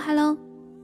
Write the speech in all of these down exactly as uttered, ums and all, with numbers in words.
Hello。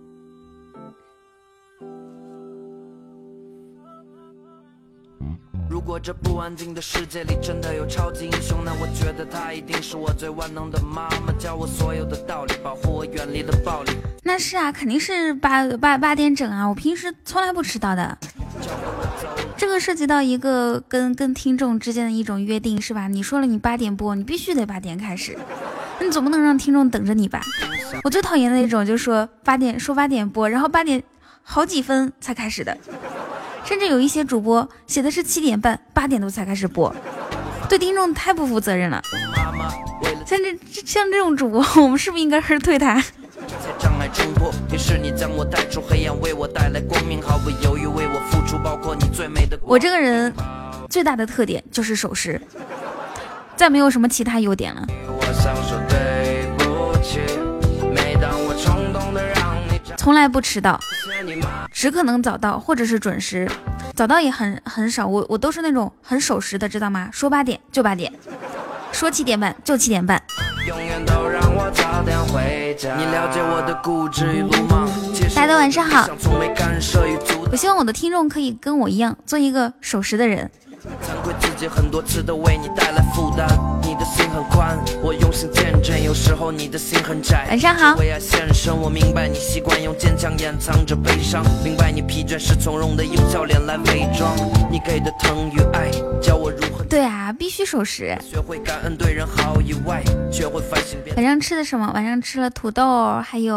如果这不安静的世界里真的有超级英雄，那我觉得他一定是我最万能的妈妈，教我所有的道理，保护我远离了暴力。 那是啊，肯定是八八八点整啊，我平时从来不迟到的。这个涉及到一个跟跟听众之间的一种约定，是吧？你说了你八点播，你必须得八点开始，你总不能让听众等着你吧？我最讨厌的那种，就是说八点说八点播，然后八点好几分才开始的。甚至有一些主播写的是七点半，八点多才开始播，对听众太不负责任了。像这像这种主播，我们是不是应该是退他？ 障碍冲破，也是你将我带出黑暗，为我带来光明，毫不犹豫为我付出，包括你最美的。 我这个人最大的特点就是守时，再没有什么其他优点了。 我想说对不起，每当我冲动的让你从来不迟到，只可能早到或者是准时，早到也很很少。我我都是那种很守时的，知道吗？说八点就八点，说七点半就七点半。 永远都让我早点回家。你了解我的固执与鲁莽。 大家晚上好，我希望我的听众可以跟我一样做一个守时的人。 惭愧自己很多次都为你带来负担，你的心很宽，我用心见证，有时候你的心很窄。 晚上好。 为爱献身，我明白你习惯用坚强掩藏着悲伤，明白你疲倦是从容的用笑脸来伪装，你给的疼与爱教我如何。 对啊，必须守时。 学会感恩，对人好以外，学会反省。 晚上吃的什么？晚上吃了土豆，还有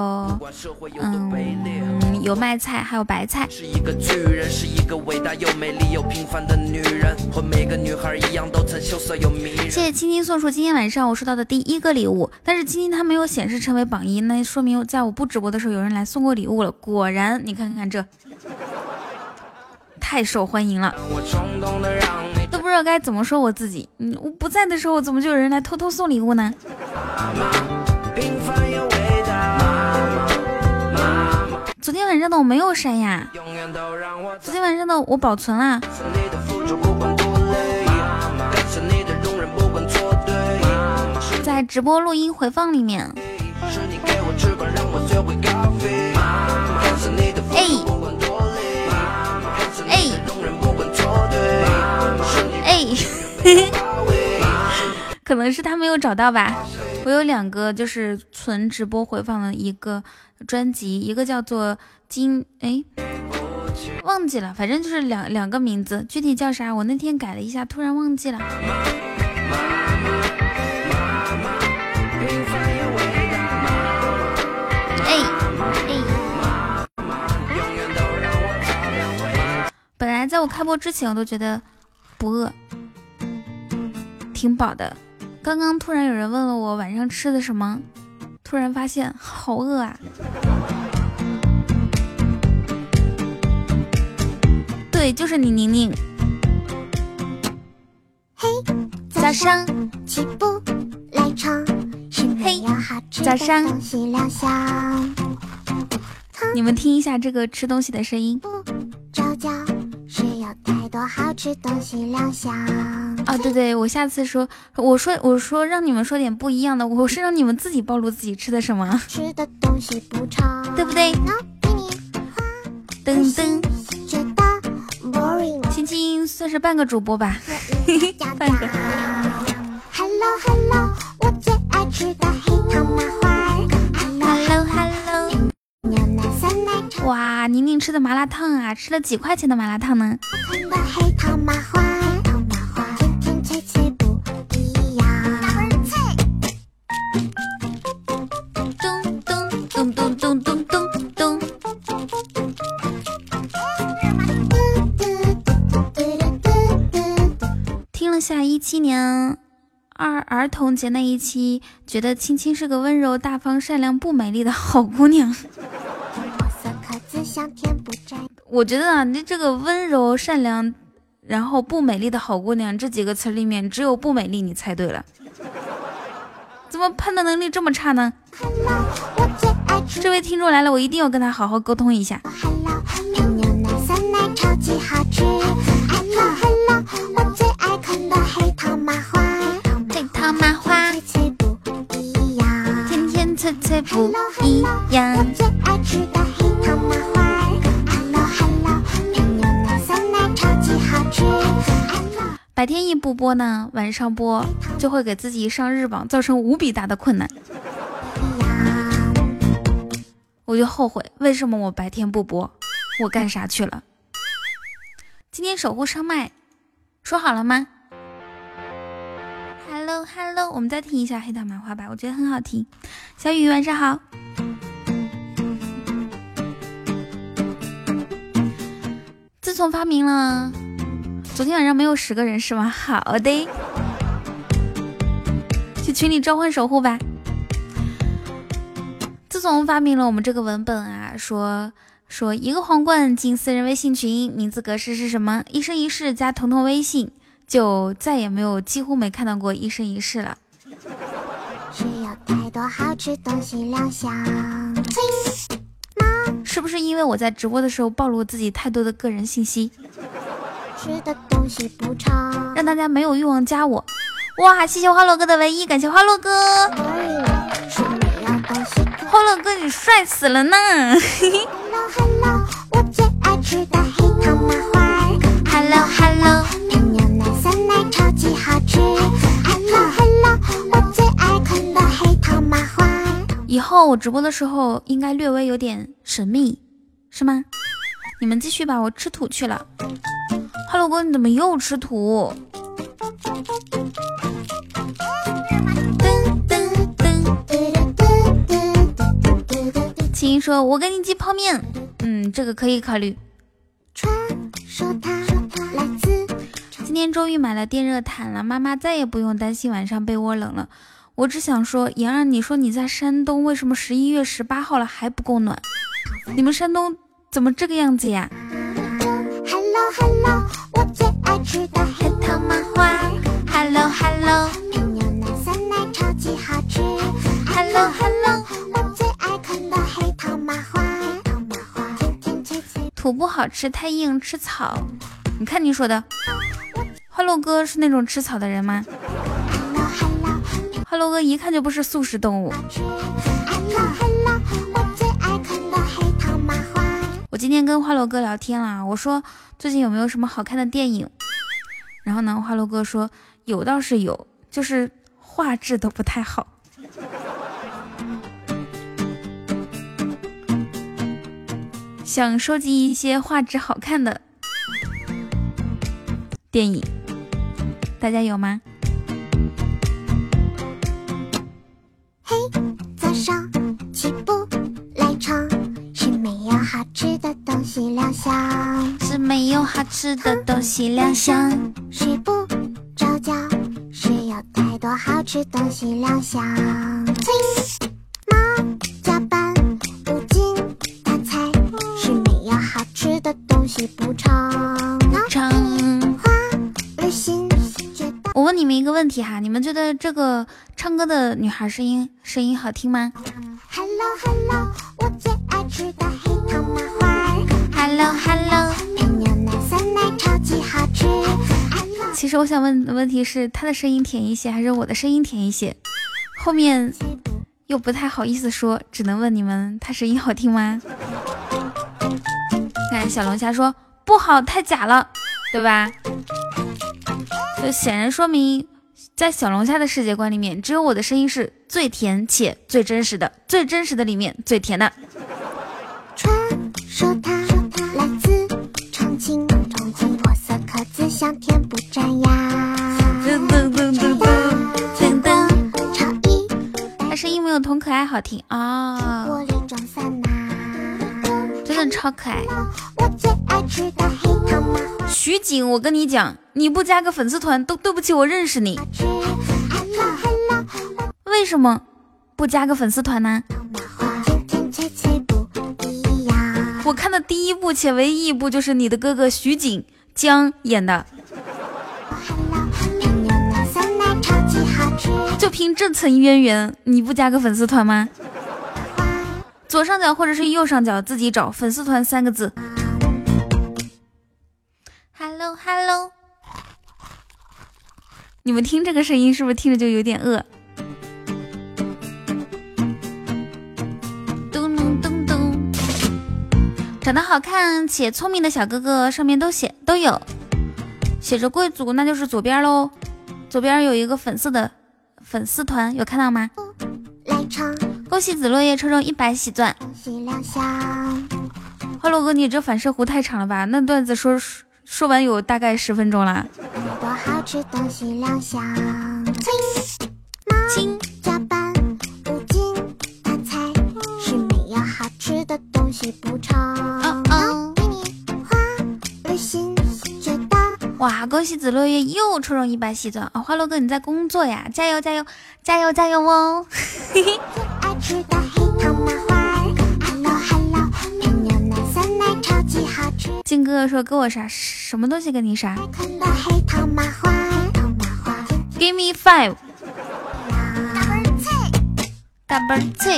嗯有麦菜，还有白菜。 是一个巨人，是一个伟大又美丽又平凡的女人，和每个女孩一样都曾羞涩又迷人。 谢谢青青送出今天晚上我收到的第一个礼物，但是青青它没有显示成为榜一，那说明在我不直播的时候有人来送过礼物了。果然，你看看这，太受欢迎了，都不知道该怎么说我自己。嗯，我不在的时候，怎么就有人来偷偷送礼物呢？昨天晚上的我没有删呀，昨天晚上的我保存啦。在直播录音回放里面。哎哎哎，可能是他没有找到吧。我有两个就是存直播回放的一个专辑，一个叫做金哎忘记了，反正就是两两个名字，具体叫啥我那天改了一下，突然忘记了。本来在我开播之前我都觉得不饿，挺饱的。刚刚突然有人问了我晚上吃的什么，突然发现好饿啊。对，就是你宁宁。 嘿，早上起不来床，是没有好吃的东西亮相。 你们听一下这个吃东西的声音。 不着脚，是有太多好吃东西亮相。 哦，对对，我下次说，我说我说让你们说点不一样的，我是让你们自己暴露自己吃的什么， 吃的东西不长， 对不对？噔噔， 觉得 boring。 青青算是半个主播吧，半个。 Hello Hello， 我最爱吃的黑糖麻花。 Hello Hello， 牛奶酸奶茶。 哇，宁宁吃的麻辣烫啊，吃了几块钱的麻辣烫呢？ 看到黑糖麻花，甜甜脆脆不一样。 咚咚咚咚咚咚咚咚。听了下一七年二儿童节那一期，觉得青青是个温柔大方善良不美丽的好姑娘。我觉得啊，你这个温柔善良然后不美丽的好姑娘这几个词里面只有不美丽你猜对了，怎么判断能力这么差呢？这位听众来了，我一定要跟他好好沟通一下。 牛奶酸奶超级好吃。我最爱看的黑糖麻花， 黑糖麻花， 脆脆不一样。 甜甜脆脆不一样。 我最爱吃的黑糖麻花 Hello Hello 配牛奶酸奶超级好吃。 白天一不播呢，晚上播就会给自己上日榜造成无比大的困难。我就后悔为什么我白天不播，我干啥去了？今天守护上麦说好了吗？ Hello Hello， 我们再听一下黑糖麻花吧，我觉得很好听。小雨晚上好。自从发明了，昨天晚上没有十个人是吗？好的，去群里召唤守护吧。自从发明了我们这个文本啊，说说一个皇冠进私人微信群，名字格式是什么？一生一世加彤彤微信，就再也没有几乎没看到过一生一世了。 是有太多好吃东西亮相， 是不是因为我在直播的时候暴露自己太多的个人信息， 吃的东西不长， 让大家没有欲望加我？哇，谢谢花落哥的唯一，感谢花落哥。 是没有东西花落哥你帅死了呢。 Hello Hello， 我最爱吃的黑糖麻花 Hello Hello， 配牛奶酸奶超级好吃 Hello Hello， 我最爱啃的黑糖麻花。 以后我直播的时候应该略微有点神秘，是吗？你们继续吧，我吃土去了。哈喽哥，你怎么又吃土？青说我给你寄泡面，嗯，这个可以考虑。 传说它来自今天终于买了电热毯了，妈妈再也不用担心晚上被窝冷了。我只想说，妍儿，你说你在山东，为什么十一月十八号了还不够暖？你们山东怎么这个样子呀 Hello Hello， 我最爱吃的黑糖麻花 Hello Hello， 配牛奶酸奶超级好吃 Hello Hello， 我最爱啃的黑糖麻花。 土不好吃，太硬，吃草。你看你说的，哈喽哥是那种吃草的人吗？哈喽哥一看就不是素食动物。我今天跟花楼哥聊天了，我说最近有没有什么好看的电影，然后呢花楼哥说有倒是有，就是画质都不太好。想收集一些画质好看的电影，大家有吗？ 嘿，早上起步赖床，是没有好吃的东西亮相， 是没有好吃的东西亮相。 睡不着觉，是有太多好吃东西亮相。妈加班无精打采，是没有好吃的东西补偿。 唱花儿心觉得我问你们一个问题哈，你们觉得这个唱歌的女孩声音声音好听吗 Hello Hello， 我最爱吃的黑糖麻花 ？Hello Hello， 配牛奶酸奶超级好吃。Hello， 其实我想问的问题是，她的声音甜一些，还是我的声音甜一些？后面又不太好意思说，只能问你们，她声音好听吗？看小龙虾说不好，太假了，对吧？就显然说明，在小龙虾的世界观里面，只有我的声音是最甜且最真实的，最真实的里面最甜的。 传说它来自重庆，重庆破色壳子香甜不粘牙。 噔噔噔噔噔噔噔， 超一， 他声音没有童可爱好听啊、 玻璃装散呐， 真的超可爱。 我最爱吃的黑糖麻花徐锦，我跟你讲，你不加个粉丝团都对不起我认识你。 吃 Hello Hello， 为什么不加个粉丝团呢？ 麻花甜甜脆脆不一样。 我看的第一部且唯一一部就是你的哥哥徐锦江演的， Hello， 配牛奶酸奶超级好吃。 就凭这层渊源，你不加个粉丝团吗？左上角或者是右上角自己找粉丝团三个字。Hello Hello， 你们听这个声音是不是听着就有点饿？ 长得好看且聪明的小哥哥上面都写都有写着贵族，那就是左边喽。左边有一个粉色的粉丝团，有看到吗？恭喜紫落叶抽中一百喜钻。花落哥，你这反射弧太长了吧？那段子说说完有大概十分钟了。 多好吃东西亮相， 亲加班五斤大菜是没有好吃的东西补充。哦哦，给你花了心觉得。 哇，恭喜紫落叶又抽中一百喜钻啊！花落哥你在工作呀，加油加油加油加油哦！嘿嘿。 爱吃的黑糖麻花 ，Hello Hello， 配牛奶酸奶超级好吃。 金哥哥说给我啥什么东西给你啥？ 看到黑糖麻花 ，Give me five， 大倍儿脆。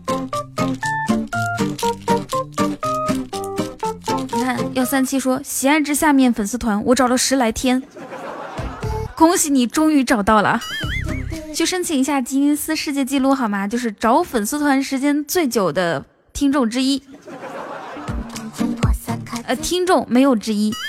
你看幺三七说喜爱之下面粉丝团，我找了十来天，恭喜你终于找到了。去申请一下吉尼斯世界纪录好吗？就是找粉丝团时间最久的听众之一。呃，听众没有之一。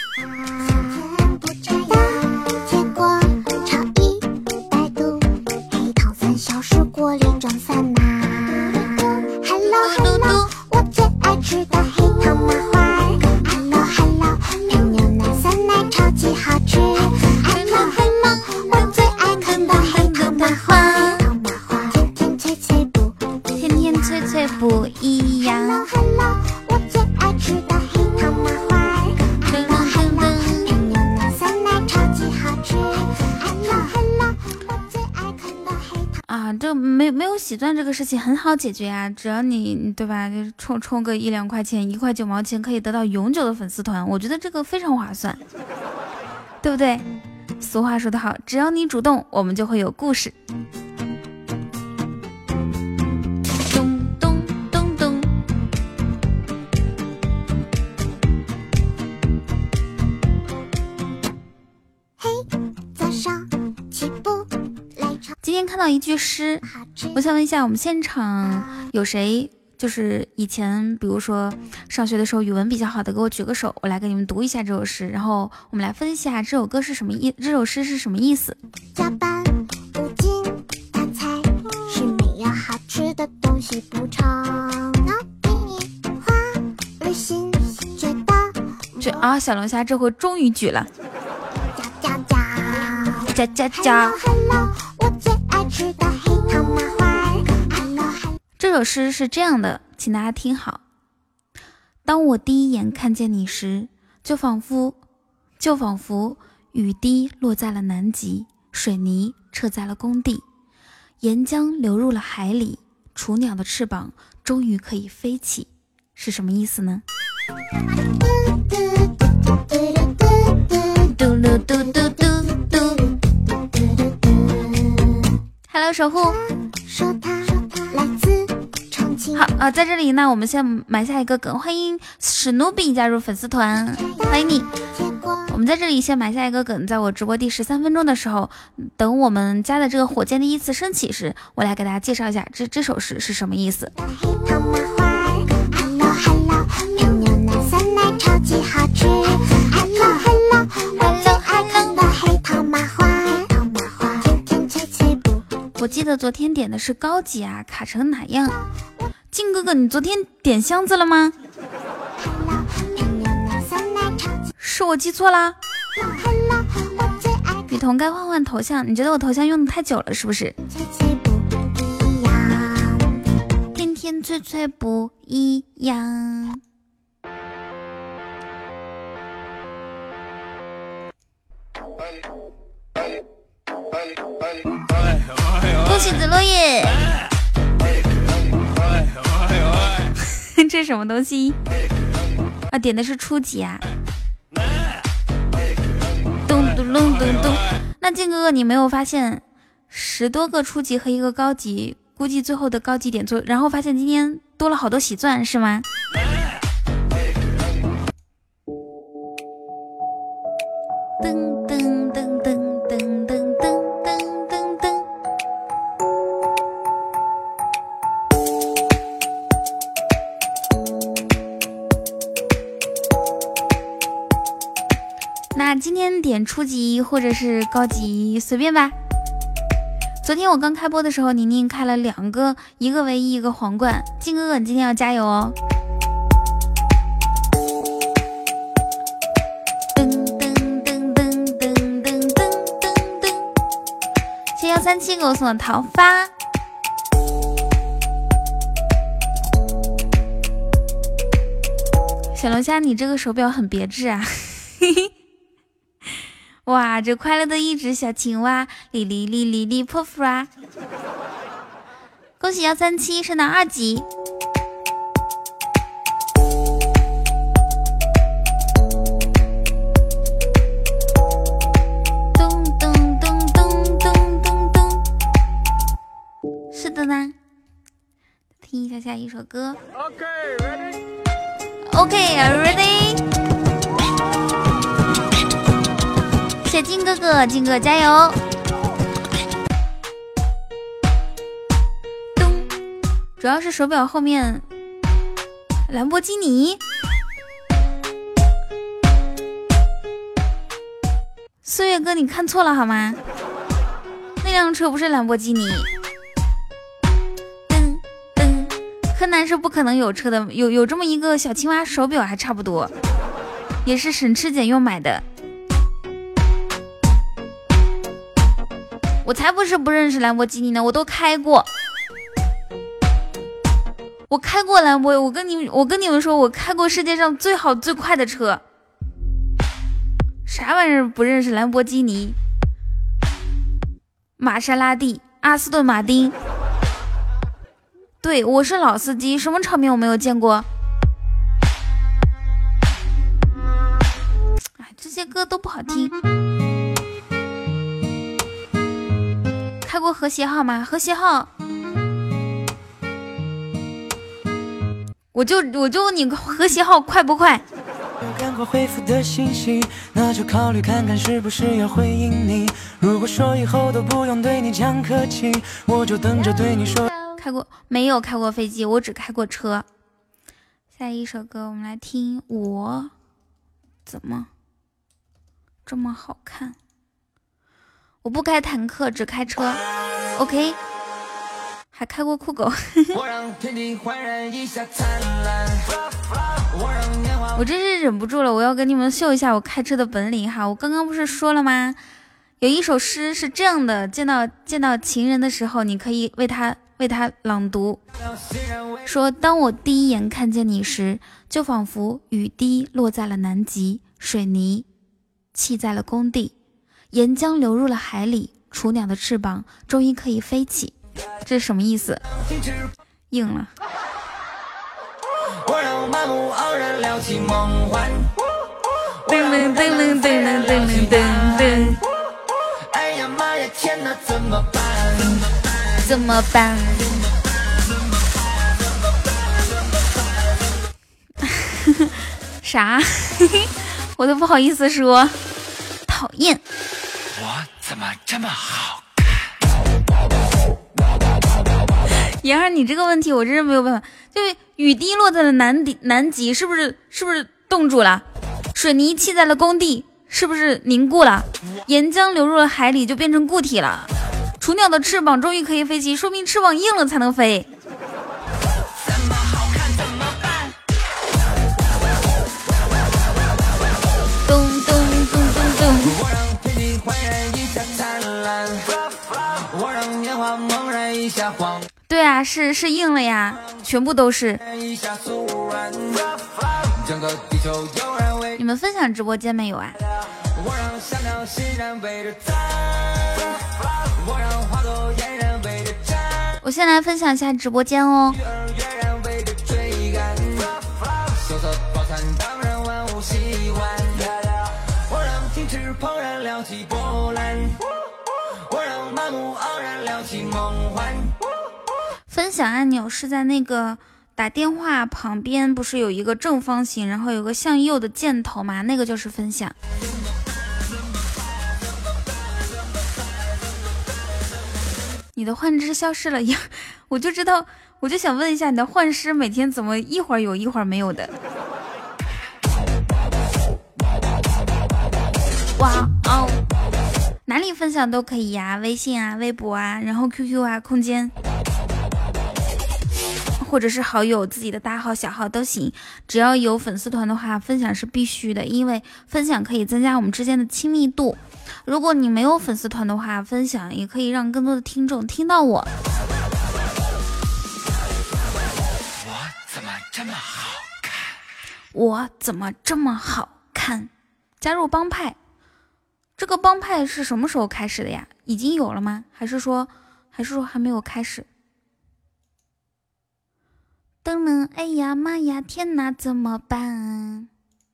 结果超一百度，黑糖三小时过滤装散呐。Hello Hello， 我最爱吃的黑糖麻花。Hello Hello， 配牛奶酸奶超级好吃。Hello Hello， 我最爱看的黑糖麻花。天天脆脆不， 天天脆脆不一样。 Hello Hello， 我最爱吃的黑糖麻花。Hello Hello， 配牛奶酸奶超级好吃。Hello Hello， 我最爱看的黑糖。 啊，这没没有喜钻这个事情很好解决啊，只要你对吧，就充充个一两块钱，一块九毛钱可以得到永久的粉丝团，我觉得这个非常划算，对不对？俗话说得好，只要你主动，我们就会有故事。咚咚咚咚。 嘿，早上起步来唱。 今天看到一句诗，我想问一下，我们现场有谁就是以前比如说上学的时候语文比较好的，给我举个手，我来给你们读一下这首诗，然后我们来分析一下这首歌是什么意，这首诗是什么意思。 加班五斤大菜是没有好吃的东西补充。那给你花了心觉得这啊，小龙虾这回终于举了， 加加加加加。 Hello， 我最爱吃的黑糖麻花。Hello Hello， 这首诗是这样的，请大家听好。当我第一眼看见你时，就仿佛就仿佛雨滴落在了南极，水泥撤在了工地，岩浆流入了海里，雏鸟的翅膀终于可以飞起，是什么意思呢？嘟噜嘟嘟嘟嘟。Hello， 守护。 说他来自重庆。 好啊、呃，在这里呢，我们先埋下一个梗，欢迎史努比加入粉丝团，欢迎你。我们在这里先埋下一个梗，在我直播第十三分钟的时候，等我们家的这个火箭第一次升起时，我来给大家介绍一下这这首诗是什么意思。 黑糖麻花 ，Hello Hello， 配牛奶酸奶超级好吃。Hello Hello， 我最爱看的黑糖麻花，糖麻花甜甜脆脆不。 我记得昨天点的是高级啊，卡成哪样？静哥哥，你昨天点箱子了吗？是我记错啦。雨桐该换换头像，你觉得我头像用的太久了是不是？天天脆脆不一样。恭喜紫落叶。这是什么东西啊？点的是初级啊。咚咚咚咚咚。那静哥哥，你没有发现十多个初级和一个高级，估计最后的高级点错，然后发现今天多了好多喜钻是吗？噔噔噔噔噔噔噔噔噔噔。 今天点初级或者是高级随便吧。昨天我刚开播的时候，宁宁开了两个，一个唯一，一个皇冠。金哥哥，你今天要加油哦！噔噔噔噔噔噔噔噔噔，谢谢幺三七给我送的桃花。小龙虾，你这个手表很别致啊！嘿嘿。哇，这快乐的一只小青蛙，哩哩哩哩哩泼妇啊！恭喜幺三七升到二级。咚咚咚咚咚咚咚，是的呢。听一下下一首歌。OK ready。OK ready。谢金哥哥，金哥加油！咚，主要是手表后面兰博基尼。岁月哥，你看错了好吗？那辆车不是兰博基尼。噔噔，柯南是不可能有车的，有有这么一个小青蛙手表还差不多，也是省吃俭用买的。我才不是不认识兰博基尼呢，我都开过，我开过兰博，我跟你们，我跟你们说，我开过世界上最好最快的车。啥玩意儿不认识兰博基尼、玛莎拉蒂、阿斯顿马丁？对，我是老司机，什么场面我没有见过？哎，这些歌都不好听。开过和谐号吗？和谐号，我就我就问你，和谐号快不快？ 有赶快回复的信息，那就考虑看看是不是要回应你。如果说以后都不用对你讲客气，我就等着对你说。 开过没有？开过飞机，我只开过车。下一首歌，我们来听。我怎么这么好看？我不开坦克，只开车。OK， 还开过酷狗。我真是忍不住了，我要跟你们秀一下我开车的本领哈！我刚刚不是说了吗？有一首诗是这样的：见到见到情人的时候，你可以为他为他朗读，说：当我第一眼看见你时，就仿佛雨滴落在了南极，水泥砌在了工地。岩浆流入了海里，雏鸟的翅膀终于可以飞起。这是什么意思？硬了。噔噔噔噔噔噔噔噔噔。哎呀妈呀，天哪，怎么办？怎么办？啥？我都不好意思说。讨厌。 我怎么这么好看？妍儿，你这个问题我真是没有办法。就是雨滴落在了南极，南极是不是是不是冻住了？水泥砌在了工地，是不是凝固了？岩浆流入了海里，就变成固体了。雏鸟的翅膀终于可以飞起，说明翅膀硬了才能飞。咚咚咚咚咚。对啊，是是硬了呀，全部都是。你们分享直播间没有啊？我先来分享一下直播间哦。分享按钮是在那个打电话旁边，不是有一个正方形，然后有个向右的箭头吗？那个就是分享。你的幻肢消失了，我就知道，我就想问一下，你的幻师每天怎么一会儿有一会儿没有的？ 哇哦，哪里分享都可以呀，微信啊、微博啊，然后 Q Q 啊、空间，或者是好友自己的大号、小号都行。只要有粉丝团的话，分享是必须的，因为分享可以增加我们之间的亲密度。如果你没有粉丝团的话，分享也可以让更多的听众听到我。 我怎么这么好看？ 我怎么这么好看？加入帮派，这个帮派是什么时候开始的呀？已经有了吗？还是说，还是说还没有开始？噔噔，哎呀妈呀，天哪，怎么办？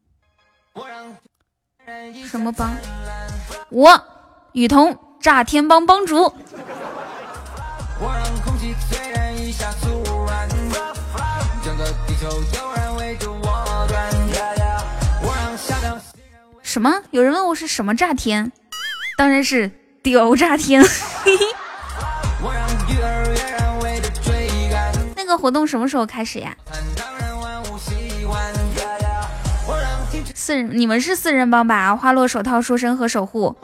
什么帮？我雨桐炸天帮帮主。 我让空气虽然一下突然，整个地球有人围着我转。我让下降。 什么？有人问我是什么炸天？当然是屌炸天。 我让鱼儿跃然围着追赶。 那个活动什么时候开始呀？四人，你们是四人帮吧？花落、手套、书生和守护。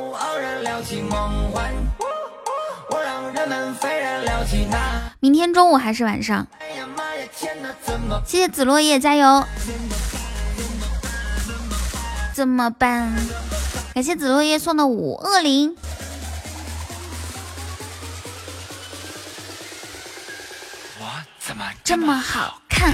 明天中午还是晚上？谢谢紫落叶，加油！怎么办？感谢紫落叶送的五恶灵。 我怎么这么好看？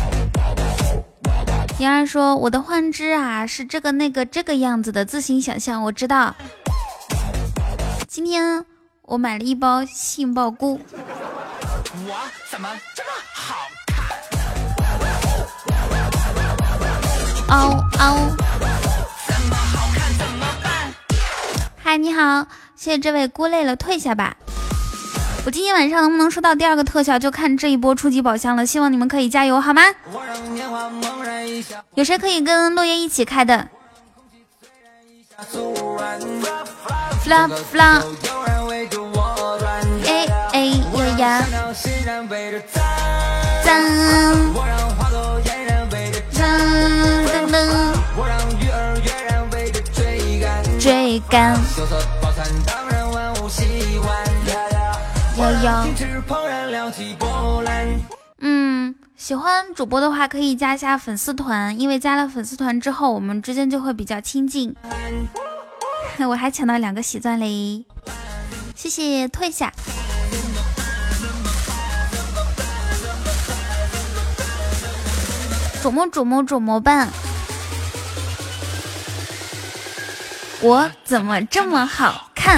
妍儿说我的幻肢啊是这个那个这个样子的，自行想象。我知道。今天我买了一包杏鲍菇。 我怎么这么好看？ 嗷嗷，怎么好看怎么办？嗨，你好，谢谢这位菇累了退下吧。我今天晚上能不能收到第二个特效，就看这一波初级宝箱了。希望你们可以加油，好吗？有谁可以跟落叶一起开的 ？fla fla， 哎哎呀呀，赞赞噔噔，追赶。悠悠，嗯，喜欢主播的话可以加一下粉丝团，因为加了粉丝团之后，我们之间就会比较亲近。我还抢到两个喜钻嘞，谢谢退下。琢磨琢磨琢磨办，我怎么这么好看？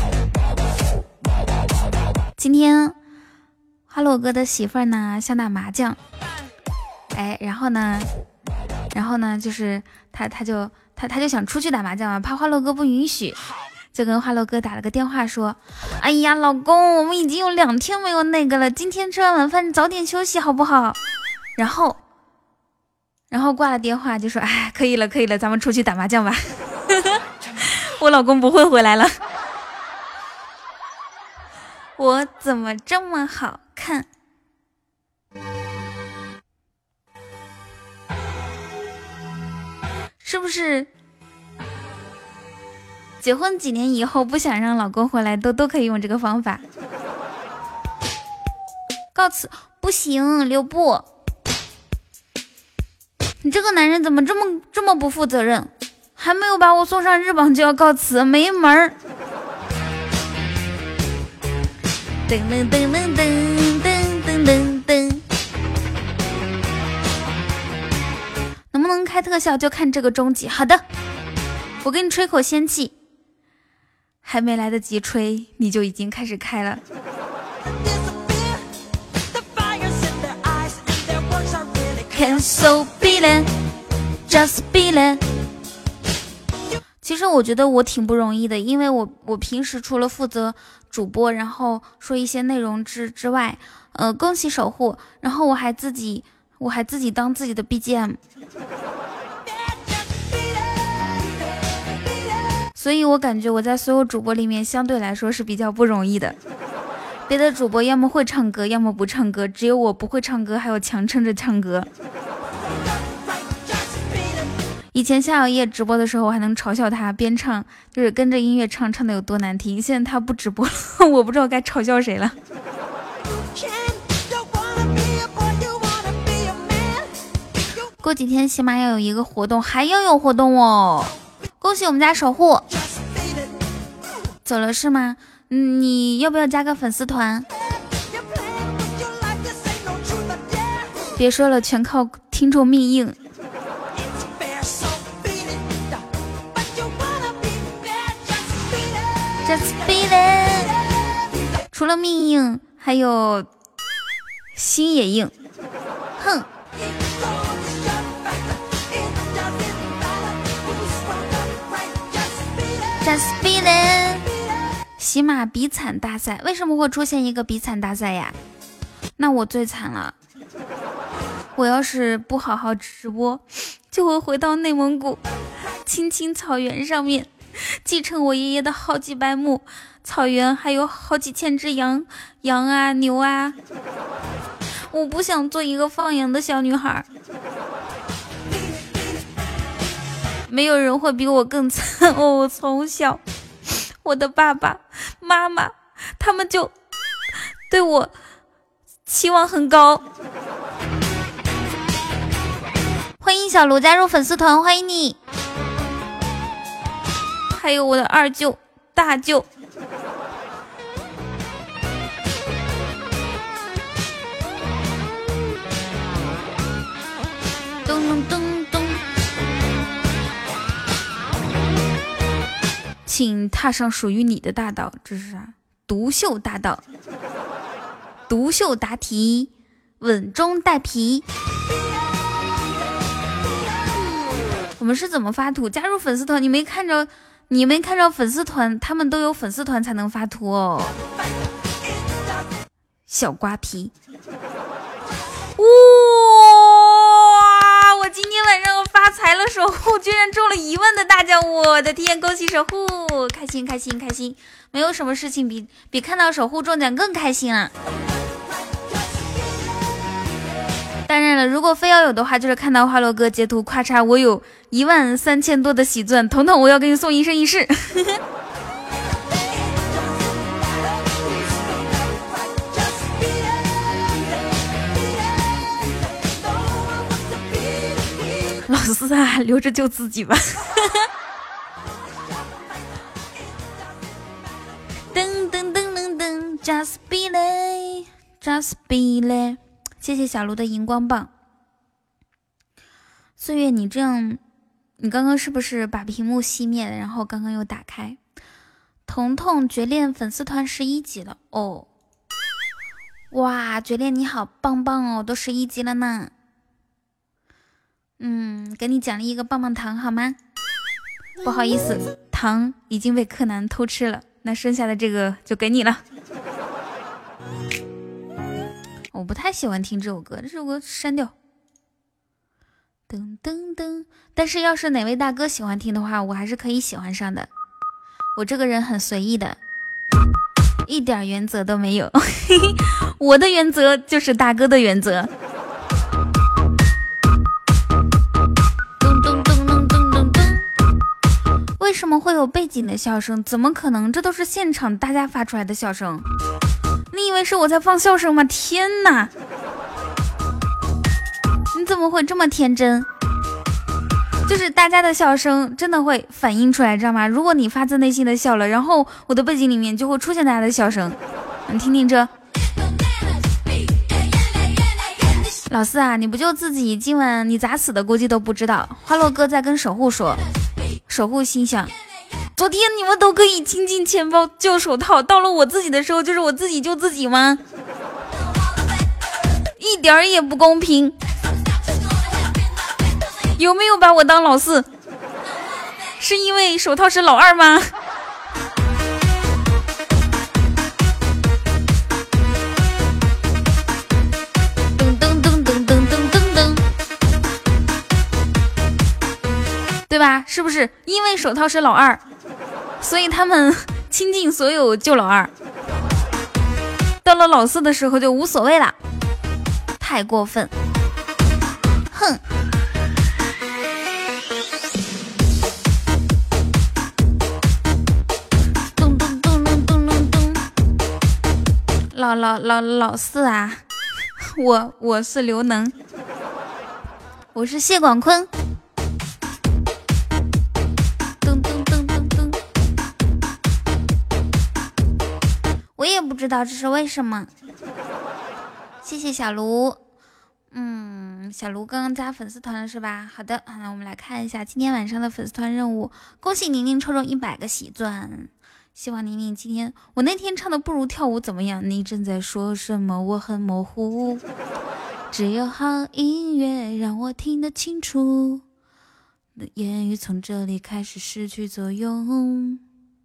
今天哈洛哥的媳妇儿呢想打麻将，哎，然后呢，然后呢，就是他他就他他就想出去打麻将嘛，怕哈洛哥不允许，就跟哈洛哥打了个电话说，哎呀，老公，我们已经有两天没有那个了，今天吃完晚饭早点休息好不好？然后，然后挂了电话就说，哎，可以了，可以了，咱们出去打麻将吧。我老公不会回来了。我怎么这么好看？是不是结婚几年以后不想让老公回来都都可以用这个方法？告辞。不行，留步，你这个男人怎么这么这么不负责任，还没有把我送上日榜就要告辞，没门儿。噔噔噔噔噔噔噔噔，能不能开特效就看这个终极。好的，我给你吹口仙气，还没来得及吹你就已经开始开了。Can so feel it, just feel it。其实我觉得我挺不容易的，因为我我平时除了负责主播，然后说一些内容之之外，呃，恭喜守护，然后我还自己我还自己当自己的 B G M， 所以我感觉我在所有主播里面相对来说是比较不容易的。别的主播要么会唱歌，要么不唱歌，只有我不会唱歌，还有强撑着唱歌。 以前夏小叶直播的时候，我还能嘲笑他边唱，就是跟着音乐唱，唱的有多难听。现在他不直播了，我不知道该嘲笑谁了。过几天起码要有一个活动，还要有活动哦！恭喜我们家守护走了是吗？嗯，你要不要加个粉丝团？别说了，全靠听众命硬。Just feel it。除了命硬，还有心也硬。哼。Just feel it。喜马比惨大赛为什么会出现一个比惨大赛呀？那我最惨了。我要是不好好直播，就会回到内蒙古青青草原上面，继承我爷爷的好几百亩草原，还有好几千只羊羊啊牛啊。我不想做一个放羊的小女孩，没有人会比我更惨哦。我从小我的爸爸妈妈他们就对我期望很高。欢迎小卢加入粉丝团，欢迎你。还有我的二舅大舅。咚咚咚咚，请踏上属于你的大道。这是啥？独秀大道。独秀答题，稳中带皮。我们是怎么发图？加入粉丝团，你没看着？你没看着粉丝团？他们都有粉丝团才能发图哦。小瓜皮。哇！我今天晚上发财了，守护居然中了一万的大奖！我的天，恭喜守护，开心开心开心！没有什么事情比比看到守护中奖更开心了。当然了，如果非要有的话，就是看到花落哥截图，咔嚓，我有一万三千多的喜钻，彤彤，我要给你送一生一世。老四啊，留着救自己吧。噔噔噔噔噔 ，Just be it, just be it。谢谢小卢的荧光棒。岁月，你这样，你刚刚是不是把屏幕熄灭了，然后刚刚又打开？彤彤绝恋粉丝团十一级了哦！哇，绝恋你好棒棒哦，都十一级了呢。嗯，给你奖励一个棒棒糖好吗？不好意思，糖已经被柯南偷吃了，那剩下的这个就给你了。我不太喜欢听这首歌，这首歌删掉。噔噔噔！但是要是哪位大哥喜欢听的话，我还是可以喜欢上的。我这个人很随意的，一点原则都没有。我的原则就是大哥的原则。咚咚咚咚咚咚咚！为什么会有背景的笑声？怎么可能？这都是现场大家发出来的笑声。你以为是我在放笑声吗？天哪！你怎么会这么天真？就是大家的笑声真的会反映出来，知道吗？如果你发自内心的笑了，然后我的背景里面就会出现大家的笑声。你听听这。老四啊，你不就自己今晚你咋死的估计都不知道。花落哥在跟守护说，守护心想，昨天你们都可以倾尽钱包救手套，到了我自己的时候就是我自己救自己吗？一点儿也不公平。有没有把我当老四？是因为手套是老二吗？噔噔噔噔噔噔噔噔，对吧？是不是因为手套是老二，所以他们倾尽所有救老二，到了老四的时候就无所谓了？太过分！哼！ 老老老老四啊，我我是刘能，我是谢广坤。噔噔噔噔噔，我也不知道这是为什么。谢谢小卢。嗯，小卢刚刚加粉丝团了是吧？好的，那我们来看一下今天晚上的粉丝团任务。恭喜宁宁抽中一百个喜钻，希望宁宁今天，我那天唱的不如跳舞怎么样？你正在说什么？我很模糊，只有好音乐让我听得清楚，言语从这里开始失去作用。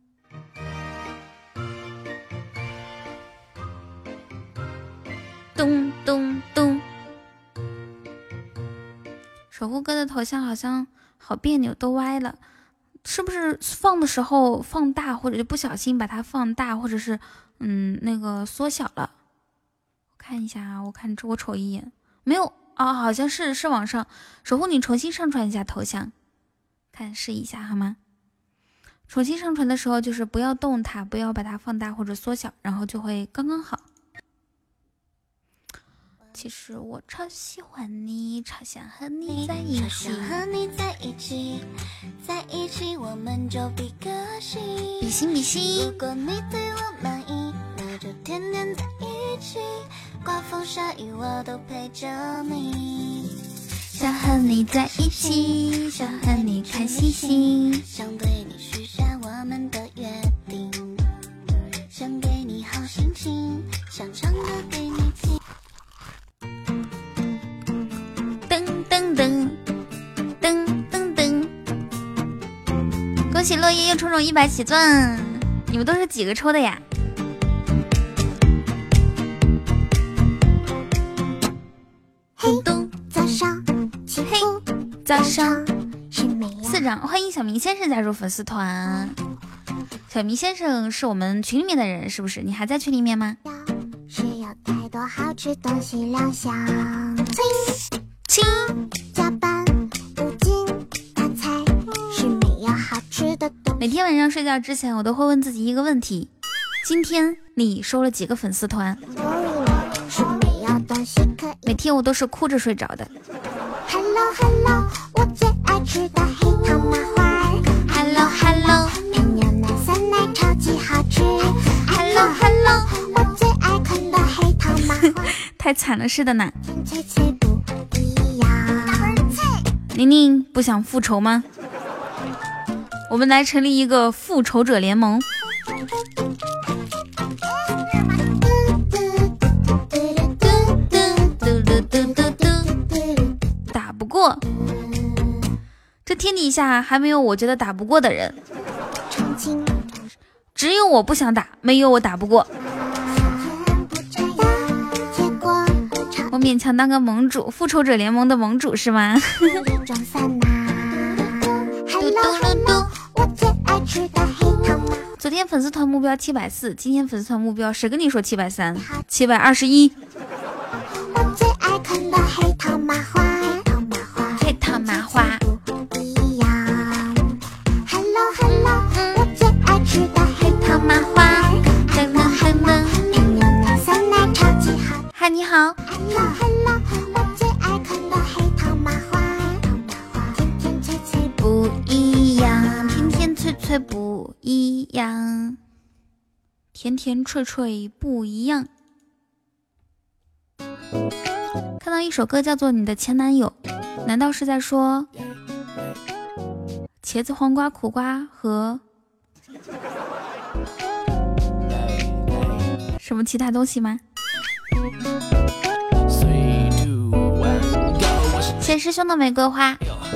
咚咚咚。守护哥的头像好像好别扭，都歪了，是不是放的时候放大，或者就不小心把它放大，或者是嗯那个缩小了？我看一下啊，我看我瞅一眼，没有啊，好像是是往上。守护你重新上传一下头像，看试一下好吗？重新上传的时候就是不要动它，不要把它放大或者缩小，然后就会刚刚好。其实我超喜欢你，超想和你在一起，超想和你在一起，在一起我们就比个心，比心比心。如果你对我满意，那就天天在一起，刮风下雨我都陪着你。想和你在一起，想和你看星星，想对你许下我们的约定，想给你好心情，想唱歌给你听。噔噔噔噔噔噔！恭喜落叶又抽中一百喜钻，你们都是几个抽的呀？ 嘿，早上起呼， 早上是美四长，欢迎小明先生加入粉丝团。小明先生是我们群里面的人，是不是？你还在群里面吗？ 是有太多好吃东西亮相， 亲加班无尽大菜是没有好吃的东西。 每天晚上睡觉之前，我都会问自己一个问题：今天你收了几个粉丝团？ 是没有东西可以。 每天我都是哭着睡着的。 Hello Hello， 我最爱吃的黑糖麻花。Hello Hello， 配牛奶酸奶超级好吃。Hello Hello， 我最爱啃的黑糖麻花。 太惨了似的呢。 脆脆不一样。 宁宁不想复仇吗？我们来成立一个复仇者联盟。打不过，这天底下还没有我觉得打不过的人，只有我不想打，没有我打不过。我勉强当个盟主，复仇者联盟的盟主是吗？昨天粉丝团目标七百四，今天粉丝团目标谁跟你说七百三？七百二十一。 我最爱啃的黑糖麻花， 黑糖麻花不一样。Hello Hello， 我最爱吃的黑糖麻花， 噔噔噔噔， 配牛奶酸奶超级好。 嗨，你好。 Hello Hello， 我最爱啃的黑糖麻花，甜甜脆脆不一样，甜甜脆脆不一样，甜甜脆脆不一样。看到一首歌叫做《你的前男友》，难道是在说茄子、黄瓜、苦瓜和什么其他东西吗？谢师兄的玫瑰花。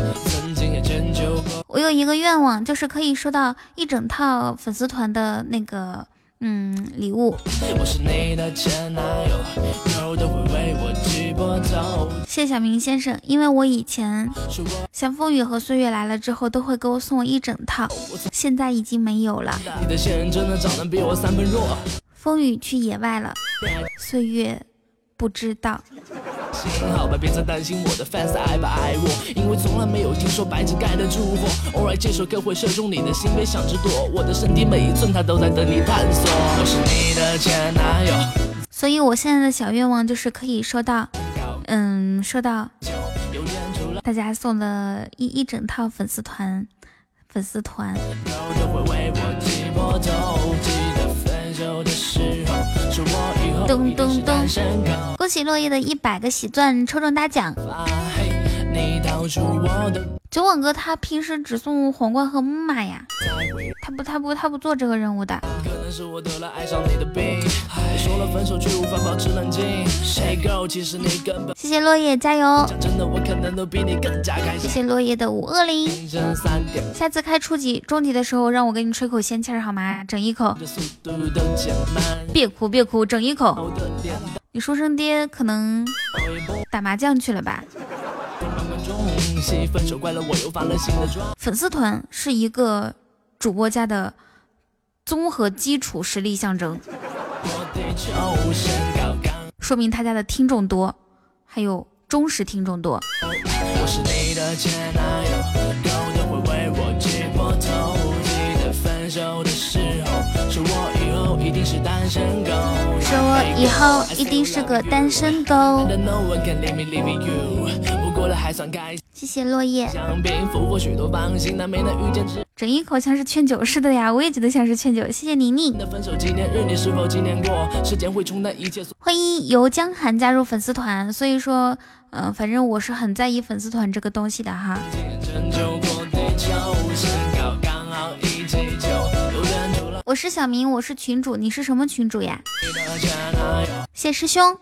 我有一个愿望，就是可以收到一整套粉丝团的那个嗯礼物。谢小明先生，因为我以前像风雨和岁月来了之后都会给我送我一整套，现在已经没有了。风雨去野外了，岁月不知道。好吧，别再担心我的 fans 爱不爱我，因为从来没有听说白纸盖得住火。偶尔这首歌会射中你的心，别想着躲，我的身体每一寸它都在等你探索。我是你的前男友。 所以我现在的小愿望就是可以收到，嗯，收到大家送的一一整套粉丝团，粉丝团。咚咚咚！恭喜落叶的一百个喜钻抽中大奖。九网哥他平时只送皇冠和木马呀，他不他不他不做这个任务的。谢谢落叶加油，谢谢落叶的五二零。下次开初级中级的时候让我给你吹口仙气儿好吗？整一口。别哭别哭，整一口。你说声爹可能打麻将去了吧。粉丝团是一个主播家的综合基础实力象征，说明他家的听众多，还有忠实听众多。我是你的前男友，狗都会为我挤破头，记得分手的时候说我以后一定是单身狗，说我以后一定是个单身狗。谢谢落叶。整一口像是劝酒似的呀，我也觉得像是劝酒。谢谢宁宁。欢迎由江寒加入粉丝团，所以说，嗯、呃，反正我是很在意粉丝团这个东西的哈。我是小明，我是群主，你是什么群主呀？谢师兄。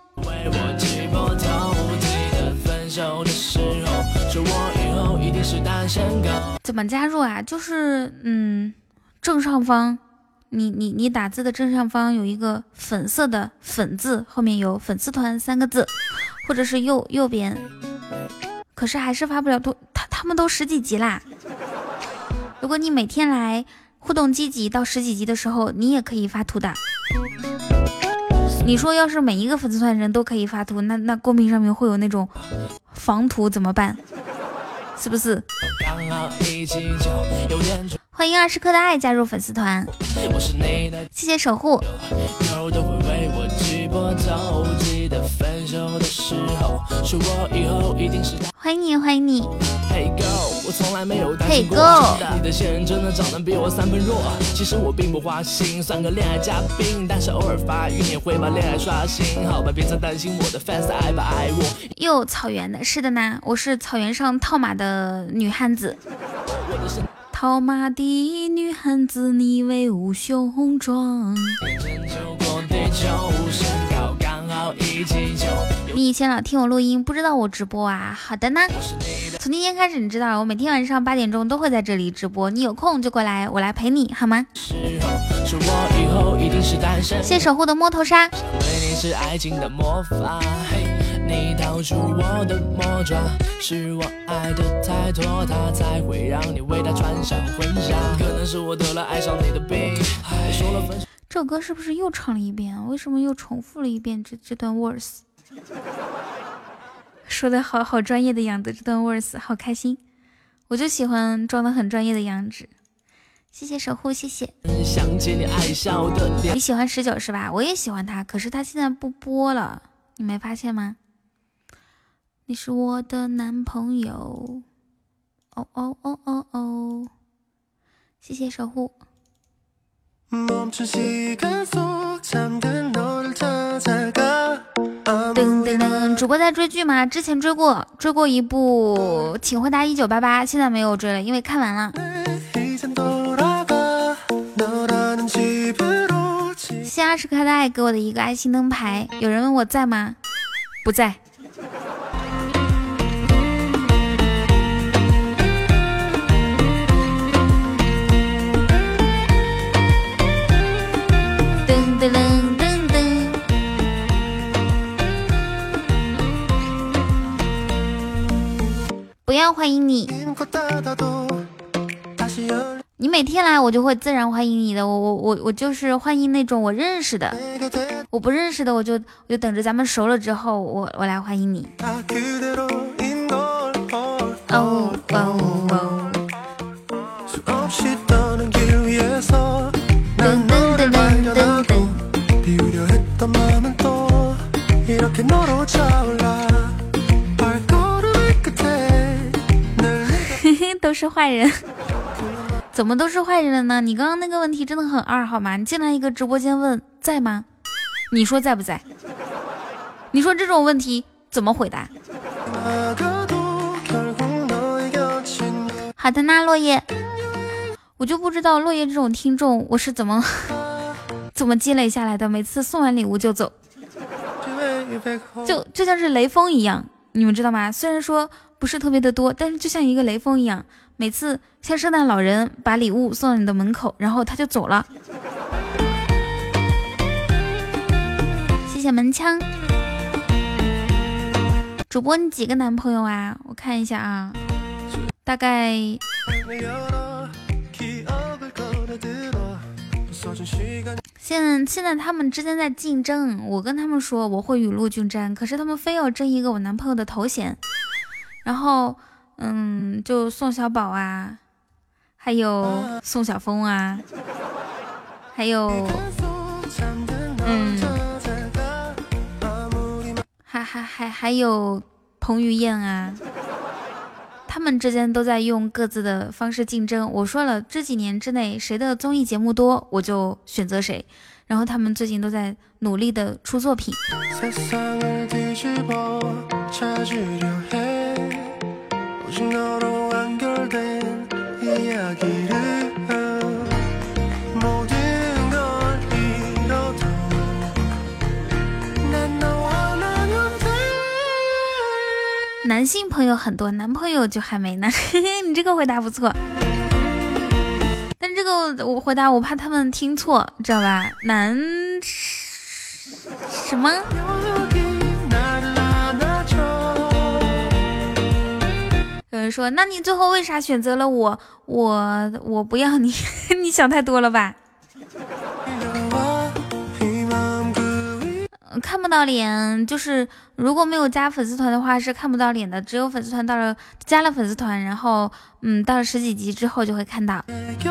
怎么加入啊？就是嗯，正上方，你你你打字的正上方有一个粉色的粉字，后面有粉丝团三个字，或者是右右边。可是还是发不了图，他他们都十几集啦。如果你每天来互动积极到十几集的时候，你也可以发图的。你说要是每一个粉丝团人都可以发图，那那公屏上面会有那种防图怎么办？是不是？欢迎二十颗的爱加入粉丝团，谢谢守护。欢迎你，欢迎你。Hey girl， 我从来没有担心过。你的现任真的长得比我三分弱。其实我并不花心，算个恋爱嘉宾，但是偶尔发育也会把恋爱刷新。好吧，别再担心我的 fans 爱不爱我。又草原的，是的呢，我是草原上套马的女汉子。套马的女汉子，你威武雄壮。你以前老听我录音，不知道我直播啊？好的呢，从今天开始你知道了，我每天晚上八点钟都会在这里直播，你有空就过来，我来陪你好吗？谢谢守护的摸头杀。你套出我的魔爪，是我爱的太多，它才会让你为它穿上婚纱。可能是我得了爱上你的病，说了分手。这首歌是不是又唱了一遍？为什么又重复了一遍这这段 verse？ 说的好好专业的样子，这段 verse 好开心，我就喜欢装的很专业的样子。谢谢守护，谢谢。想起你爱笑的脸。你喜欢十九是吧？我也喜欢他，可是他现在不播了，你没发现吗？你是我的男朋友。哦哦哦哦哦，谢谢守护。噔噔噔，主播在追剧吗？之前追过，追过一部《请回答一九八八》，现在没有追了，因为看完了。谢谢二十颗的爱给我的一个爱心灯牌，有人问我在吗？不在。噔噔噔噔，不要欢迎你，你每天来我就会自然欢迎你的，我我我我就是欢迎那种我认识的，我不认识的我就我就等着咱们熟了之后我我来欢迎你。哦哦哦，噔噔噔噔噔噔。 嘿嘿，都是坏人。怎么都是坏人了呢？你刚刚那个问题真的很二，好吗？你进来一个直播间问在吗？你说在不在？你说这种问题怎么回答？好的那落叶，我就不知道落叶这种听众我是怎么怎么积累下来的，每次送完礼物就走，就就像是雷锋一样，你们知道吗？虽然说不是特别的多，但是就像一个雷锋一样，每次像圣诞老人把礼物送到你的门口，然后他就走了。谢谢门枪。主播你几个男朋友啊？我看一下啊，大概现在现在他们之间在竞争，我跟他们说我会雨露均沾，可是他们非要争一个我男朋友的头衔，然后嗯，就宋小宝啊，还有宋晓峰啊，还有嗯，还还还还有彭于晏啊，他们之间都在用各自的方式竞争。我说了，这几年之内谁的综艺节目多，我就选择谁。然后他们最近都在努力的出作品。男性朋友很多，男朋友就还没呢。你这个回答不错，但这个我回答我怕他们听错，知道吧？男什么？有人说，那你最后为啥选择了我？我我不要你，你想太多了吧？看不到脸，就是如果没有加粉丝团的话是看不到脸的，只有粉丝团到了加了粉丝团，然后嗯到了十几集之后就会看到。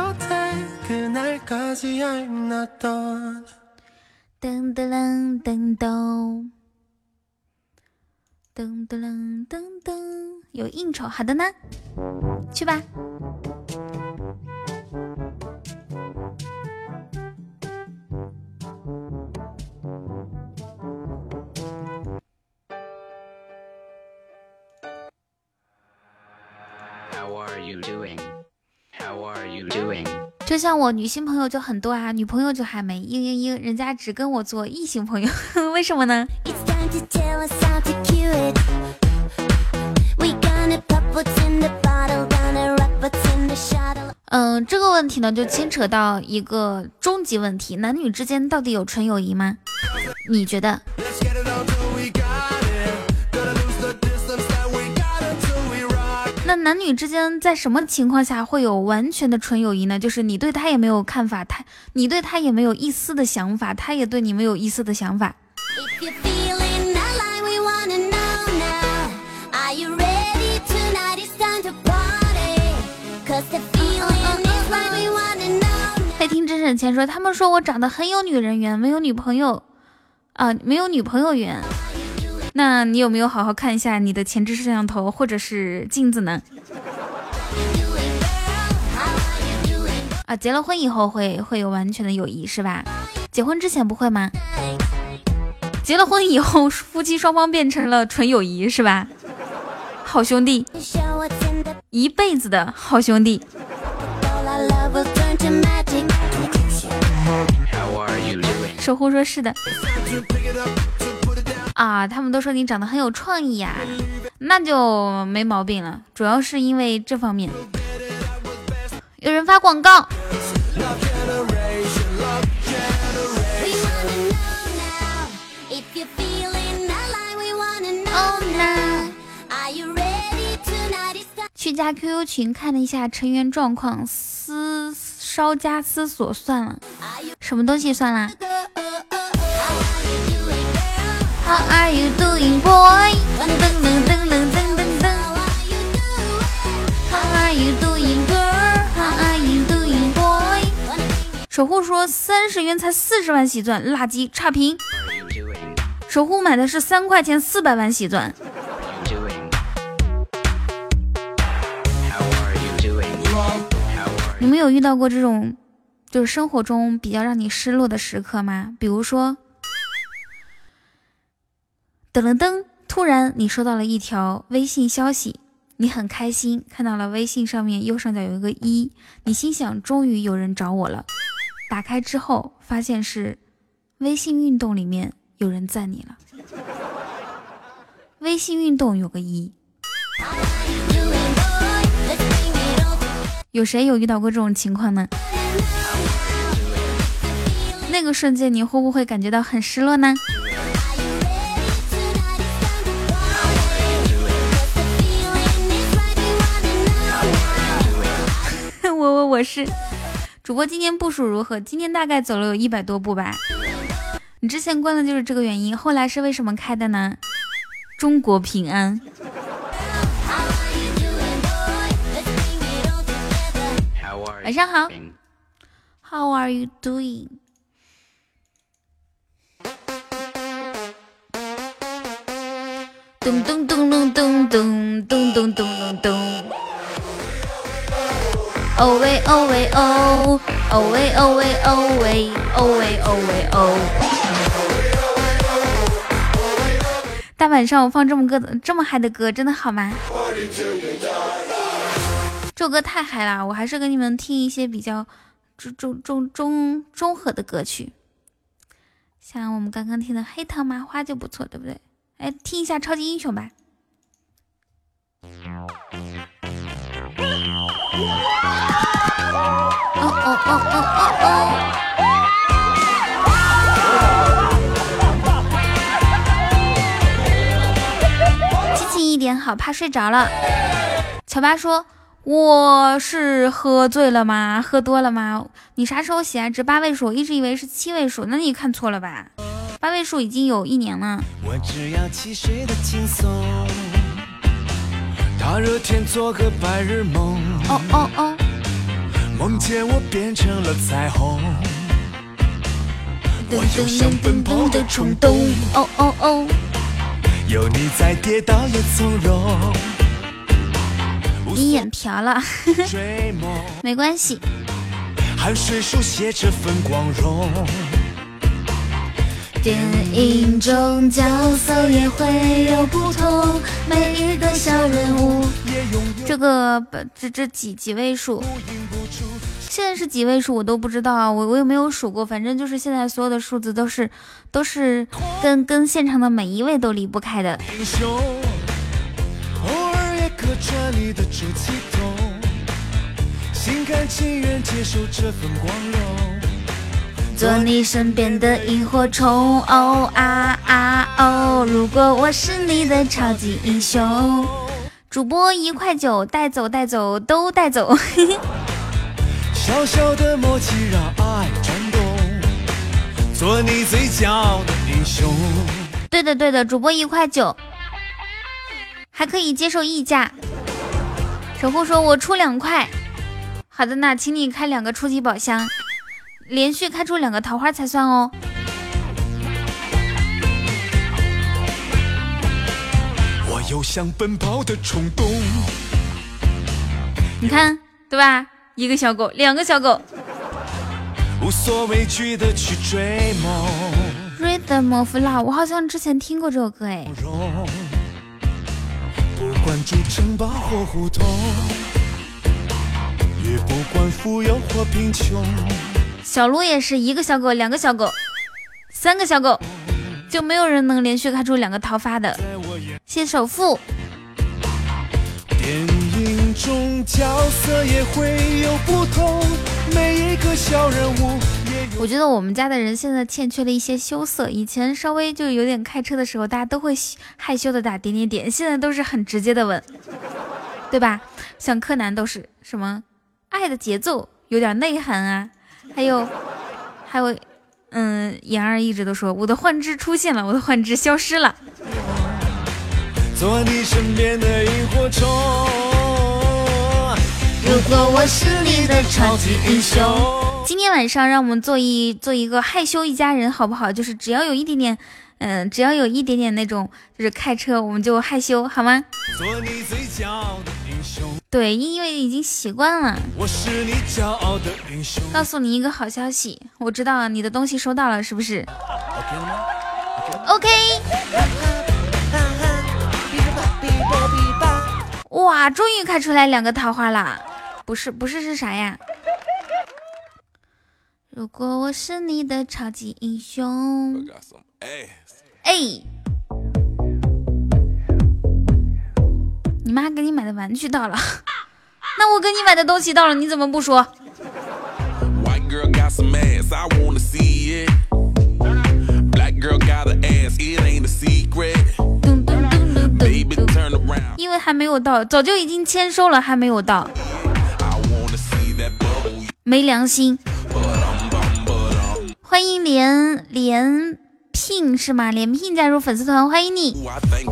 噔噔噔噔噔噔噔噔噔，有应酬，好的呢，去吧。就像我女性朋友就很多啊，女朋友就还没，嘤嘤嘤，人家只跟我做异性朋友，为什么呢？嗯、呃，这个问题呢，就牵扯到一个终极问题：男女之间到底有纯友谊吗？你觉得？那男女之间在什么情况下会有完全的纯友谊呢？就是你对他也没有看法，他你对他也没有一丝的想法，他也对你没有一丝的想法。黑听只省钱说，他们说我长得很有女人缘，没有女朋友啊，没有女朋友缘。那你有没有好好看一下你的前置摄像头或者是镜子呢？啊，结了婚以后会会有完全的友谊是吧？结婚之前不会吗？结了婚以后夫妻双方变成了纯友谊是吧？好兄弟，一辈子的好兄弟。守护说是的。啊，他们都说你长得很有创意呀、啊，那就没毛病了，主要是因为这方面。有人发广告，去加 Q Q 群看了一下成员状况，思稍加思索算了，什么东西算啦？ How are you doing, boy? 噔噔噔噔噔噔噔。How are you doing, girl? How are you doing, boy? 守护说三十元才四十万喜钻，垃圾差评。 守护买的是三块钱四百万喜钻。你们有遇到过这种就是生活中比较让你失落的时刻吗？比如说噔噔噔，突然你收到了一条微信消息，你很开心，看到了微信上面右上角有一个一，你心想终于有人找我了。打开之后发现是微信运动里面有人赞你了。微信运动有个一，有谁有遇到过这种情况呢？那个瞬间你会不会感觉到很失落呢？我我我是主播，今天步数如何？今天大概走了有一百多步吧。你之前关的就是这个原因，后来是为什么开的呢？中国平安。晚上好 ，How are you doing？ 咚咚咚咚咚咚咚咚咚咚咚。哦喂哦喂哦，哦喂哦喂哦喂，哦喂哦喂哦。大晚上我放这么歌这么嗨的歌，真的好吗？这首歌太嗨了，我还是给你们听一些比较中中中中中和的歌曲，像我们刚刚听的《黑糖麻花》就不错，对不对？哎，听一下《超级英雄》吧。哦哦哦哦哦哦！激情一点好，怕睡着了。乔巴说：“我是喝醉了吗？喝多了吗？你啥时候喜爱值八位数？我一直以为是七位数，那你看错了吧？八位数已经有一年了。”我只要七岁的轻松，大热天做个白日梦。哦哦哦！梦见我变成了彩虹，我有想奔跑的冲动。哦哦哦！有你在，跌倒也从容。你眼瓢了，没关系。汗水书写这份光荣。电影中角色也会有不同，每一个小人物。这个这这几几位数？现在是几位数我都不知道啊，我我也没有数过，反正就是现在所有的数字都是都是跟跟现场的每一位都离不开的。偶尔也客串你的出气筒，心甘情愿接受这份光荣，做你身边的萤火虫。哦啊啊哦，如果我是你的超级英雄。主播一块九，带走带走都带走。小小的默契让爱转动，做你最骄傲的英雄。对的对的，主播一块九，还可以接受溢价。守护说我出两块。好的，那请你开两个初级宝箱，连续开出两个桃花才算哦。我有想奔跑的冲动。你看对吧？一个小狗，两个小狗，无所畏惧的去追梦。Rhythm of Love， 我好像之前听过这首歌哎。不关注城堡或胡同，也不管富有或贫穷。小鹿也是一个小狗，两个小狗，三个小狗，就没有人能连续开出两个桃发的。谢谢首富。电影中角色也会有不同，每一个小人物也有。我觉得我们家的人现在欠缺了一些羞涩，以前稍微就有点开车的时候大家都会害羞的打点点点，现在都是很直接的吻，对吧？像柯南都是什么爱的节奏有点内涵啊，还有还有嗯，妍儿一直都说我的幻肢出现了，我的幻肢消失了。做你身边的萤火虫，如果我是你的超级英雄。今天晚上让我们做一做一个害羞一家人好不好？就是只要有一点点嗯、呃，只要有一点点那种就是开车，我们就害羞，好吗？ 做你最骄傲的英雄， 对，因为已经习惯了。 我是你骄傲的英雄。 告诉你一个好消息，我知道你的东西收到了，是不是 ？OK。哇，终于开出来两个桃花啦！不是，不是是啥呀？如果我是你的超级英雄，哎，你妈给你买的玩具到了，那我给你买的东西到了，你怎么不说？因为还没有到，早就已经签收了，还没有到，没良心。欢迎连连聘是吗？连聘加入粉丝团，欢迎你。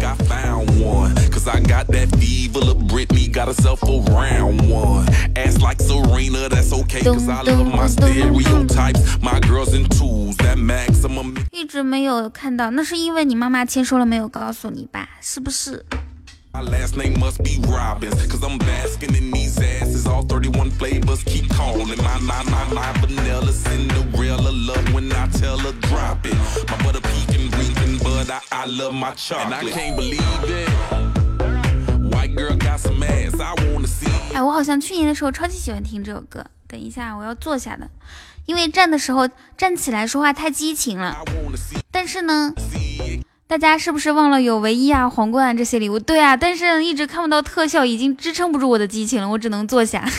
一直没有看到，那是因为你妈妈签收了没有告诉你吧？是不是 ？My last name must be Robbins, cause I'm basking in these asses. All thirty-one flavors keep calling. My, my, my, my vanilla Cinderella love when I tell her drop it. My butter peeking, blinking, but I, I love my chocolate. And I can't believe it. White girl got some ass, I wanna see. 哎，我好像去年的时候超级喜欢听这首歌。等一下，我要坐下的，因为站的时候站起来说话太激情了。但是呢。大家是不是忘了有唯一啊、皇冠啊这些礼物？对啊，但是一直看不到特效，已经支撑不住我的激情了，我只能坐下。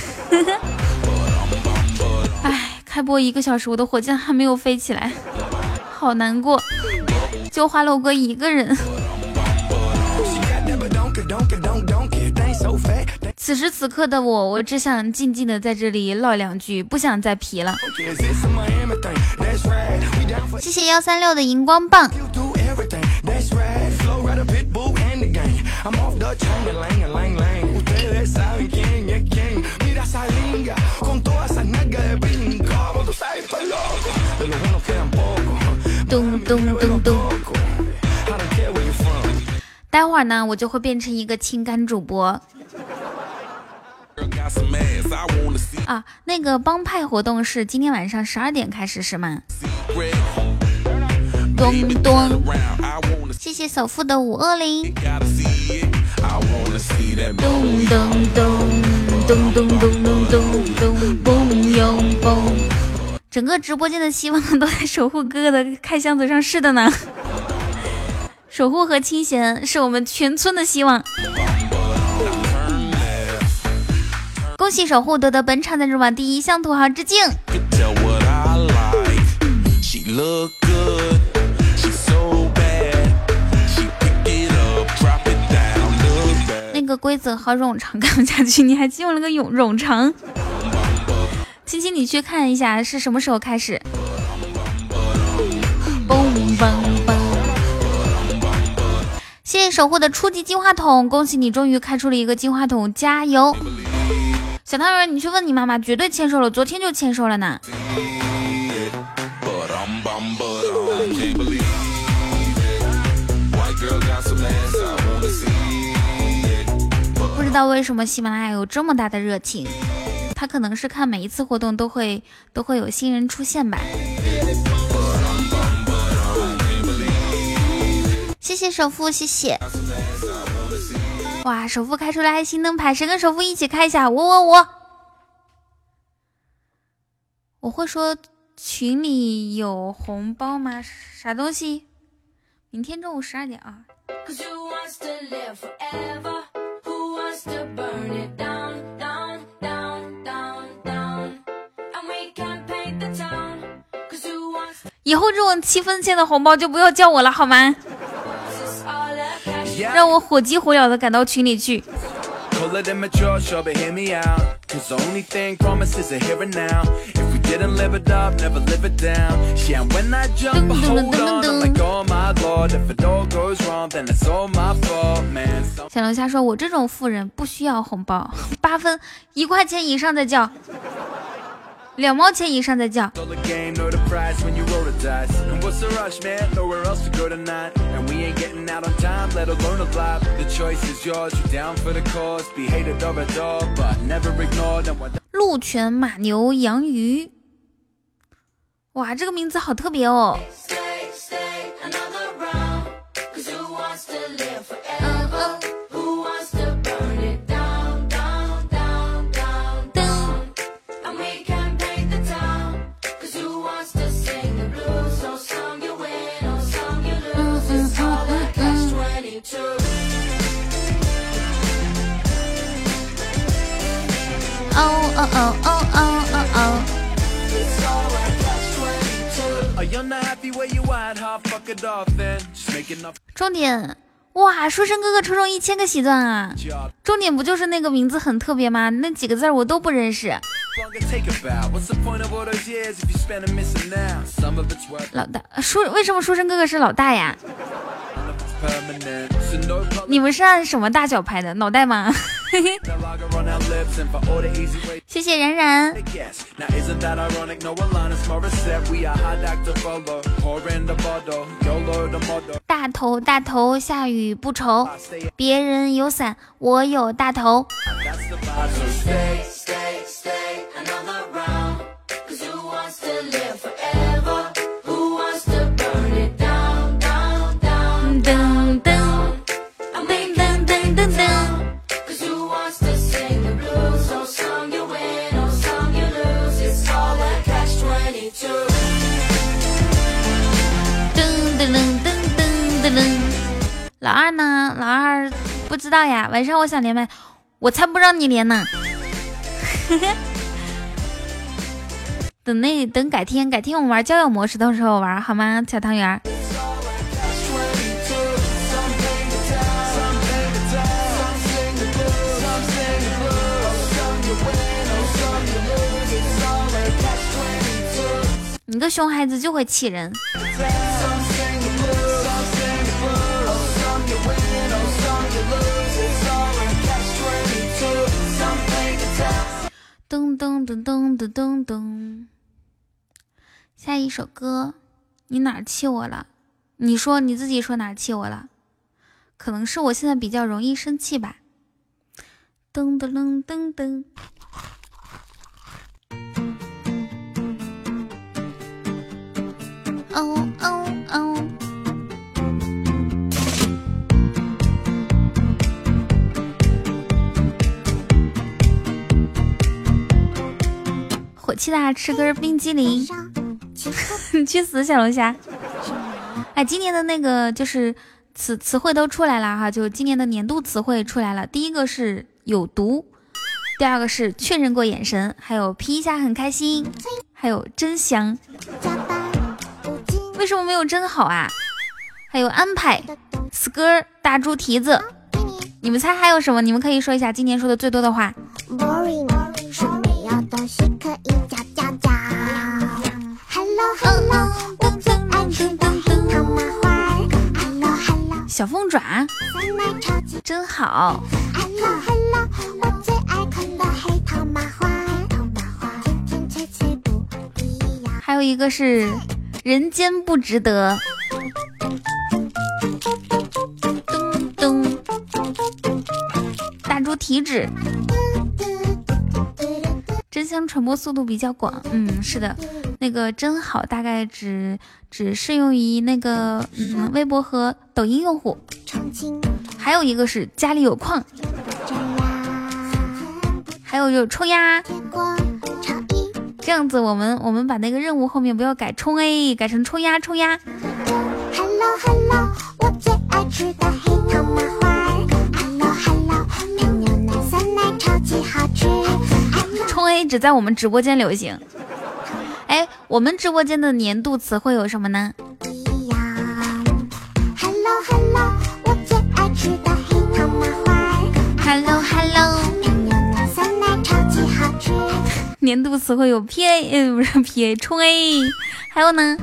哎，开播一个小时，我的火箭还没有飞起来，好难过。就花了我一个人。此时此刻的我，我只想静静的在这里唠两句，不想再皮了。谢谢幺三六的荧光棒。咚咚咚咚。待会儿呢，我就会变成一个情感主播。啊，那个帮派活动是今天晚上十二点开始是吗？咚咚，谢谢首富的五二零。咚咚咚咚咚咚咚咚咚咚哟嘣！整个直播间的希望都在守护哥哥的开箱子上，是的呢。守护和清闲是我们全村的希望。恭喜守护夺得本场赞助榜第一，向土豪致敬。那个规则好冗长，看不下去，你还用了个冗冗长。亲亲，你去看一下是什么时候开始。嘣嘣嘣！谢谢守护的初级金话筒，恭喜你终于开出了一个金话筒，加油！小汤圆，你去问你妈妈，绝对签收了，昨天就签收了呢。不知道为什么喜马拉雅有这么大的热情，他可能是看每一次活动都会都会有新人出现吧。谢谢首富，谢谢。哇，首富开出来新灯牌，谁跟首富一起开一下？我我我，我会说群里有红包吗？啥东西？明天中午十二点啊。以后这种七分钱的红包就不要叫我了好吗？让我火急火燎的赶到群里去。小龙虾说，我这种富人不需要红包，八分一块钱以上再叫。 两毛钱以上再叫。鹿犬、马牛、羊鱼，哇，这个名字好特别哦。哦哦哦哦哦哦哦！重点，哇！书生哥哥抽中一千个喜钻啊！重点不就是那个名字很特别吗？那几个字我都不认识。老大，书为什么书生哥哥是老大呀？你们是按什么大小排的？脑袋吗？谢谢然然。大头大头，下雨不愁，别人有伞，我有大头。老二呢？老二不知道呀。晚上我想连麦，我才不让你连呢。等那等改天，改天我们玩交友模式的时候玩好吗？小汤圆。你个熊孩子就会气人。噔噔噔噔噔噔噔，下一首歌，你哪儿气我了？你说你自己说哪儿气我了？可能是我现在比较容易生气吧。噔噔噔噔噔。哦哦哦。火气大，吃根冰激凌。你去死，小龙虾！哎，今年的那个就是词词汇都出来了哈，就今年的年度词汇出来了。第一个是有毒，第二个是确认过眼神，还有皮一下很开心，还有真香。为什么没有真好啊？还有安排 skr 大猪蹄子。你们猜还有什么？你们可以说一下今年说的最多的话。 Boring 是没有东西可以加加加 Hello Hello 我最爱吃的黑糖麻花 Hello Hello 小凤爪真好 Hello Hello 我最爱看的黑糖麻花甜甜脆脆不一样。 还有一个是人间不值得。咚咚，大猪蹄指，真香传播速度比较广。嗯，是的，那个真好大概只只适用于那个嗯微博和抖音用户。还有一个是家里有矿，还有就是冲呀。这样子我们我们把那个任务后面不要改冲 A， 改成冲呀冲呀。 Hello Hello 我最爱吃的黑糖麻花 Hello Hello 配牛奶酸奶超级好吃。 冲 A 只在我们直播间流行。哎，我们直播间的年度词汇有什么呢？ Hello Hello 我最爱吃的黑糖麻花 Hello Hello 配牛奶酸奶超级好吃。 年度词汇有 P A， 呃不是 P A 冲 A， 还有呢？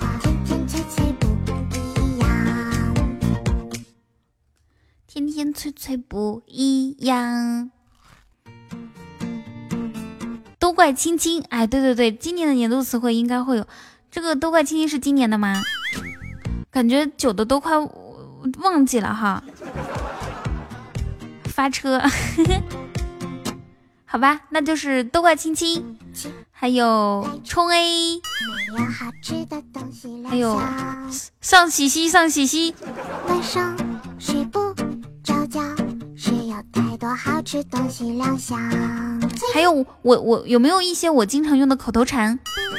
甜甜脆脆不一样。都怪怪亲亲，哎，对对对，今年的年度词汇应该会有这个都怪亲亲是今年的吗？感觉久的都快忘记了哈。发车好吧，那就是都怪亲亲，还有冲 A， 还有上喜西上喜西， 晚上睡不着觉，是有太多好吃东西亮相。 还有我我有没有一些我经常用的口头禅？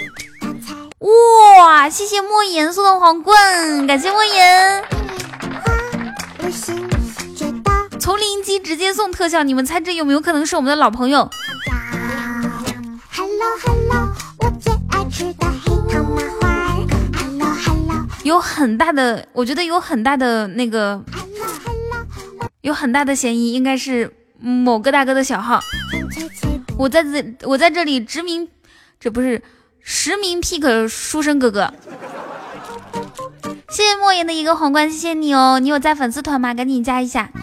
哇，谢谢莫言送的皇冠，感谢莫言。从零级直接送特效，你们猜这有没有可能是我们的老朋友？ Hello Hello， 我最爱吃的黑糖麻花。Hello Hello， 有很大的，我觉得有很大的那个，有很大的嫌疑，应该是某个大哥的小号。我在这，我在这里直名，这不是实名 pick 书生哥哥。谢谢莫言的一个皇冠，谢谢你哦！你有在粉丝团吗？赶紧加一下。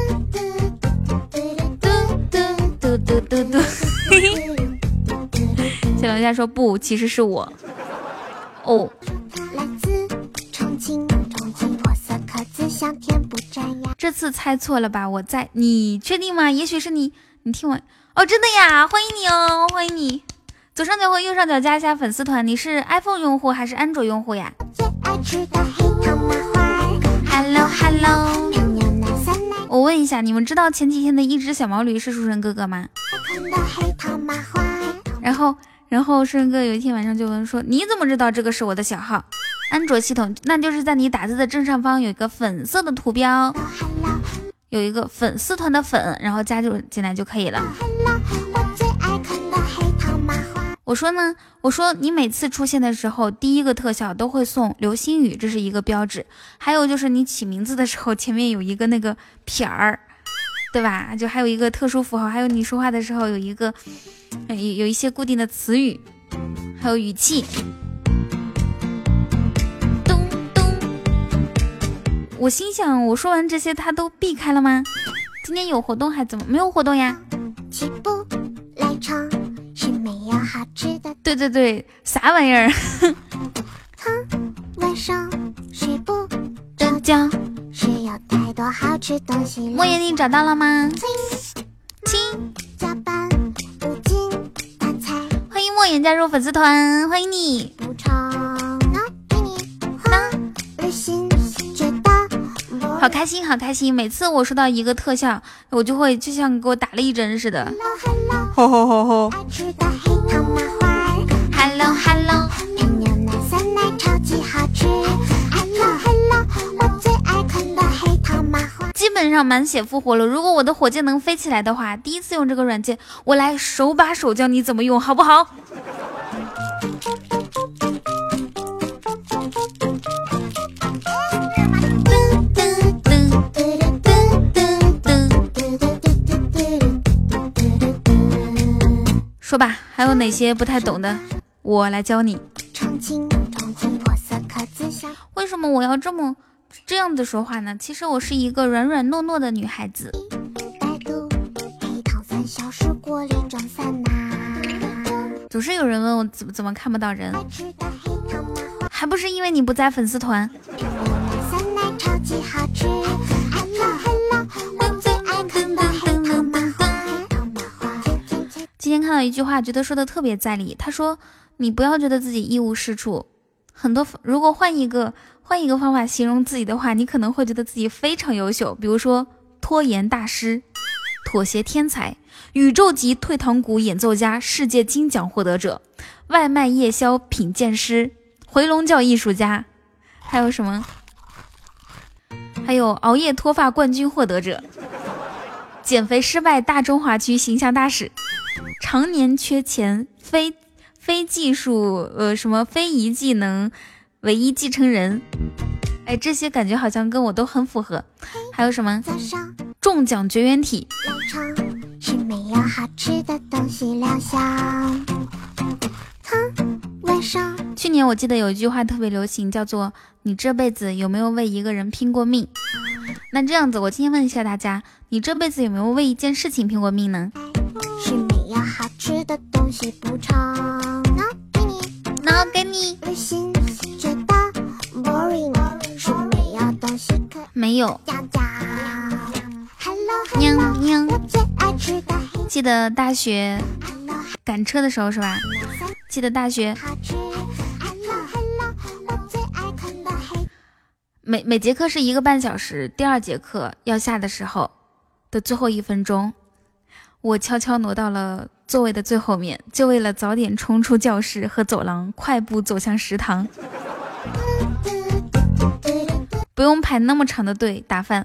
嘟嘟嘟嘟，嘿嘿。小龙虾说不，其实是我。哦。 来自重庆，重庆货色可自香甜不粘牙。 这次猜错了吧？我在，你确定吗？也许是你，你听完哦，真的呀！欢迎你哦，欢迎你。左上角和右上角加一下粉丝团。你是 iPhone 用户还是安卓用户呀？ 最爱吃的黑糖麻花。Hello Hello， 我问一下，你们知道前几天的一只小毛驴是书生哥哥吗？ 黑糖麻花。 然后，然后书生哥有一天晚上就问说：“你怎么知道这个是我的小号？”安卓系统，那就是在你打字的正上方有一个粉色的图标，有一个粉丝团的粉，然后加入进来就可以了。我说呢，我说你每次出现的时候，第一个特效都会送流星雨，这是一个标志。还有就是你起名字的时候，前面有一个那个撇儿，对吧？就还有一个特殊符号，还有你说话的时候有一个有有一些固定的词语，还有语气。咚咚，我心想，我说完这些，他都避开了吗？今天有活动还怎么没有活动呀？ 起步来唱。是没有好吃的， 对对对，啥玩意儿？ 哼，晚上睡不着觉，是有太多好吃东西。 莫言，你找到了吗？ 亲，加班无尽大菜。 欢迎莫言加入粉丝团，欢迎你。 补充那给你花了心，觉得好开心，好开心！每次我收到一个特效，我就会就像给我打了一针似的。吼吼吼吼！ 爱吃的黑糖麻花 ，Hello Hello， 配牛奶酸奶超级好吃 ，Hello Hello， 我最爱啃的黑糖麻花。 基本上满血复活了。如果我的火箭能飞起来的话，第一次用这个软件，我来手把手教你怎么用，好不好？说吧，还有哪些不太懂的，我来教你。 重庆，重庆货色可自香。 为什么我要这么这样子说话呢？其实我是一个软软糯糯的女孩子。 百度黑糖三小时锅里装散呐。 总是有人问我怎么怎么看不到人，还不是因为你不在粉丝团。 酸奶超级好吃 ，Hello Hello， 我最爱啃的黑糖麻花。 今天看到一句话，觉得说的特别在理。他说：“你不要觉得自己一无是处，很多如果换一个换一个方法形容自己的话，你可能会觉得自己非常优秀。比如说拖延大师、妥协天才、宇宙级退堂鼓演奏家、世界金奖获得者、外卖夜宵品鉴师、回笼觉艺术家，还有什么？还有熬夜脱发冠军获得者、减肥失败大中华区形象大使。”常年缺钱，非非技术呃什么非遗技能唯一继承人，哎，这些感觉好像跟我都很符合。还有什么中奖绝缘体， 是没有好吃的东西亮相。哼，晚上去年我记得有一句话特别流行，叫做你这辈子有没有为一个人拼过命？那这样子，我今天问一下大家，你这辈子有没有为一件事情拼过命呢？ 是没有好吃的东西不你。 旅行觉得 boring， 是没有东西可没有。 讲讲。Hello 娘 Hello， 娘， 我最爱吃的黑记得大学赶车的时候是吧？记得大学好吃。Hello Hello， 我最爱看的黑。 每每节课是一个半小时，第二节课要下的时候的最后一分钟，我悄悄挪到了座位的最后面，就为了早点冲出教室和走廊，快步走向食堂，不用排那么长的队打饭。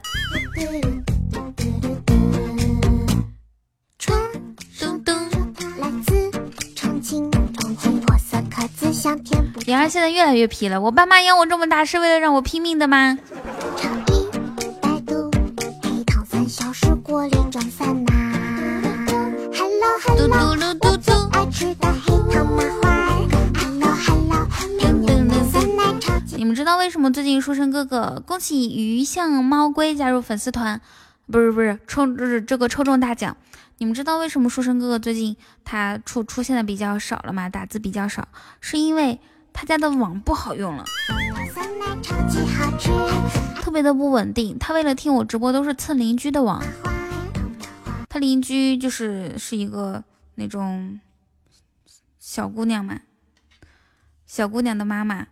传说中来自重庆，重庆破色壳子香甜不妍儿现在越来越皮了，我爸妈养我这么大是为了让我拼命的吗？ 超一百度，黑糖酸小水果里装散呐。Hello 嘟 Hello， 嘟噜嘟嘟。 爱吃的黑糖麻花。Hello Hello， 明年的酸奶超级。 你们知道为什么最近书生哥哥恭喜鱼象猫龟加入粉丝团？不是不是抽就是这个抽中大奖。你们知道为什么书生哥哥最近他出出现的比较少了吗？打字比较少，是因为他家的网不好用了， 酸奶超级好吃。 特别的不稳定。他为了听我直播都是蹭邻居的网，他邻居就是是一个那种小姑娘嘛，小姑娘的妈妈，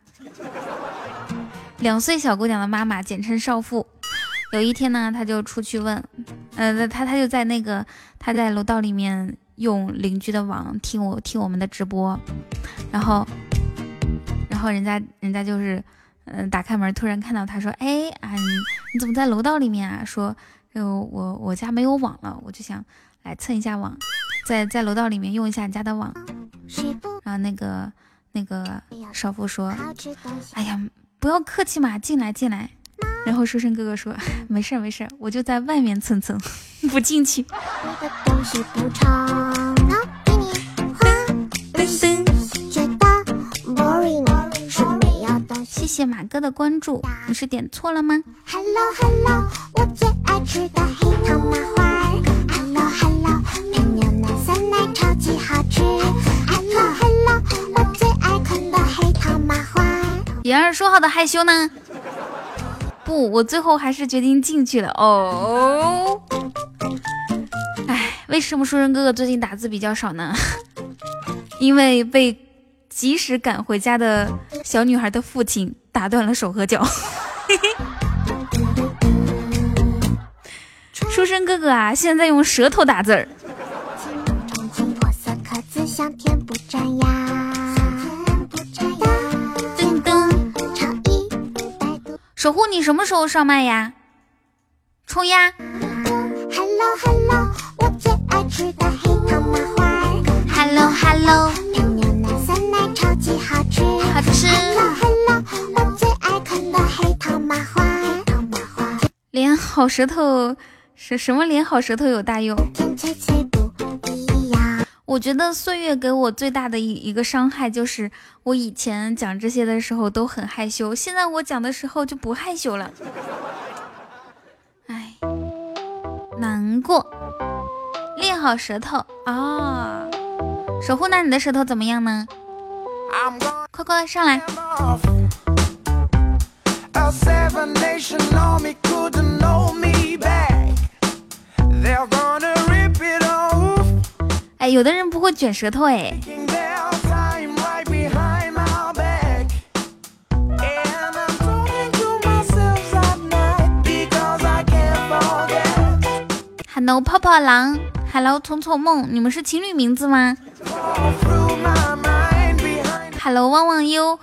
两岁小姑娘的妈妈，简称少妇。有一天呢，他就出去问，呃，他他就在那个他在楼道里面用邻居的网听我听我们的直播，然后，然后人家人家就是，嗯、呃，打开门突然看到他说，哎啊，你你怎么在楼道里面啊？说，呃，我我家没有网了，我就想来蹭一下网，在在楼道里面用一下你家的网。然后那个那个少妇说，哎呀，不要客气嘛，进来进来。然后书生哥哥说，没事没事，我就在外面蹭蹭，不进去。 我的东西不长，给你花。旅行觉得 boring， 是没有东西。 谢谢马哥的关注，你是点错了吗 Hello Hello， 我最爱吃的黑糖麻花。Hello Hello， 配牛奶酸奶超级好吃。Hello Hello， 我最爱看的黑糖麻花。 妍儿说好的害羞呢？不，我最后还是决定进去了哦。哎，为什么书生哥哥最近打字比较少呢？因为被及时赶回家的小女孩的父亲打断了手和脚。书生哥哥啊，现在用舌头打字儿。 重庆破色壳子香甜不粘牙。 守护你什么时候上麦呀？冲呀 ！Hello Hello， 我最爱吃的黑糖麻花。 Hello Hello， 配牛奶酸奶超级好吃。 好吃。 Hello Hello， 我最爱看的黑糖麻花。 连好舌头是什么？连好舌头有大用。 甜脆脆不一样。 我觉得岁月给我最大的一一个伤害就是，我以前讲这些的时候都很害羞，现在我讲的时候就不害羞了。哎，难过。练好舌头啊、哦！守护，那你的舌头怎么样呢？快快上来！哎，有的人不会卷舌头哎。Hello 泡泡狼 ，Hello 聪聪梦，你们是情侣名字吗 ？Hello 汪汪优，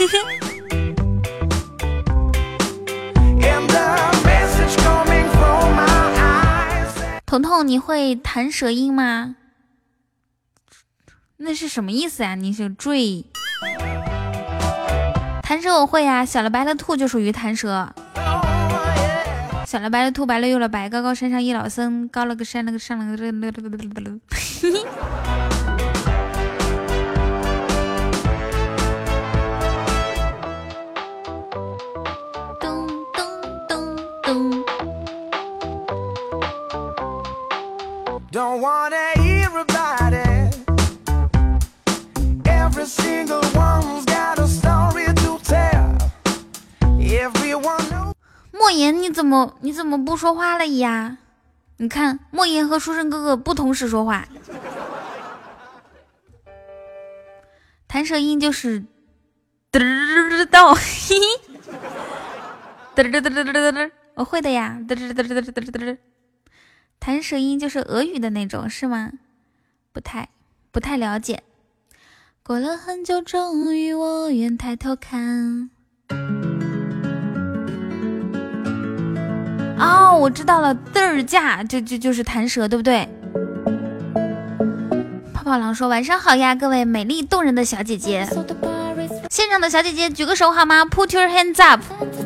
彤彤，你会弹舌音吗？那是什么意思呀？你是坠弹舌我会呀、啊，小了白了兔就属于弹舌。小了白了兔，白了又了白，高高山上一老僧，高了个山了个上了个了了了了了。咚咚咚咚。Don't wanna hear about it. Every single one's got a 莫言，你怎么你怎么不说话了呀？你看，莫言和书生哥哥不同时说话。弹舌音就是嘚嘚到，嘿嘿，嘚嘚嘚嘚嘚嘚，我会的呀，嘚嘚嘚嘚嘚嘚嘚。弹舌音就是俄语的那种，是吗？不太不太了解。过了很久，终于我愿抬头看。哦，我知道了，嘚儿架就就就是弹舌，对不对？泡泡狼说晚上好呀，各位美丽动人的小姐姐，现场的小姐姐举个手好吗？ Put your hands up。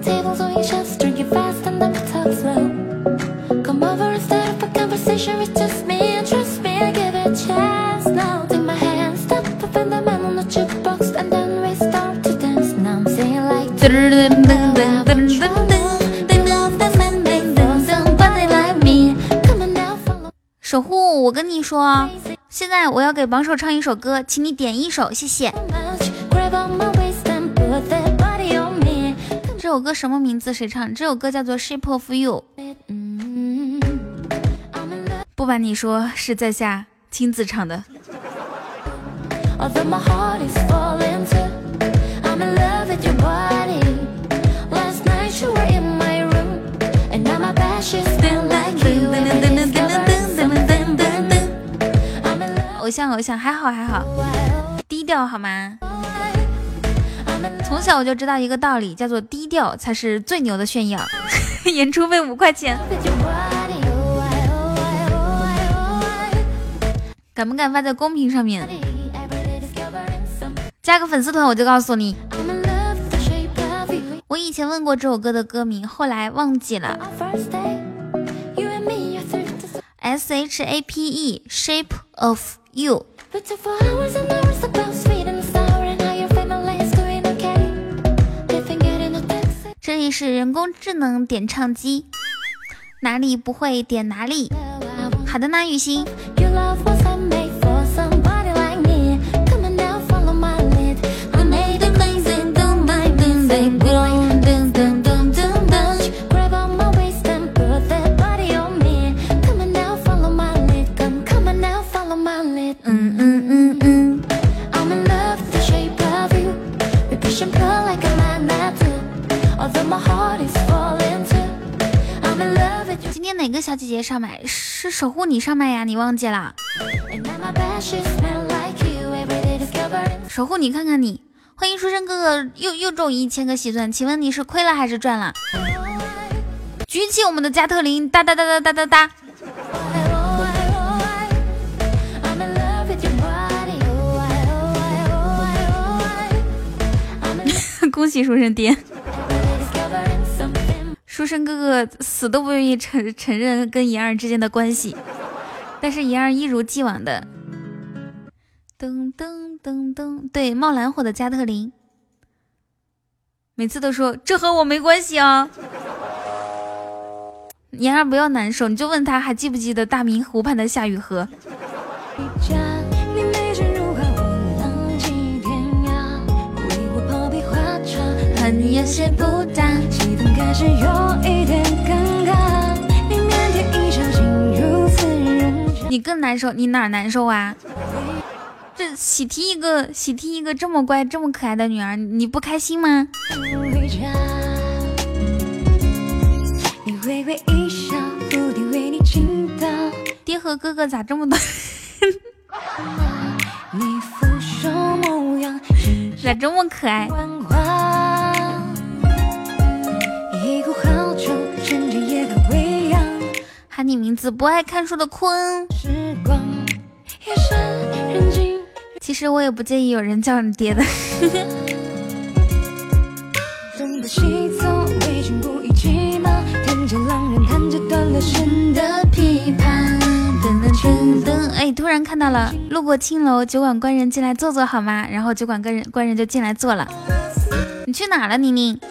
守护，我跟你说，现在我要给榜首唱一首歌，请你点一首，谢谢。这首歌什么名字？谁唱？这首歌叫做 Shape of You。 不瞒你说，是在下亲自唱的。偶像偶像，还好还好，低调好吗？从小我就知道一个道理，叫做低调才是最牛的炫耀。演出费五块钱，敢不敢发在公屏上面？加个粉丝团我就告诉你。我以前问过这首歌的歌名，后来忘记了。S H A P E Shape of You。 这里是人工智能点唱机，哪里不会点哪里。好的呢，雨欣。嗯嗯嗯嗯。今天哪个小姐姐上麦？是守护你上麦呀？你忘记了？守护你看看你，欢迎书生哥哥又又中一千个喜钻，请问你是亏了还是赚了？举起我们的加特林，哒哒哒哒哒哒哒。恭喜书生爹。书生哥哥死都不愿意承承认跟妍儿之间的关系，但是妍儿一如既往的噔噔噔噔，对，冒蓝火的加特林，每次都说这和我没关系啊。妍儿不要难受，你就问他还记不记得大明湖畔的夏雨荷。你有些不搭，气氛开始有一点尴尬，你腼腆一小心如此认真。你更难受，你哪儿难受啊？这喜提一个喜提一个这么乖这么可爱的女儿，你不开心吗？你微微一笑，蝴蝶为你倾倒。爹和哥哥咋这么多？你俯首模样咋这么可爱？喊你名字不爱看书的坤。其实我也不介意有人叫你爹的。哎，突然看到了路过青楼，酒馆官人进来坐坐好吗？然后酒馆官人官人就进来坐了。你去哪了，宁宁？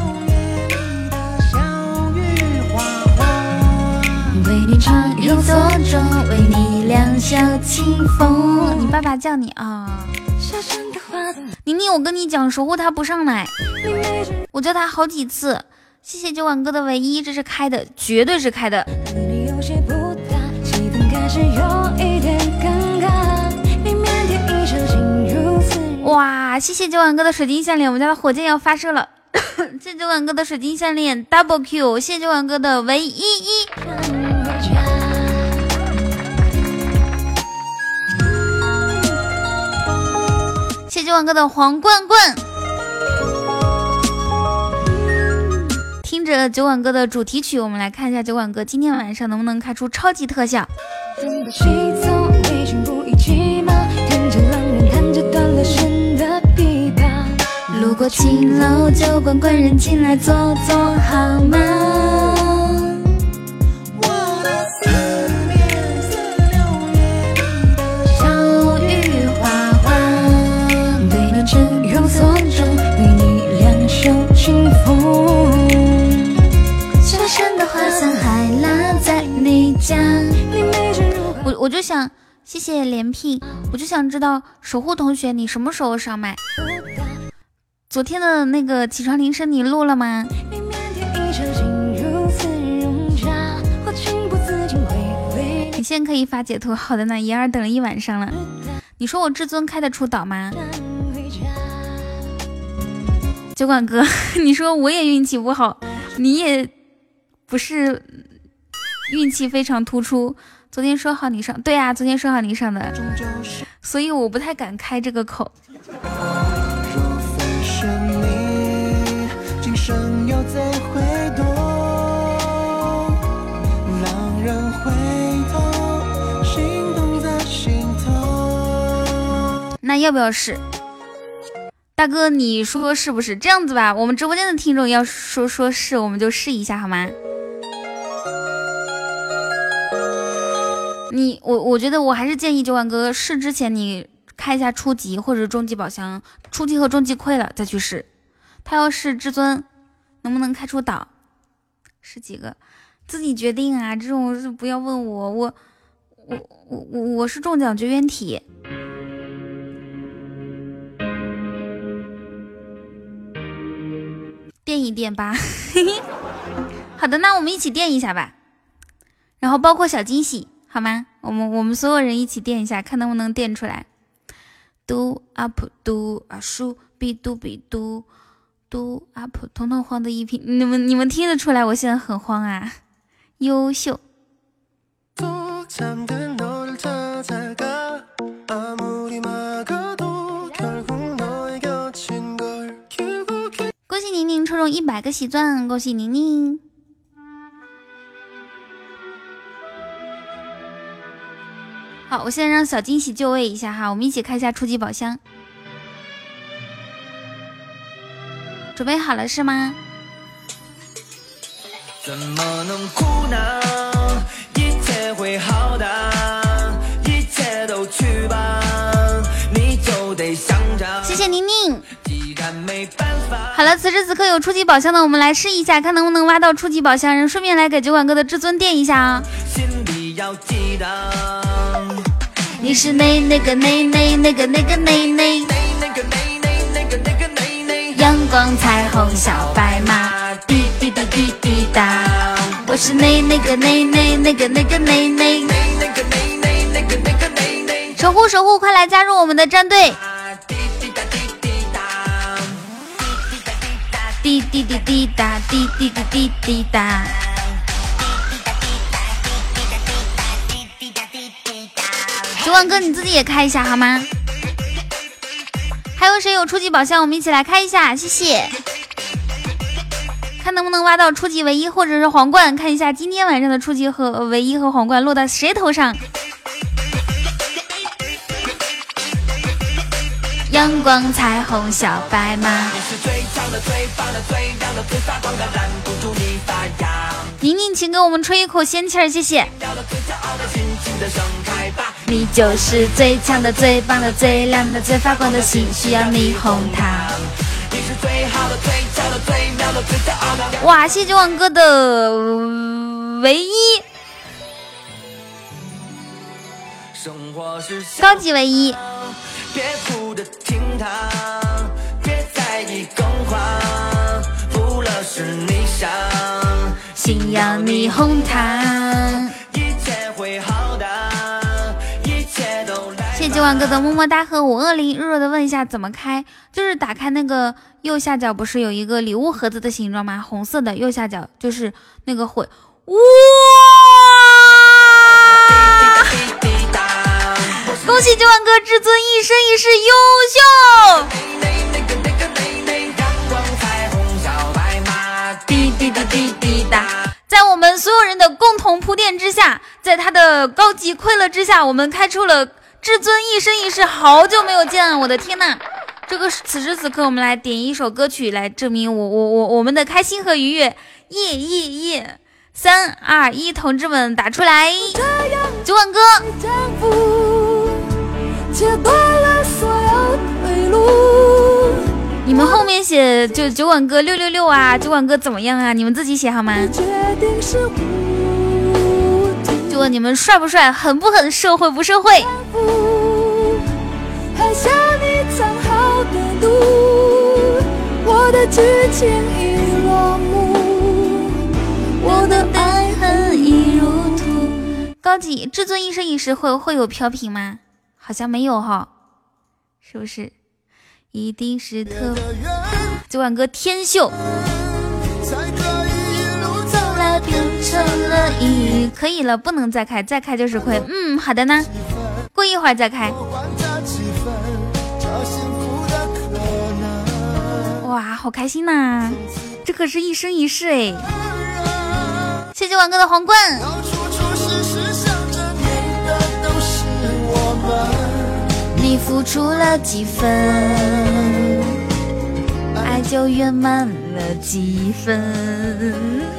为你唱一座钟，为你两袖清风。你爸爸叫你啊、哦。 宁宁，我跟你讲，守护他不上来，我叫他好几次。谢谢九碗哥的唯一，这是开的，绝对是开的。哇，谢谢九碗哥的水晶项链，我们家的火箭要发射了。谢谢九碗哥的水晶项链 double Q， 谢谢九碗哥的唯一一。谢谢九碗哥的黄冠冠。听着九碗哥的主题曲，我们来看一下九碗哥今天晚上能不能开出超级特效。路过青楼酒馆，官人进来坐坐好吗？小雨花花，对你情有所钟，对你两袖清风。小山的花香还落在你家。我我就想，谢谢连聘，我就想知道守护同学你什么时候上麦？昨天的那个起床铃声你录了吗？你现在可以发截图。好的呢，妍儿等了一晚上了。你说我至尊开得出岛吗？酒馆哥，你说我也运气不好，你也不是运气非常突出。昨天说好你上，对啊，昨天说好你上的，所以我不太敢开这个口。那要不要试？大哥你说是不是这样子吧？我们直播间的听众要说说是，我们就试一下好吗？你我我觉得我还是建议九万哥试之前你开一下初级或者中级宝箱，初级和中级亏了再去试。他要是至尊能不能开出岛，试几个自己决定啊，这种是不要问我，我我我我我是中奖绝缘体。垫一垫吧。好的，那我们一起垫一下吧，然后包括小惊喜好吗？我们我们所有人一起垫一下，看能不能垫出来。嘟 up 嘟啊数比嘟比嘟嘟 up， 统统慌的一批，你们你们听得出来我现在很慌啊，优秀。恭喜宁宁抽中一百个喜钻，恭喜宁宁。好，我现在让小惊喜就位一下哈，我们一起开一下初级宝箱。准备好了是吗？怎么能苦恼？一切会好的，一切都去吧，你就得想着。谢谢宁宁。好了，此时此刻有初级宝箱的，我们来试一下，看能不能挖到初级宝箱人，顺便来给酒馆哥的至尊垫一下啊。心里要记得，你是那那个那那那个那个那那。阳光彩虹小白马，滴滴滴滴滴答。我是那那个那那那个那个那那。守护守护，快来加入我们的战队！滴滴滴滴答，滴滴滴滴滴答。九万哥，你自己也开一下好吗？还有谁有初级宝箱？我们一起来开一下，谢谢。看能不能挖到初级唯一或者是皇冠，看一下今天晚上的初级和唯一和皇冠落到谁头上。阳光彩虹小白马，宁宁请给我们吹一口仙气儿，谢谢。你就是最强的最棒的最亮的最发光的星，需要你哄它。哇，谢谢九万哥的唯一高级唯一。别哭的听他想， 信仰霓虹糖。 一切会好的，一切都来。 谢谢九万哥的么么哒和五二零。弱弱的问一下怎么开，就是打开那个右下角不是有一个礼物盒子的形状吗？红色的右下角就是那个会，哇！恭喜九万哥至尊一生一世优秀！滴滴滴滴滴答，在我们所有人的共同铺垫之下，在他的高级快乐之下，我们开出了至尊一生一世，好久没有见，我的天呐！这个此时此刻，我们来点一首歌曲来证明我我我我们的开心和愉悦，耶耶耶！三二一，同志们打出来！九万哥。切断了所有退路。你们后面写就九碗哥六六六啊，九碗哥怎么样啊？你们自己写好吗？就问你们帅不帅，狠不狠，社会不社会？还向你藏好的路，我的剧情已落幕，我的爱恨已如土。高级至尊一生一世会会有飘屏吗？好像没有哈，是不是？一定是特九万哥天秀，可以了，不能再开，再开就是亏。嗯，好的呢，过一会儿再开。哇，好开心呐、啊！这可是一生一世哎！谢谢九万哥的皇冠。你付出了几分，爱就圆满了几分。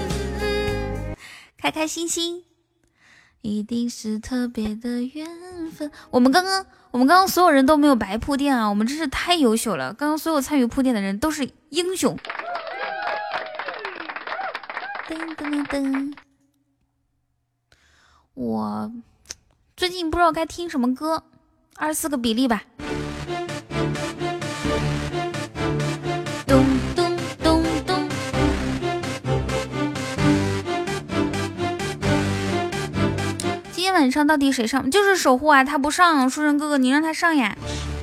开开心心，一定是特别的缘分。我们刚刚，我们刚刚所有人都没有白铺垫啊，我们真是太优秀了。刚刚所有参与铺垫的人都是英雄。噔噔噔，我最近不知道该听什么歌。二十四个比例吧，咚咚咚咚。今天晚上到底谁上？就是守护啊，他不上，书生哥哥，你让他上呀。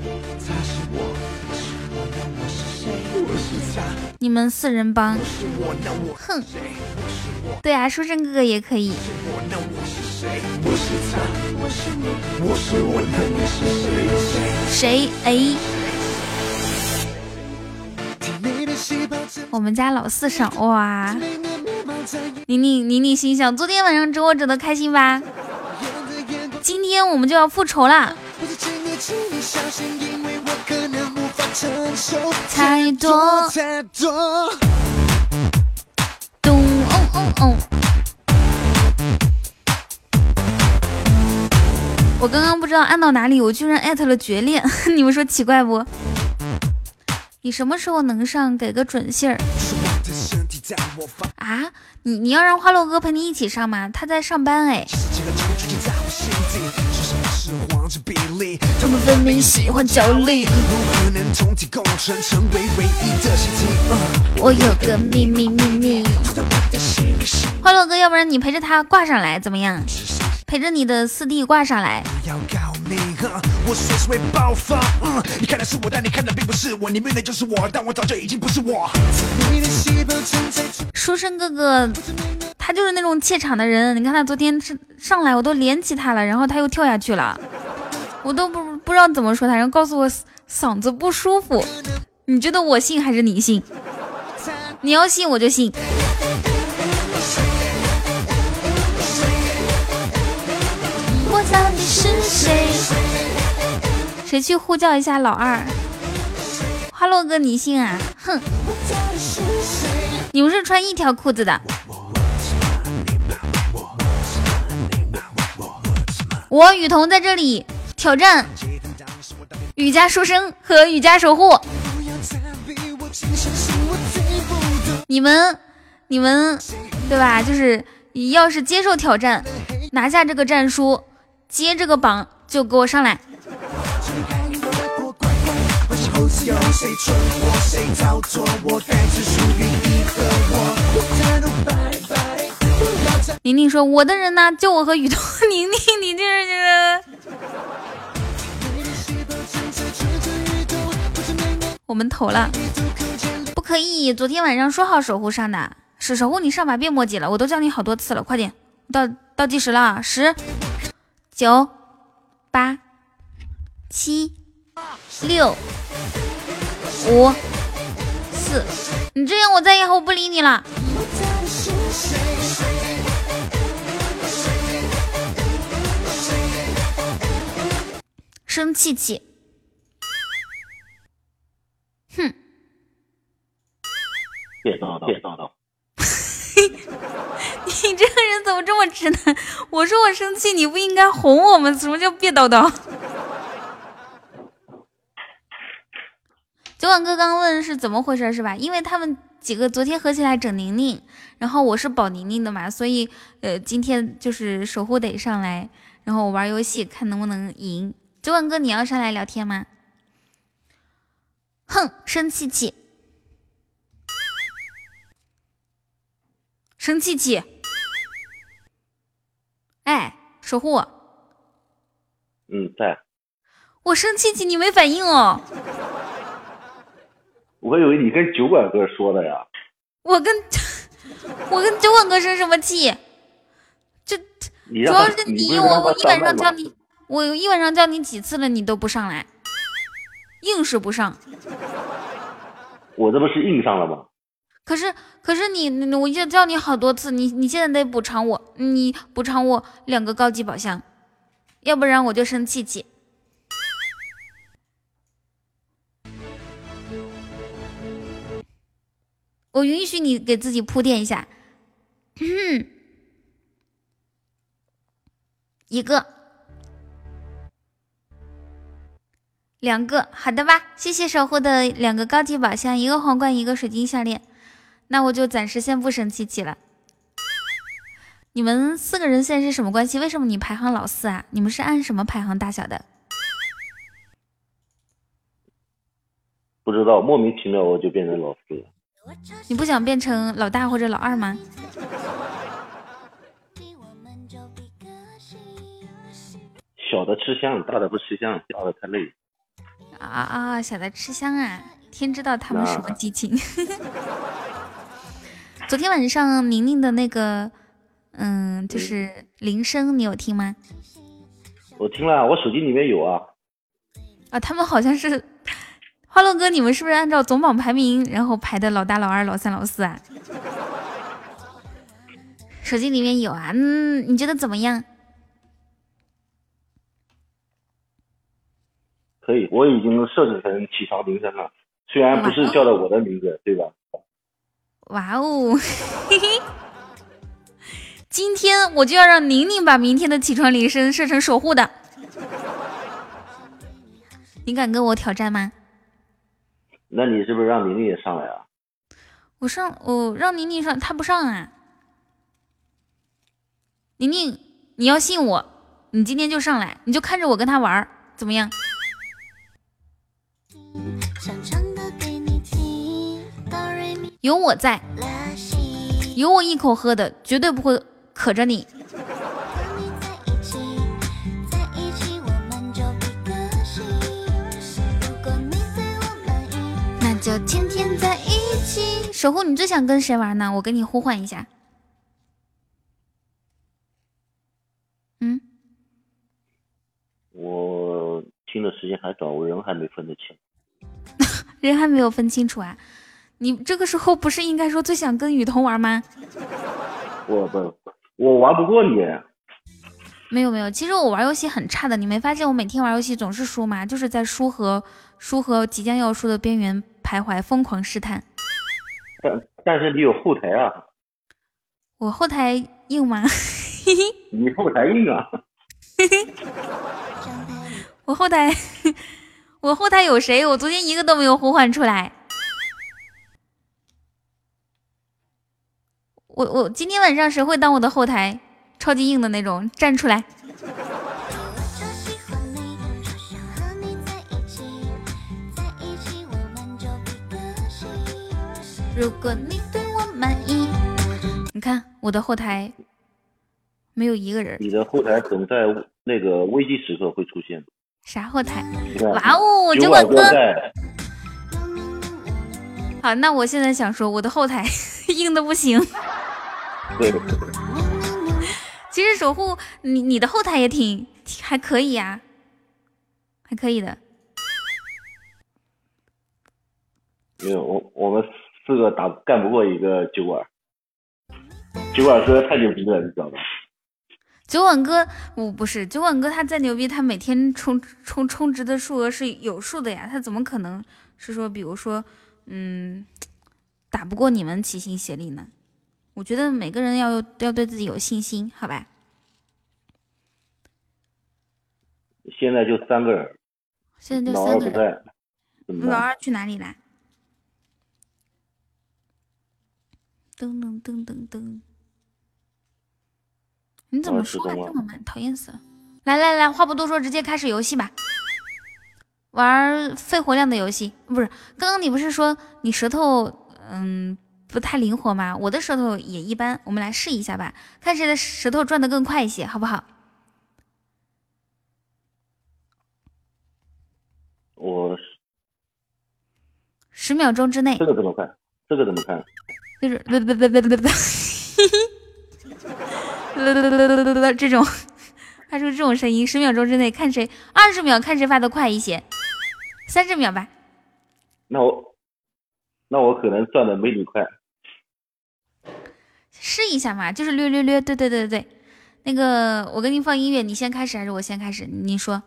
你们四人帮，哼，对啊，书生哥哥也可以。谁？哎，我们家老四上，哇！妮妮妮妮心想，昨天晚上直播整的开心吧？今天我们就要复仇啦！太多，咚哦哦哦！我刚刚不知道按到哪里，我居然艾特了绝恋，你们说奇怪不？你什么时候能上？给个准信儿啊！你你要让花落哥陪你一起上吗？他在上班哎。他们分明喜欢焦虑。我有个秘密秘密。花落哥，要不然你陪着他挂上来怎么样？陪着你的四弟挂上来。我随时会爆发，嗯，你看的是我，但你看的并不是我，你面对就是我，但我早就已经不是我。书生哥哥，他就是那种怯场的人，你看他昨天上来，我都连起他了，然后他又跳下去了，我都不不知道怎么说他，然后告诉我嗓子不舒服。你觉得我信还是你信？你要信我就信。我到底是谁？谁去呼叫一下老二？花落哥你信啊？哼！你们是穿一条裤子的。我雨桐在这里挑战雨家书生和雨家守护。你们，你们，对吧？就是要是接受挑战，拿下这个战书，接这个榜，就给我上来。谁蠢货谁造作，我该只属于一个我。 宁宁说我的人呢，就我和雨桐。宁宁，你就是这个。我们投了，不可以。昨天晚上说好守护上的，是守护你上吧，别墨迹了，我都叫你好多次了，快点，倒倒计时了，十、九、八、七、六、五、四。你这样我再以后不理你了。生气气。哼， 别叨叨，别叨叨！ 你这个人怎么这么直男？我说我生气，你不应该哄我们？什么叫别叨叨？九晚哥刚问是怎么回事是吧？因为他们几个昨天合起来整宁宁，然后我是保宁宁的嘛，所以呃今天就是守护得上来，然后我玩游戏看能不能赢。九晚哥你要上来聊天吗？哼，生气气，生气气。哎，守护。 嗯，在。 我生气气，你没反应哦。 我以为你跟酒馆哥说的呀。 我跟我跟酒馆哥生什么气？这主要是你，我我一晚上叫你，我一晚上叫你几次了，你都不上来，硬是不上。 我这不是硬上了吗？ 可是可是你，我就叫你好多次，你你现在得补偿我，你补偿我两个高级宝箱，要不然我就生气气。我允许你给自己铺垫一下，嗯，一个，两个，好的吧？谢谢守护的两个高级宝箱，一个皇冠，一个水晶项链。那我就暂时先不生气气了。你们四个人现在是什么关系？为什么你排行老四啊？你们是按什么排行大小的？ 不知道，莫名其妙我就变成老四了。 你不想变成老大或者老二吗？ 小的吃香，大的不吃香，大的太累。 啊啊！小的吃香啊！天知道他们什么激情。昨天晚上宁宁的那个，嗯，就是铃声，你有听吗？ 我听了，我手机里面有啊。 啊，他们好像是。花落哥，你们是不是按照总榜排名然后排的老大老二老三老四啊？手机里面有啊。嗯，你觉得怎么样？ 可以，我已经设置成起床铃声了，虽然不是叫的我的名字，对吧？ 哇哦，嘿嘿，今天我就要让宁宁把明天的起床铃声设成守护的，你敢跟我挑战吗？ 那你是不是让宁宁也上来啊？ 我上，我让宁宁上，她不上啊。宁宁，你要信我，你今天就上来，你就看着我跟她玩，怎么样？有我在，有我一口喝的，绝对不会渴着你。就天天在一起。守护，你最想跟谁玩呢？我给你呼唤一下。嗯， 我听的时间还早，我人还没分得清。 人还没有分清楚啊？你这个时候不是应该说最想跟雨桐玩吗？ 我不，我玩不过你。 没有没有，其实我玩游戏很差的，你没发现我每天玩游戏总是输吗？就是在输和输和即将要输的边缘徘徊，疯狂试探。 但但是你有后台啊。 我后台硬吗？ 你后台硬啊。 我后台我后台有谁？我昨天一个都没有呼唤出来。我我今天晚上谁会当我的后台？超级硬的那种，站出来。如果你对我满意，你看我的后台没有一个人。 你的后台总在那个危机时刻会出现。 啥后台？哇哦，酒馆哥在。 好，那我现在想说，我的后台硬的不行。 对。 其实守护你，你的后台也挺还可以呀、啊，还可以的。 没有，我我们四个打干不过一个酒馆。酒馆哥太牛逼了，你知道吧？ 酒馆哥，我不是酒馆哥，他再牛逼，他每天充充充值的数额是有数的呀，他怎么可能是说，比如说，嗯，打不过你们齐心协力呢？我觉得每个人要有要对自己有信心，好吧？ 现在就三个人， 现在就三个人。 老二不在， 老二去哪里了？噔噔噔噔噔。你怎么说话这么慢？讨厌死了！来来来，话不多说，直接开始游戏吧。玩肺活量的游戏，不是？刚刚你不是说你舌头嗯不太灵活吗？我的舌头也一般，我们来试一下吧，看谁的舌头转得更快一些，好不好？ 我十秒钟之内。 这个怎么看？这个怎么看？ 就是不不不不不不。这种发出这种声音，十秒钟之内看谁，二十秒看谁发的快一些，三十秒吧。 那我那我可能转的没你快。 试一下嘛，就是略略略，对对对对对。那个，我给你放音乐，你先开始还是我先开始？你说。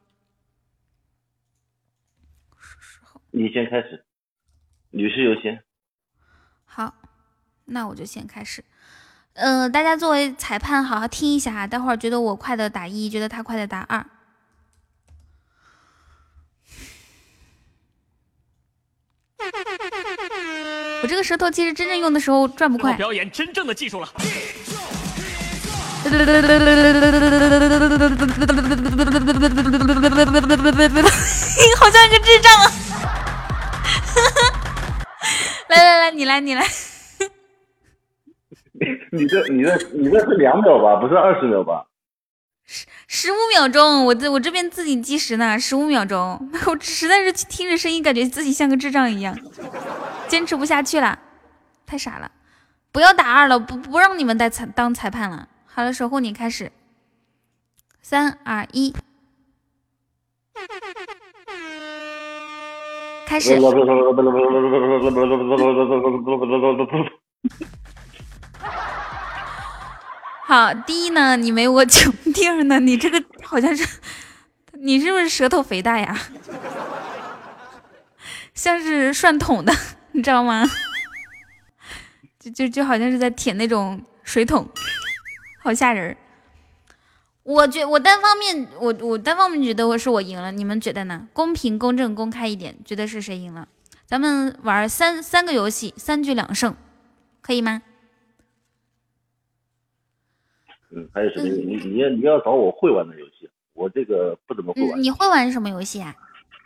你先开始，女士优先。 好，那我就先开始。呃，大家作为裁判，好好听一下哈。待会儿觉得我快的打一，觉得他快的打二。我这个舌头其实真正用的时候转不快。 表演真正的技术了。好像一个智障啊！来来来，你来你来。 你这你这你这是两秒吧，不是二十秒吧？ 十十五秒钟，我这我这边自己计时呢，十五秒钟。我实在是听着声音，感觉自己像个智障一样，坚持不下去了，太傻了。不要打二了，不不让你们带裁当裁判了。好了，守护你开始，三二一，开始。好，第一呢，你没我穷；第二呢，你这个好像是，你是不是舌头肥大呀？像是涮桶的，你知道吗？就就就好像是在舔那种水桶，好吓人。我觉我单方面，我我单方面觉得我是我赢了，你们觉得呢？公平、公正、公开一点，觉得是谁赢了？咱们玩三三个游戏，三局两胜，可以吗？ 嗯，还有什么？你你要你要找我会玩的游戏，我这个不怎么会玩。 嗯、你会玩什么游戏啊？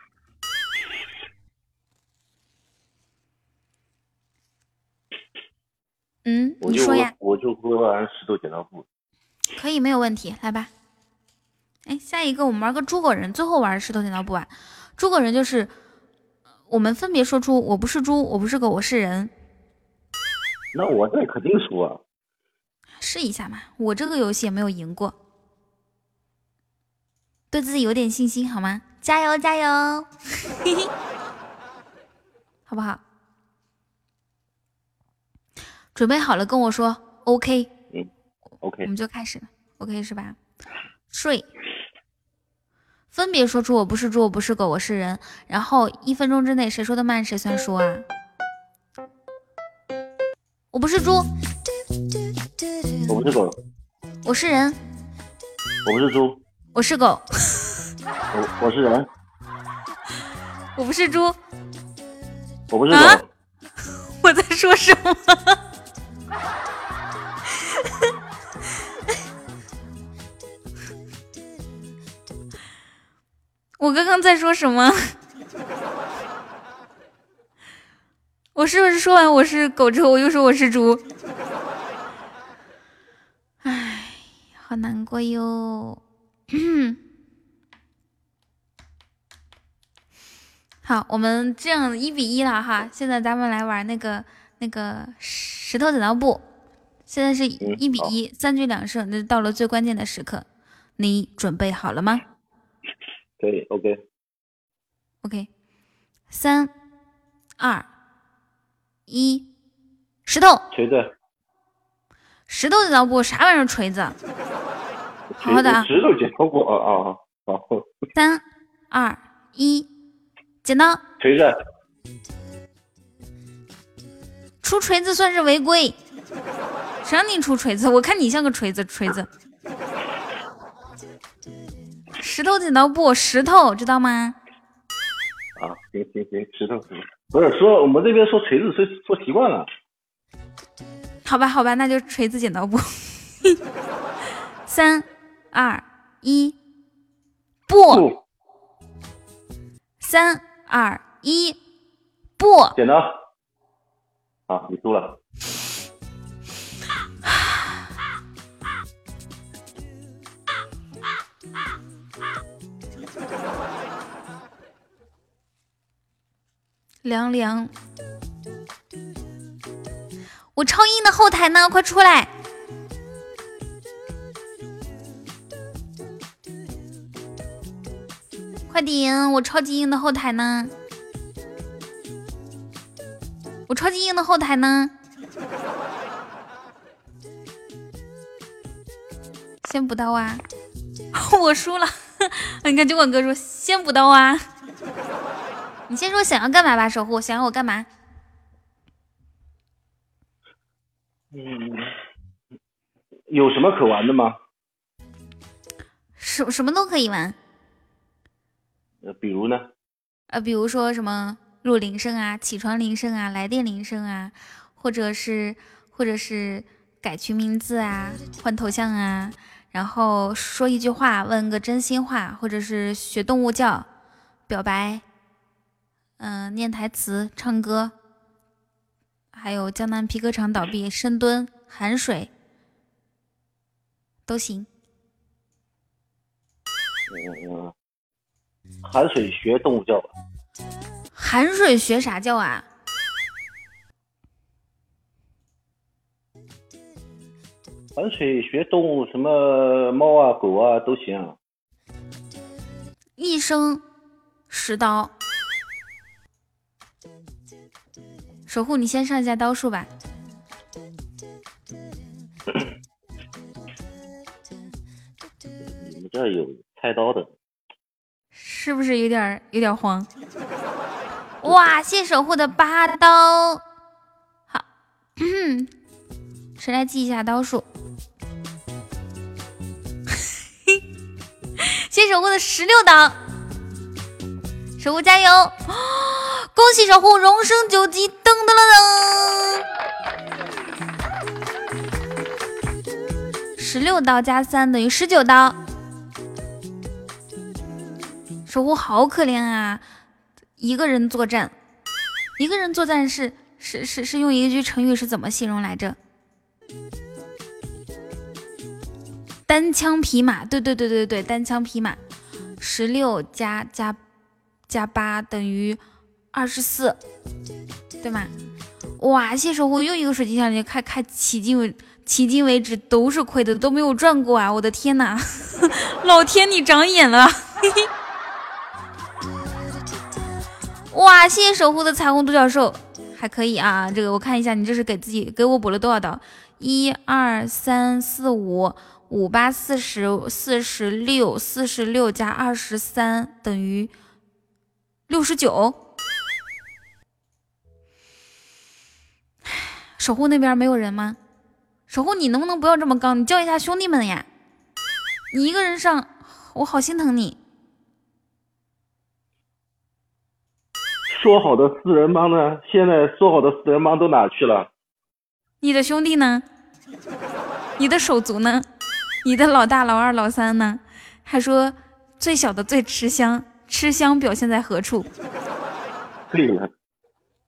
嗯，你说呀。 我就会玩石头剪刀布。 可以，没有问题，来吧。哎，下一个我们玩个诸葛人，最后玩石头剪刀布啊。诸葛人就是我们分别说出我不是猪，我不是狗，我是人。 那我这肯定输啊。 试一下嘛，我这个游戏也没有赢过，对自己有点信心好吗？加油加油，好不好？准备好了跟我说 OK。 嗯 OK， 我们就开始了。 OK 是吧？睡，分别说出我不是猪，我不是狗，我是人，然后一分钟之内谁说的慢谁算输啊。我不是猪， 我不是狗， 我是人， 我不是猪， 我是狗， 我我是人， 我不是猪， 我不是狗、 啊、我在说什么？我刚刚在说什么？我是不是说完我是狗之后，我又说我是猪？哎， 难过哟。好，我们这样一比一了哈。现在咱们来玩那个那个石头剪刀布，现在是一比一、嗯，三局两胜。那到了最关键的时刻，你准备好了吗？ 可以 ，OK。 OK， 三、二、一，石头。 锤子。 石头剪刀布，啥玩意儿？锤子。好好的啊。 石头剪刀布啊啊！好。 三、二、一。剪刀， 锤子， 出锤子算是违规。谁让你出锤子？我看你像个锤子，锤子。石头剪刀布，石头，知道吗？ 啊，行行行，石头，不是说我们这边说锤子，说说习惯了。 好吧，好吧，那就锤子剪刀布。三、二、一，布。三。二一，不剪刀，好，你输了。 凉凉，我超硬的后台呢，快出来！快点，我超级硬的后台呢？我超级硬的后台呢？先补刀啊！我输了。你看酒馆哥说先补刀啊。你先说想要干嘛吧，守护，想要我干嘛？ 嗯，有什么可玩的吗？ 什什么都可以玩。 呃，比如呢？ 呃，比如说什么入铃声啊、起床铃声啊、来电铃声啊，或者是或者是改群名字啊、换头像啊，然后说一句话、问个真心话，或者是学动物叫、表白，嗯、呃，念台词、唱歌，还有江南皮革厂倒闭、深蹲、含水，都行。 嗯。含水学动物叫吧。 含水学啥叫啊？ 含水学动物，什么猫啊、狗啊都行啊。 一生十刀，守护你先上一下刀数吧。 你们这有菜刀的。 是不是有点有点慌？哇，谢守护的八刀，好，嗯，谁来记一下刀数？谢守护的十六刀，守护加油！哦、恭喜守护荣升九级，噔噔噔噔，十六刀加三等于十九刀。守护好可怜啊，一个人作战，一个人作战是是是是用一句成语是怎么形容来着？单枪匹马，对对对对对，单枪匹马。十六加加加八等于二十四，对吗？哇，谢守护又一个水晶项链，开开迄今为迄今为止都是亏的，都没有赚过啊！我的天哪，老天你长眼了！哇，谢谢守护的彩虹独角兽，还可以啊。这个我看一下，你这是给自己给我补了多少刀？一二三四五五八四十四十六四十六加二十三等于六十九。守护那边没有人吗？守护你能不能不要这么刚？你叫一下兄弟们呀！你一个人上，我好心疼你。 说好的四人帮呢？现在说好的四人帮都哪去了？ 你的兄弟呢？你的手足呢？你的老大、老二、老三呢？还说最小的最吃香，吃香表现在何处？ 对了。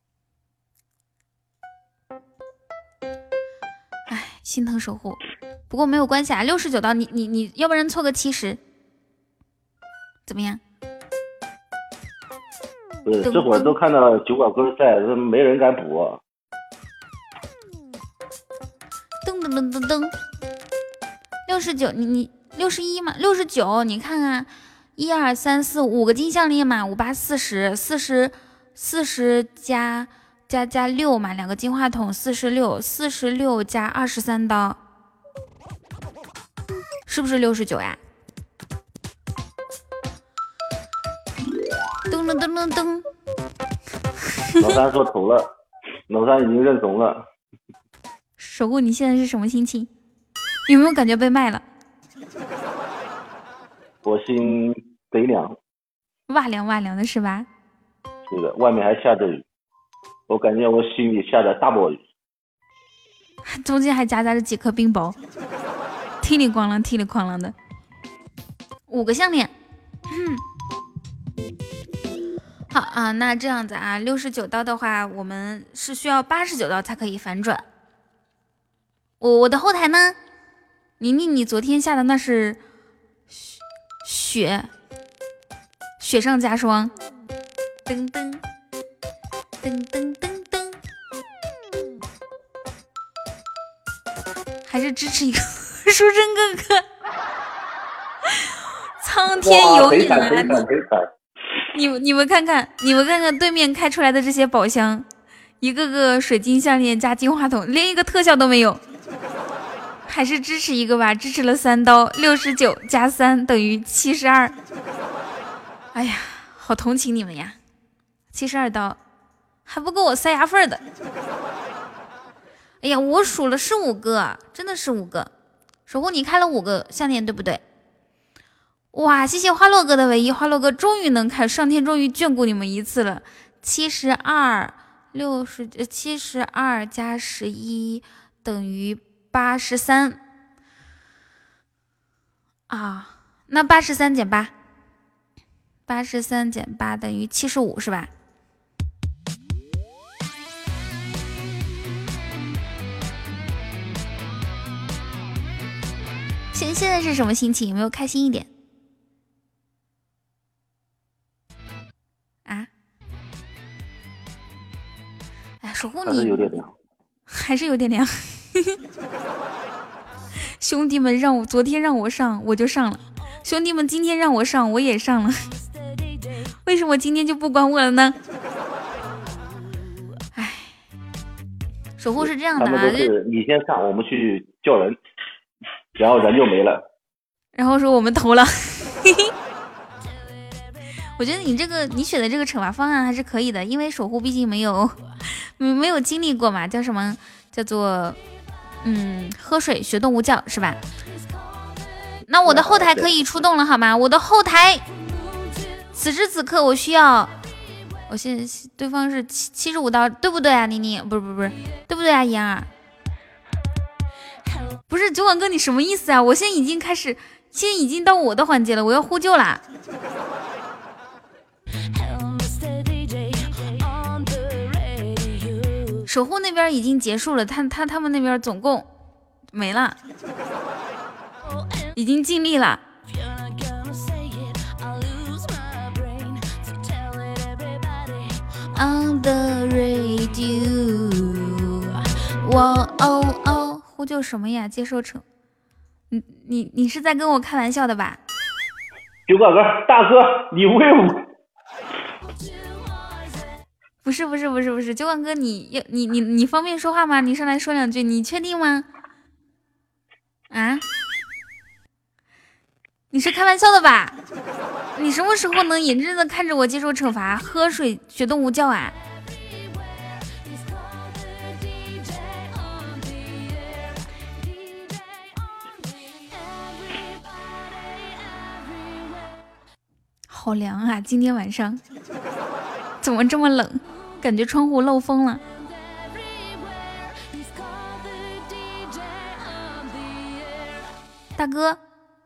哎，心疼守护， 不过没有关系啊，六十九刀，你你你要不然凑个七十，怎么样？ 不是，这会儿都看到酒馆哥在，这没人敢补、啊。 噔噔噔噔噔，六十九，你你六十一嘛，六十九，你看看，一二三四五个金项链嘛，五八四十，四十四十加加加六嘛，两个金话筒，四十六，四十六加二十三刀，是不是六十九呀？噔噔噔噔噔， 老三说投了，老三已经认怂了。 守护，你现在是什么心情？有没有感觉被卖了？ 我心贼凉， 哇凉哇凉的是吧？ 是的，外面还下着雨，我感觉我心里下着大暴雨， 中间还夹杂着几颗冰雹，踢里咣啷踢里哐啷的。五个项链，嗯。好啊，那这样子啊，六十九刀的话，我们是需要八十九刀才可以反转。我我的后台呢？宁宁，你昨天下的那是雪，雪上加霜。噔噔噔噔噔噔，还是支持一个书生哥哥。苍天有眼啊！你你们看看，你们看看对面开出来的这些宝箱，一个个水晶项链加金话筒，连一个特效都没有。还是支持一个吧，支持了三刀，六十九加三等于七十二。哎呀，好同情你们呀！七十二刀还不够我塞牙缝的。哎呀，我数了是五个，真的是五个。守护你开了五个项链，对不对？哇，谢谢花落哥的唯一，花落哥终于能开，上天终于眷顾你们一次了。七十二，六十，七十二加十一等于八十三啊，那八十三减八，八十三减八等于七十五是吧？现现在是什么心情？有没有开心一点？啊？哎，守护你还是有点凉， 还是有点凉。兄弟们让我昨天让我上我就上了，兄弟们今天让我上我也上了，为什么今天就不管我了呢？哎，守护是这样的啊， 他们都是你先上，我们去叫人，然后人就没了， 然后说我们投了。我觉得你这个你选的这个惩罚方案还是可以的，因为守护毕竟没有没有经历过嘛，叫什么叫做嗯喝水学动物叫是吧？那我的后台可以出动了好吗？我的后台此时此刻我需要，我现在对方是七七十五刀，对不对啊？妮妮不是不是不是，对不对啊？妍儿不是酒馆哥，你什么意思啊？我现在已经开始，现在已经到我的环节了，我要呼救啦！守护那边已经结束了，他他他们那边总共没了，已经尽力了。On the radio， 哇哦哦，呼救什么呀？接受惩，你你你是在跟我开玩笑的吧？ 九哥哥，大哥，你威武！ 不是不是不是不是，九管哥，你要你你你方便说话吗？你上来说两句，你确定吗？啊？你是开玩笑的吧？你什么时候能眼睁睁的看着我接受惩罚，喝水学动物叫啊？好凉啊！今天晚上怎么这么冷？感觉窗户漏风了。大哥，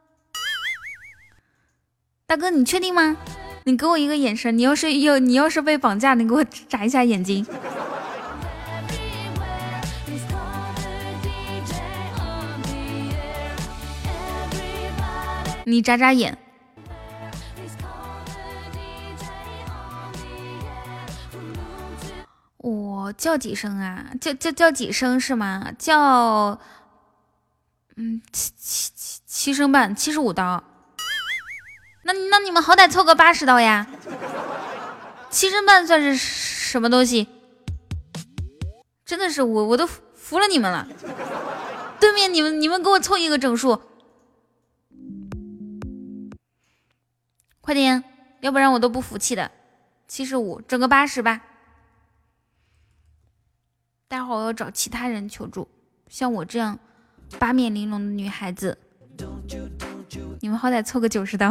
大哥，你确定吗？你给我一个眼神，你要是有你要是被绑架，你给我眨一下眼睛。 你眨眨眼。我叫几声啊？叫叫叫几声是吗？叫，嗯，七七七七声半，七十五刀。那那你们好歹凑个八十刀呀？七声半算是什么东西？真的是我我都服了你们了。对面你们你们给我凑一个整数，快点，要不然我都不服气的。七十五，整个八十吧。待会儿我要找其他人求助，像我这样八面玲珑的女孩子，你们好歹凑个九十刀。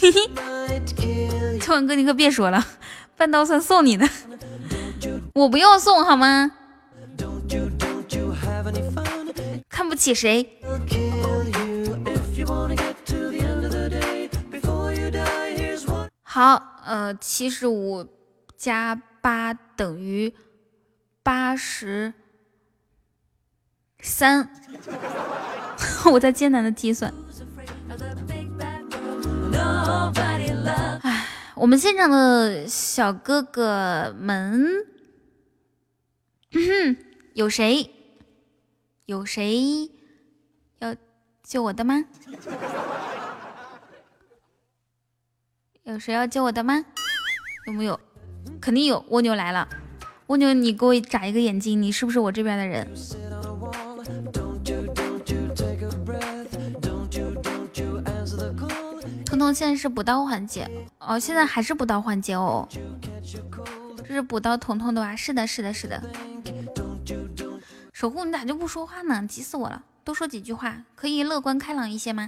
秋文哥你可别说了，半刀算送你的，我不要送好吗？看不起谁？好，呃，七十五加八等于八十三。我在艰难的计算。唉，我们现场的小哥哥们，嗯、有谁？有谁要救我的吗？有谁要救我的吗？有没有？肯定有。蜗牛来了，蜗牛，你给我眨一个眼睛，你是不是我这边的人？彤彤现在是补刀环节哦，现在还是补刀环节哦。这是补刀彤彤的吧？是的，是的，是的。守护，你咋就不说话呢？急死我了！多说几句话，可以乐观开朗一些吗？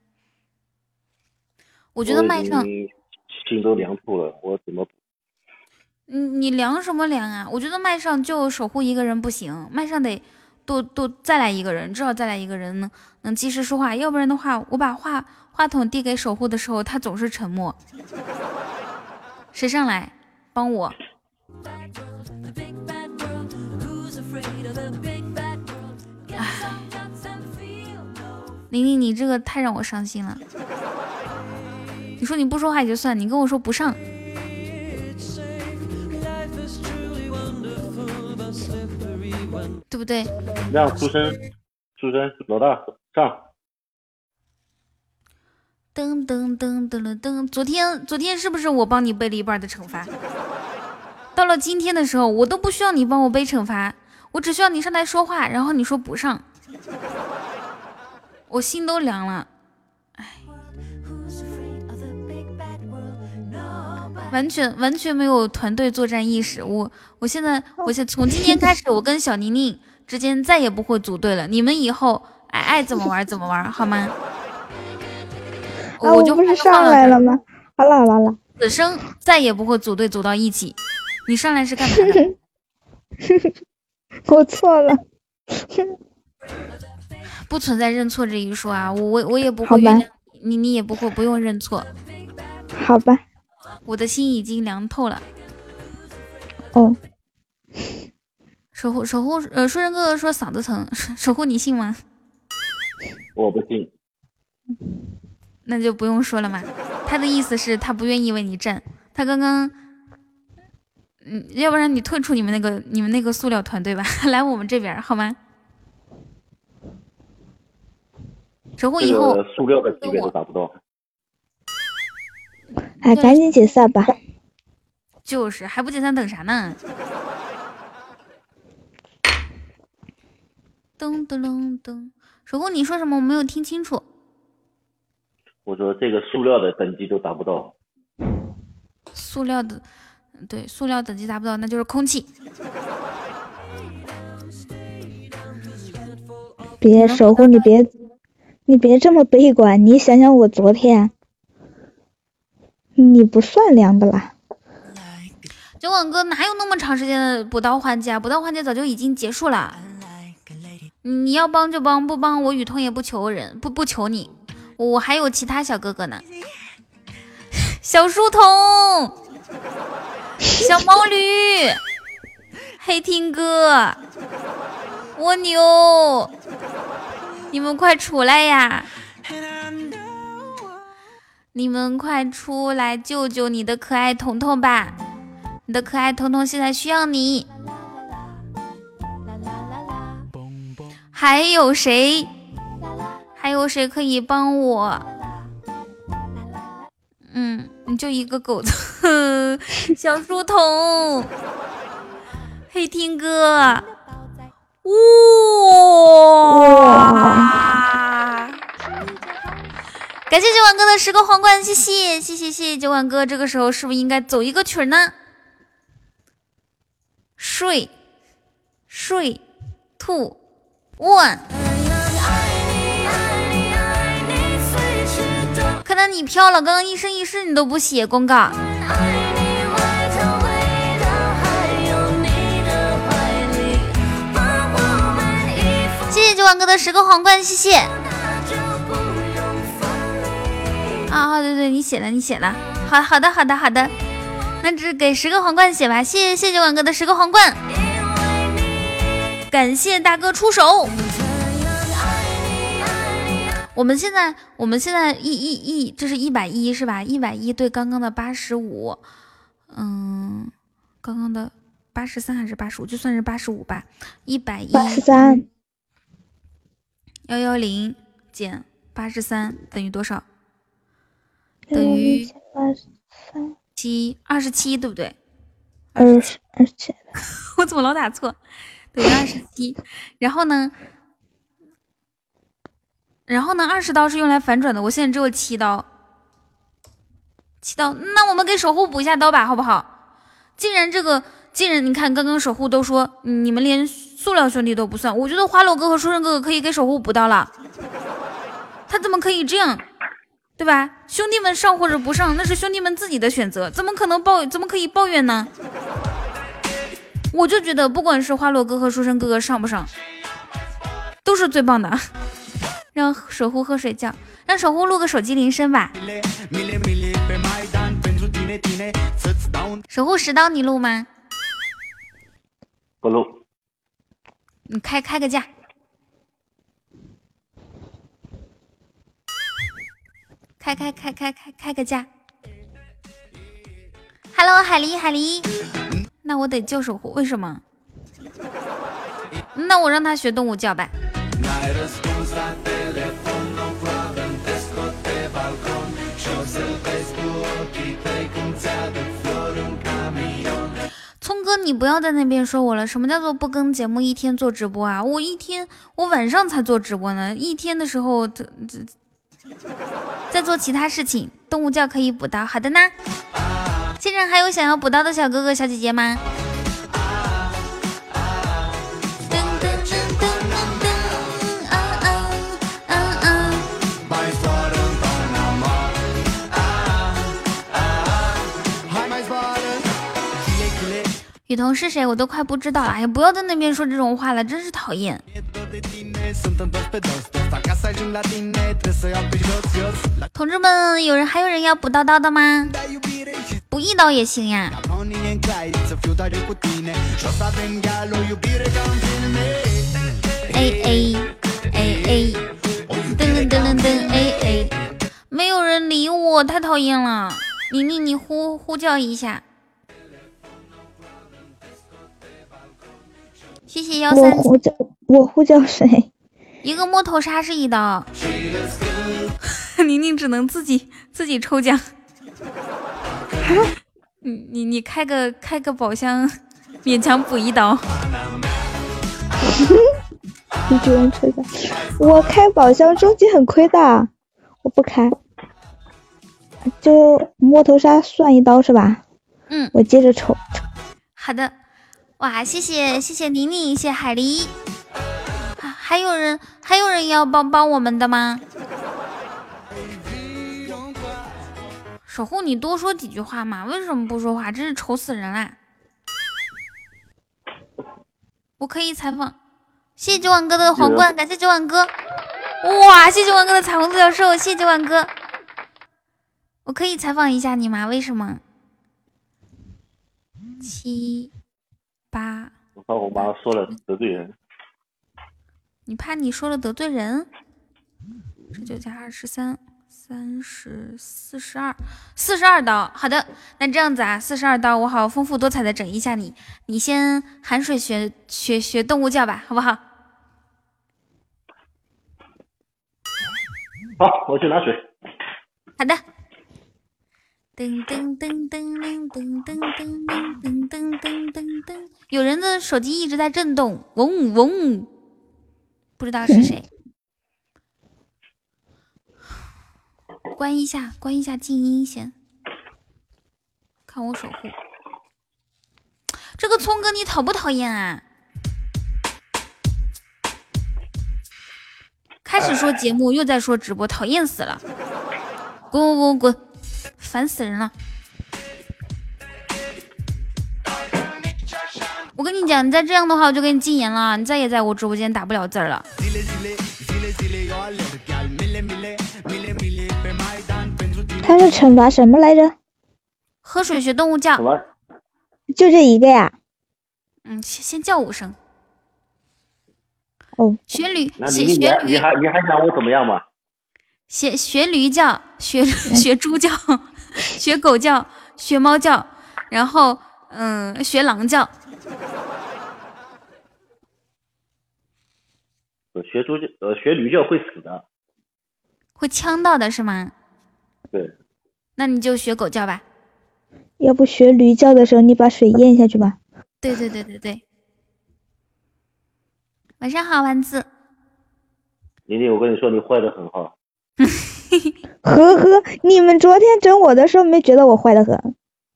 我觉得麦上心都凉透了，我怎么？ 你你凉什么凉啊？我觉得麦上就守护一个人不行，麦上得多多再来一个人，至少再来一个人能能及时说话，要不然的话，我把话话筒递给守护的时候，他总是沉默。谁上来帮我？玲玲，你这个太让我伤心了。你说你不说话也就算，你跟我说不上。对不对？ 让出生，出生老大上。 噔噔噔噔噔噔，昨天昨天是不是我帮你背了一半的惩罚？到了今天的时候，我都不需要你帮我背惩罚，我只需要你上来说话，然后你说不上，我心都凉了。哎，完全完全没有团队作战意识。我我现在我现在从今天开始，我跟小宁宁之间再也不会组队了。你们以后爱爱怎么玩怎么玩，好吗？ 啊、我就不是上来了吗？好了好了， 此生再也不会组队组到一起。你上来是干嘛的？ 我错了。 不存在认错这一说啊，我我我也不会原谅你，你也不会不用认错。 好吧。 我的心已经凉透了。 哦。 守护守护呃，书人哥哥说嗓子疼，守护你信吗？ 我不信。 那就不用说了嘛。他的意思是他不愿意为你站，他刚刚，嗯，要不然你退出你们那个你们那个塑料团队吧，来我们这边好吗？守护以后、 这个、塑料的级别都达不到。 哎，赶紧解散吧。 就是还不解散等啥呢？噔噔噔噔，守护你说什么我没有听清楚。 我说这个塑料的等级都达不到。 塑料的，对，塑料等级达不到，那就是空气。 别守护，你别，你别这么悲观。你想想我昨天，你不算凉的啦。 九广哥哪有那么长时间的补刀环节啊？补刀环节早就已经结束了。你要帮就帮，不帮我雨桐也不求人，不不求你。我还有其他小哥哥呢，小书童、小毛驴、黑听哥、蜗牛，你们快出来呀！ 你们快出来救救你的可爱彤彤吧！你的可爱彤彤现在需要你。还有谁？还有谁可以帮我？嗯，你就一个狗子，小书童，黑听哥，哇！感谢九碗哥的十个皇冠，谢谢谢谢谢谢九碗哥。这个时候是不是应该走一个曲儿呢？睡睡兔 one。看到你飘了，刚刚一生一世你都不写公告。谢谢九碗哥的十个皇冠，谢谢。啊，对对，你写了，你写了，好好的好的好的，那只给十个皇冠写吧。谢谢谢谢九碗哥的十个皇冠，感谢大哥出手。我们现在我们现在一一一，这是一百一是吧？一百一对刚刚的八十五，嗯，刚刚的八十三还是八十五？就算是八十五吧。一百一， 八十三， 幺幺零减八十三等于多少？等于八十三， 七二十七，对不对？ 二十二七， 我怎么老打错？等于二十七。然后呢？然后呢？二十刀是用来反转的，我现在只有七刀，七刀。那我们给守护补一下刀吧，好不好？既然这个，既然你看刚刚守护都说你们连塑料兄弟都不算，我觉得花落哥和书生哥哥可以给守护补刀了。他怎么可以这样？对吧？兄弟们上或者不上，那是兄弟们自己的选择，怎么可能抱？怎么可以抱怨呢？我就觉得，不管是花落哥和书生哥哥上不上，都是最棒的。让守护喝水觉，让守护录个手机铃声吧。守护十刀你录吗？ 不录。 你开开个价。开开开开开开个价。Hello， 海狸海狸，那我得救守护，为什么？那我让他学动物叫吧。聪哥，你不要在那边说我了。什么叫做不更节目一天做直播啊？我一天，我晚上才做直播呢。一天的时候，这这在做其他事情。动物叫可以补刀，好的呢。现场还有想要补刀的小哥哥小姐姐吗？雨桐是谁？我都快不知道了。哎呀，不要在那边说这种话了，真是讨厌。同志们，有人还有人要补刀刀的吗？补一刀也行呀。A A A A， 噔噔噔噔噔 A A， 没有人理我，太讨厌了。妮妮，你呼呼叫一下。谢谢幺三。 我呼叫，我呼叫谁？ 一个摸头杀是一刀，宁宁只能自己自己抽奖。你你你开个开个宝箱，勉强补一刀。 一个人抽奖，我开宝箱终极很亏的，我不开。就摸头杀算一刀是吧？ 嗯， 我接着抽。 好的。哇，谢谢谢谢宁宁，谢谢海狸，还有人还有人要帮帮我们的吗？守护，你多说几句话嘛，为什么不说话？真是愁死人啦！我可以采访，谢谢九碗哥的皇冠，感谢九碗哥，哇，谢谢九碗哥的彩虹独角兽，谢谢九碗哥，我可以采访一下你吗？为什么？七。八， 我怕我妈说了得罪人。 你怕你说了得罪人？十九加二十三， 三十四十二四十二刀。好的，那这样子啊，四十二刀，我好丰富多彩的整一下你。你先含水学学学动物叫吧，好不好？ 好，我去拿水。 好的。噔噔噔噔噔噔噔噔噔噔噔噔噔，有人的手机一直在震动，嗡嗡，不知道是谁。关一下，关一下静音先。看我守护。这个聪哥，你讨不讨厌啊？开始说节目，又在说直播，讨厌死了！滚滚滚滚，烦死人了！我跟你讲，你再这样的话，我就给你禁言了，你再也在我直播间打不了字儿了。 他是惩罚什么来着？ 喝水学动物叫。 就这一个呀？ 嗯，先先叫五声。 哦， 学驴， 那你你还你还你还想我怎么样嘛？ 学学驴叫，学学猪叫，学狗叫，学猫叫，然后嗯，学狼叫。 学猪叫呃学驴叫会死的， 会呛到的是吗？ 对。 那你就学狗叫吧。 要不学驴叫的时候，你把水咽下去吧。 对对对对对。晚上好，丸子。 玲玲，我跟你说，你坏的很好。 呵呵，你们昨天整我的时候没觉得我坏的很？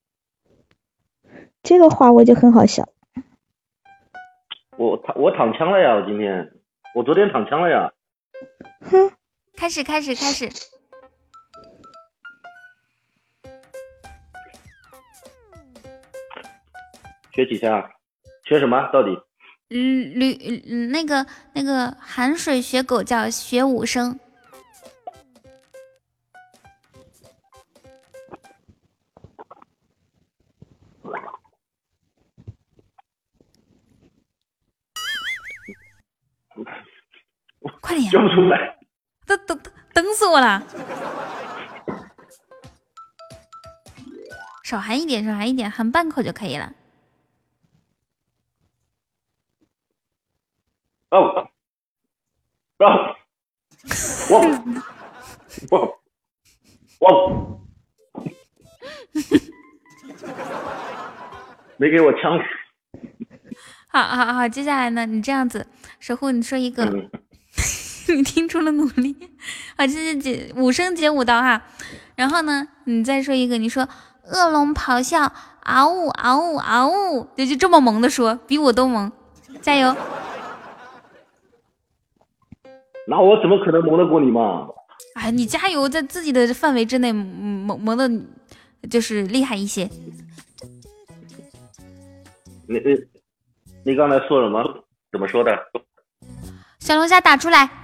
这个话我就很好笑。 我躺我躺枪了呀！我今天，我昨天躺枪了呀。 哼， 开始开始开始。 学几下？学什么？到底？ 嗯，驴，嗯，那个那个含水学狗叫，学五声。快点呀！ 叫不出来， 都等等死我了！少含一点，少含一点，含半口就可以了。 哦哦，汪汪汪，没给我枪。 好好好，接下来呢？你这样子守护，你说一个，嗯、你听出了努力。好，这是解五声解五刀哈。然后呢，你再说一个，你说恶龙咆哮，嗷呜嗷呜嗷呜，就就这么萌的说，比我都萌，加油！ 那我怎么可能萌得过你嘛？ 哎，你加油，在自己的范围之内萌萌的，就是厉害一些。 你你你刚才说什么？怎么说的？ 小龙虾打出来！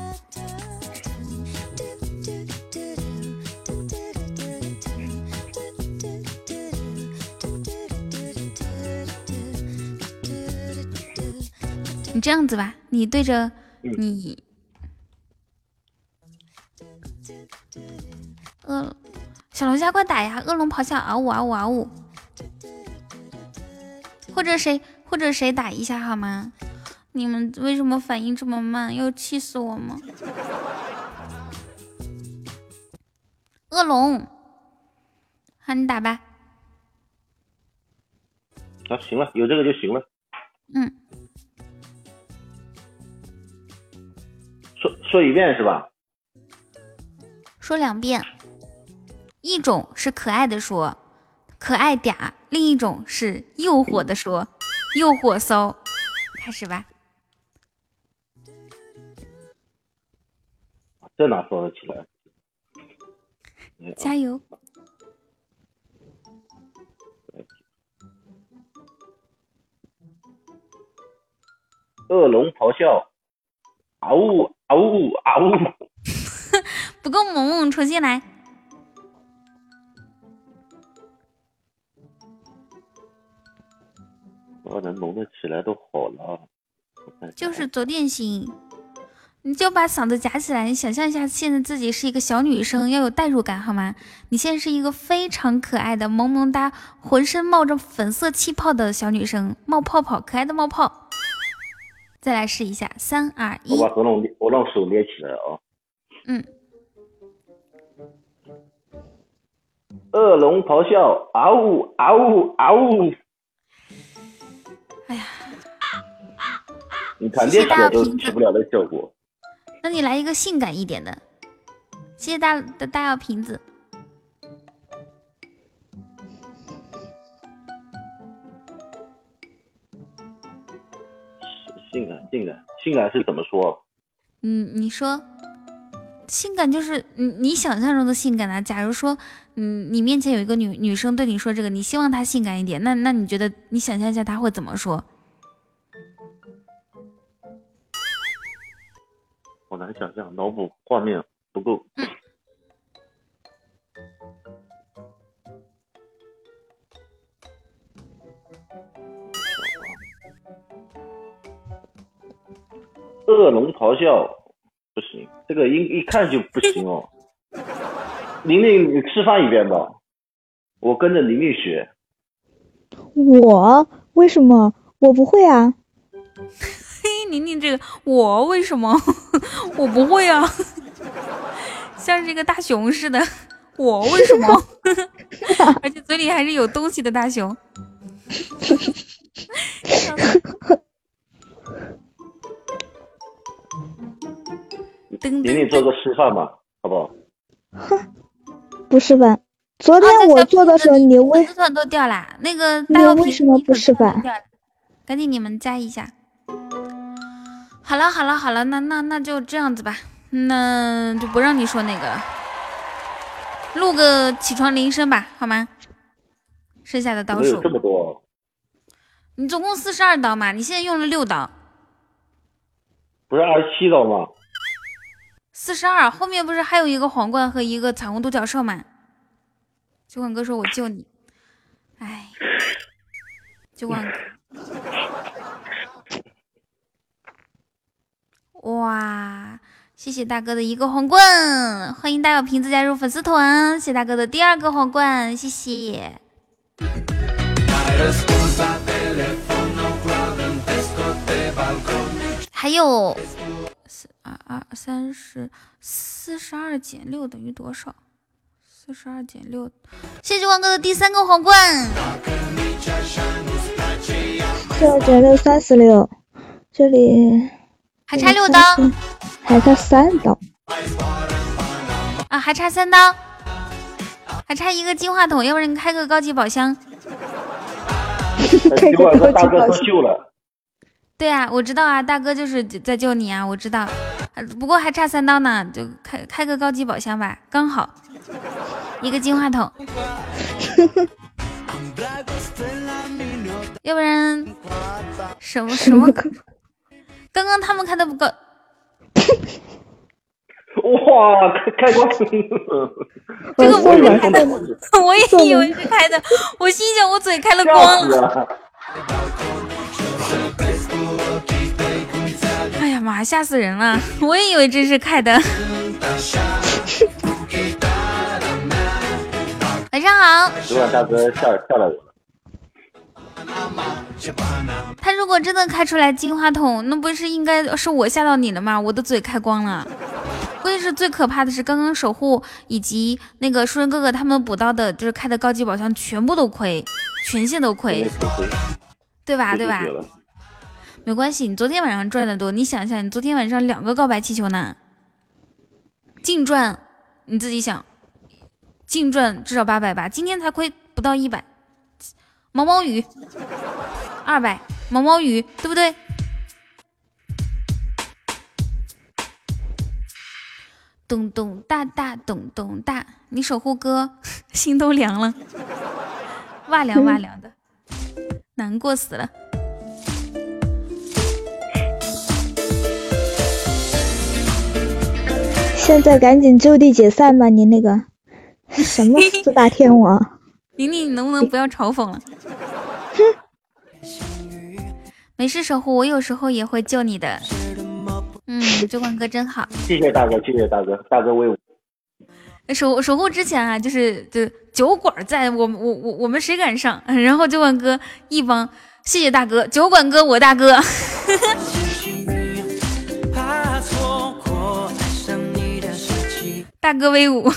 你这样子吧，你对着你。恶小龙虾快打呀！恶龙咆哮，嗷呜嗷呜嗷呜！或者谁或者谁打一下好吗？你们为什么反应这么慢？要气死我吗？恶龙，好，你打吧。 啊，行了，有这个就行了。 嗯。 说说一遍是吧？ 说两遍。一种是可爱的说，可爱嗲；另一种是诱惑的说，诱惑骚。开始吧。 这哪说得起来？ 加油！ 恶龙咆哮，嗷呜嗷呜嗷呜！ 不够萌，重新来。 我能萌得起来都好了。 就是走电型， 你就把嗓子夹起来，你想象一下，现在自己是一个小女生，要有代入感好吗？你现在是一个非常可爱的萌萌哒，浑身冒着粉色气泡的小女生，冒泡泡，可爱的冒泡。再来试一下，三二一， 我把喉咙我让手捏起来啊。 嗯。 恶龙咆哮，嗷呜嗷呜嗷呜！ 哎呀， 你弹电起来都起不了的效果。 那你来一个性感一点的，谢谢大的大药瓶子。 性感，性感，性感是怎么说？ 嗯，你说，性感就是你你想象中的性感啊。假如说，嗯，你面前有一个女女生对你说这个，你希望她性感一点，那那你觉得你想象一下她会怎么说？ 好难想象，脑补画面不够。 嗯恶龙咆哮不行，这个一一看就不行哦。玲玲，你示范一遍吧，我跟着玲玲学。 我为什么我不会啊？ 嘿，宁宁这个我为什么我不会啊？像这个大熊似的，我为什么？而且嘴里还是有东西的大熊。 玲玲做个示范吧，好不好？ 不示范。昨天我做的时候，你为粉丝团都掉了，那个你为什么不示范？ 赶紧你们加一下。好了好了好了，那那那就这样子吧，那就不让你说那个，录个起床铃声吧，好吗？剩下的刀数有这么多？ 你总共四十二刀嘛，你现在用了六刀， 不是二十七刀吗？ 四十二，后面不是还有一个皇冠和一个彩虹独角兽吗？酒馆哥说我救你，哎，酒馆哥，哇，谢谢大哥的一个皇冠，欢迎大有瓶子加入粉丝团，谢谢大哥的第二个皇冠，谢谢。还有四二二三十四十二减六等于多少？四十二减六，谢谢王哥的第三个皇冠。 四十二减六三十六，这里还差六刀， 还差三刀啊，还差三刀，还差一个金话筒，要不然你开个高级宝箱。 开个高级宝箱了。 对啊，我知道啊，大哥就是在救你啊，我知道。不过还差三刀呢，就开开个高级宝箱吧，刚好一个金话筒。要不然什么什么？刚刚他们开的不够。 哇，开开光！ 这个不是开的，我也以为是开的，我心想我嘴开了光了。哎呀妈，吓死人了！我也以为这是开的。晚上好。 昨晚大哥吓吓了我。 他如果真的开出来金话筒，那不是应该是我吓到你了吗？我的嘴开光了。关键是最可怕的是，刚刚守护以及那个书人哥哥他们补到的，就是开的高级宝箱全部都亏，全线都亏，对吧？对吧？没关系，你昨天晚上赚的多，你想想，你昨天晚上两个告白气球呢，净赚，你自己想，净赚至少八百吧，今天才亏不到一百，毛毛雨二百，毛毛雨，对不对？咚咚大大咚咚大，你守护哥心都凉了，哇凉哇凉的，难过死了。 现在赶紧就地解散吧，你那个什么四大天王。 玲玲，你能不能不要嘲讽了？没事，守护，我有时候也会救你的。嗯， 酒馆哥真好。 谢谢大哥，谢谢大哥，大哥威武。 守守护之前啊，就是就酒馆在我们我我我们谁敢上？然后酒馆哥一帮，谢谢大哥，酒馆哥我大哥。大哥威武。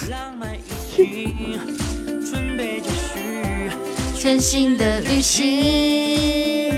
全新的旅行，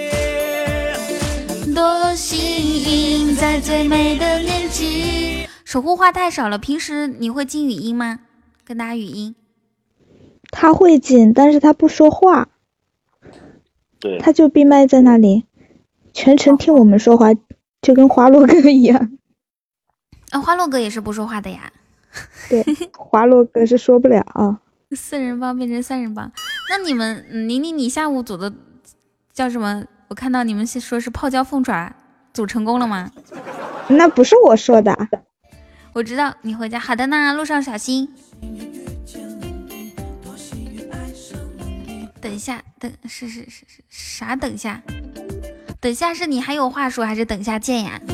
多幸运，在最美的年纪。守护话太少了，平时你会进语音吗？跟大家语音。 他会进，但是他不说话。 对。 他就闭麦在那里，全程听我们说话，就跟花落哥一样。 啊，花落哥也是不说话的呀。 对，花落哥是说不了。 四人帮变成三人帮，那你们妮妮，你下午组的叫什么？我看到你们说是泡椒凤爪，组成功了吗？ 那不是我说的。 我知道你回家好的呢，路上小心。等一下，等是是是是啥？等一下，等一下是你还有话说，还是等一下见呀？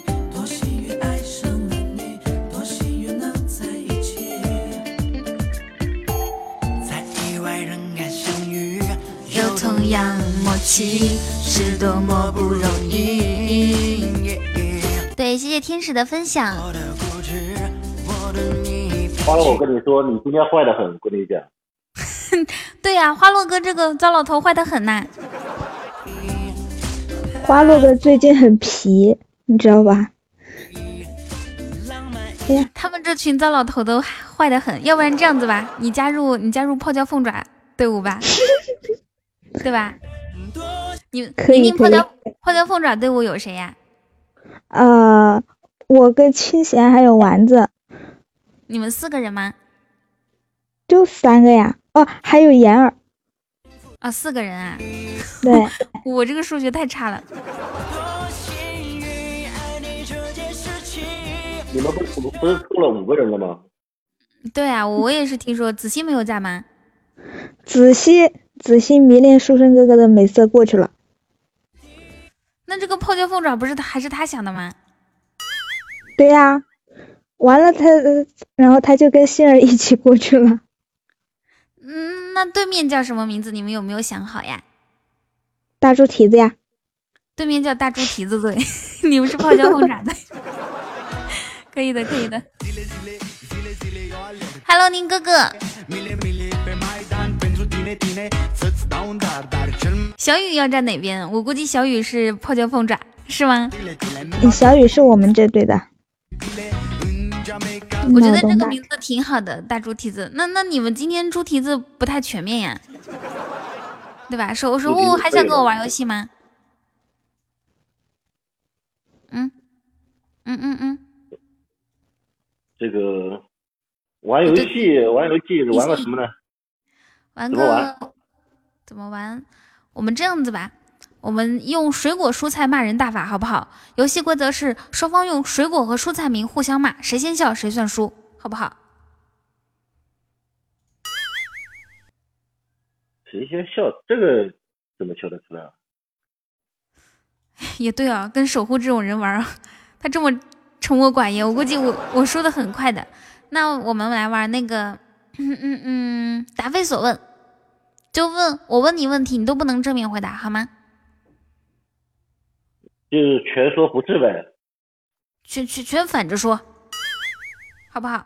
有同样默契，是多么不容易。对，谢谢天使的分享。 花落，我跟你说，你今天坏得很，我跟你讲。 对呀、啊，花落哥这个糟老头坏得很呐。 花落哥最近很皮，你知道吧？ 哎呀，他们这群糟老头都坏得很，要不然这样子吧，你加入你加入泡椒凤爪队伍吧。对吧？你你你泡椒泡椒凤爪队伍有谁呀？ 呃，我跟清闲还有丸子。 你们四个人吗？ 就三个呀。哦，还有妍儿。 啊、哦，四个人啊。 对。 我这个数学太差了。 你们不不不是出了五个人了吗？ 对啊，我也是听说子熙没有在吗？ 子熙。子熙迷恋书生哥哥的美色过去了。 那这个泡椒凤爪不是他还是他想的吗？ 对呀、啊，完了他，然后他就跟杏儿一起过去了。 嗯，那对面叫什么名字？你们有没有想好呀？ 大猪蹄子呀。 对面叫大猪蹄子队，你们是泡椒凤爪队。可以的，可以的。Hello， 宁哥哥。小雨要站哪边？我估计小雨是泡椒凤爪，是吗？ 小雨是我们这队的。 我觉得这个名字挺好的，大猪蹄子。那那你们今天猪蹄子不太全面呀，对吧？守守护还想跟我玩游戏吗？嗯嗯嗯嗯。 这个玩游戏，玩游戏玩个什么呢？ 玩个怎么玩？怎么玩？我们这样子吧，我们用水果蔬菜骂人大法好不好？游戏规则是双方用水果和蔬菜名互相骂，谁先笑谁算输，好不好？ 谁先笑？这个怎么笑得出来啊？ 也对啊，跟守护这种人玩，他这么沉默寡言，我估计我我输的很快的。那我们来玩那个，嗯嗯嗯，答非所问。就问我问你问题，你都不能正面回答，好吗？ 就是全说不是呗， 全全全反着说，好不好？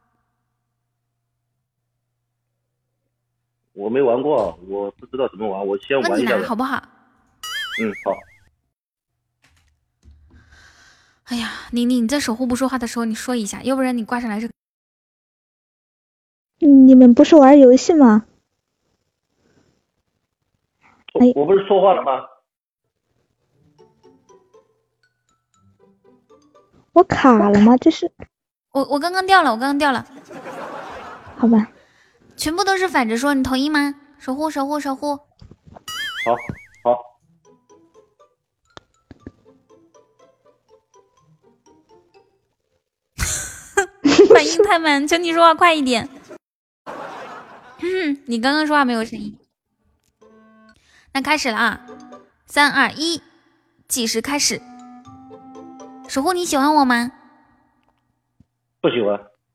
我没玩过，我不知道怎么玩，我先玩一下， 好不好？ 嗯，好。 哎呀，妮妮，你在守护不说话的时候，你说一下，要不然你挂上来是。 你们不是玩游戏吗？ 我我不是说话了吗？ 我卡了吗？这是我我刚刚掉了，我刚刚掉了。 好吧， 全部都是反着说，你同意吗？守护守护守护。 好，好。 反应太慢，求你说话快一点。嗯，你刚刚说话没有声音。那开始了啊，三二一，计时开始。 守护你喜欢我吗？ 不喜欢。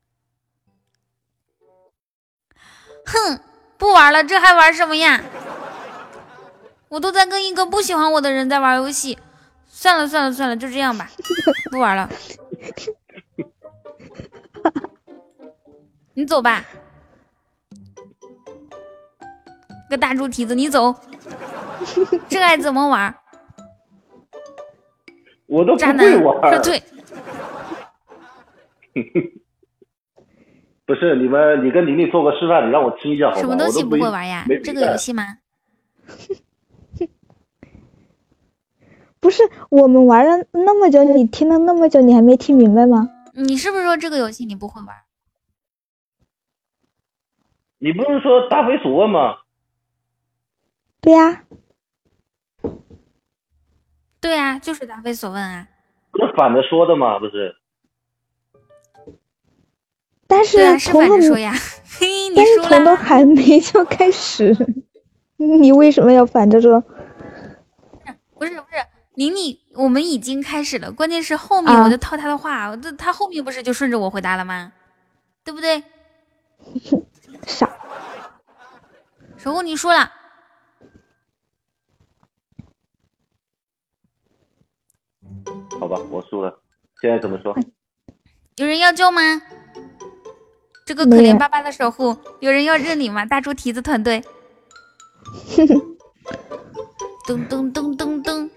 哼，不玩了，这还玩什么呀？我都在跟一个不喜欢我的人在玩游戏。算了算了算了，就这样吧，不玩了。你走吧，个大猪蹄子，你走。这该怎么玩？ 我都不渣会玩。 男，撤退。 不是你们，你跟玲玲做个示范，你让我听一下好吗？ 什么东西不不会玩呀？这个游戏吗？ 不是我们玩了那么久，你听了那么久，你还没听明白吗？ 你是不是说这个游戏你不会玩？ 你不是说答非所问吗？ 对呀、 啊，对呀、啊，就是答非所问啊。 不是反着说的吗？不是。 但是对啊，是反着说呀。嘿，你输了。 但是彤彤还没就开始，你为什么要反着说？ 不是不是。宁宁，我们已经开始了，关键是后面我就套他的话，啊、他后面不是就顺着我回答了吗？对不对？ 傻， 守护你输了。 好吧，我输了。现在怎么说？ 有人要救吗？这个可怜巴巴的守护，有人要认领吗？大猪蹄子团队。噔噔噔噔噔。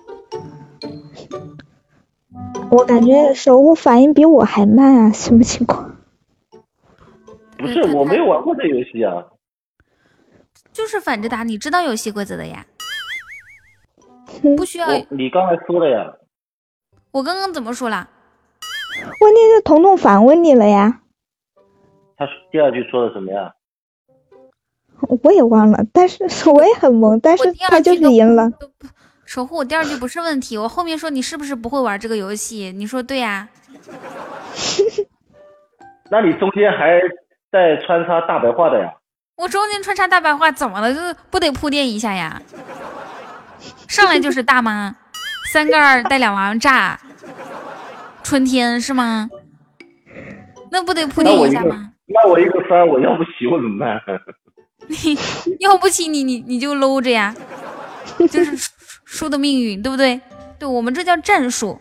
我感觉守护反应比我还慢啊，什么情况？ 不是，我没有玩过这游戏啊。 就是反着打，你知道游戏规则的呀。不需要。 你刚才说的呀。 我刚刚怎么说了？ 问题是彤彤反问你了呀。 他第二句说的什么呀？ 我也忘了，但是我也很懵，但是他就是赢了。 守护，我第二句不是问题，我后面说你是不是不会玩这个游戏？你说对呀、啊。 那你中间还在穿插大白话的呀？ 我中间穿插大白话怎么了？就是不得铺垫一下呀？上来就是大吗？三个二带两王炸，春天是吗？那不得铺垫一下吗？ 那我一个三，我要不起我怎么办？ 你要不起你你你就搂着呀，就是输的命运，对不对？对，我们这叫战术。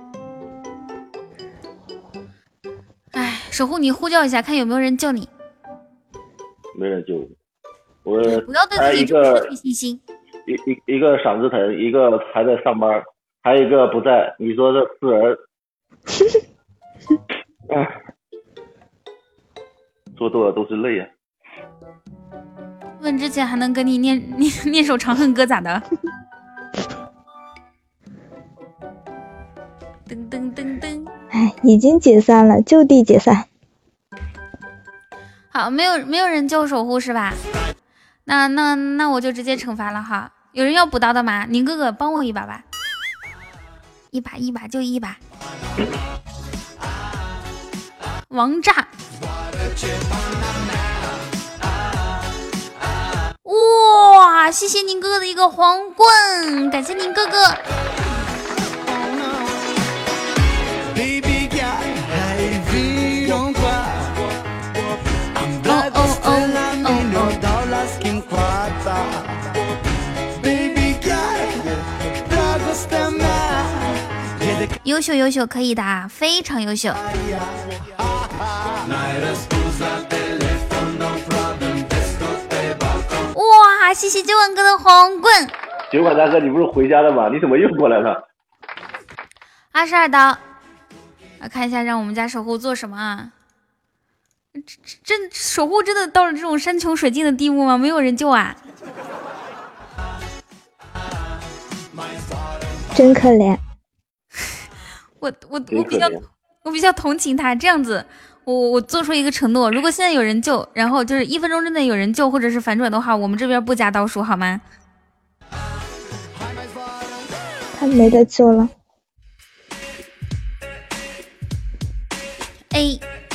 哎，守护你呼叫一下，看有没有人救你。 没人救我，我不要对自己失去信心。 一一一个嗓子疼，一个还在上班，还有一个不在。你说这四人，哎，说多了都是泪啊。 问之前还能跟你念念念首《长恨歌》咋的？噔噔噔噔！ 哎，已经解散了，就地解散。 好，没有没有人救守护是吧？那那那我就直接惩罚了哈。有人要补刀的吗？宁哥哥帮我一把吧，一把一把就一把。王炸！哇，谢谢宁哥哥的一个皇冠，感谢宁哥哥。优秀优秀，可以的，非常优秀。哇，谢谢酒馆哥的皇冠。 酒馆大哥，你不是回家了吗？你怎么又过来了？ 二十二刀，来看一下让我们家守护做什么啊？这这守护真的到了这种山穷水尽的地步吗？没有人救啊！ 真可怜。 我我我比较我比较同情他，这样子，我我做出一个承诺，如果现在有人救，然后就是一分钟之内有人救或者是反转的话，我们这边不加刀数好吗？ 他没得救了。 A，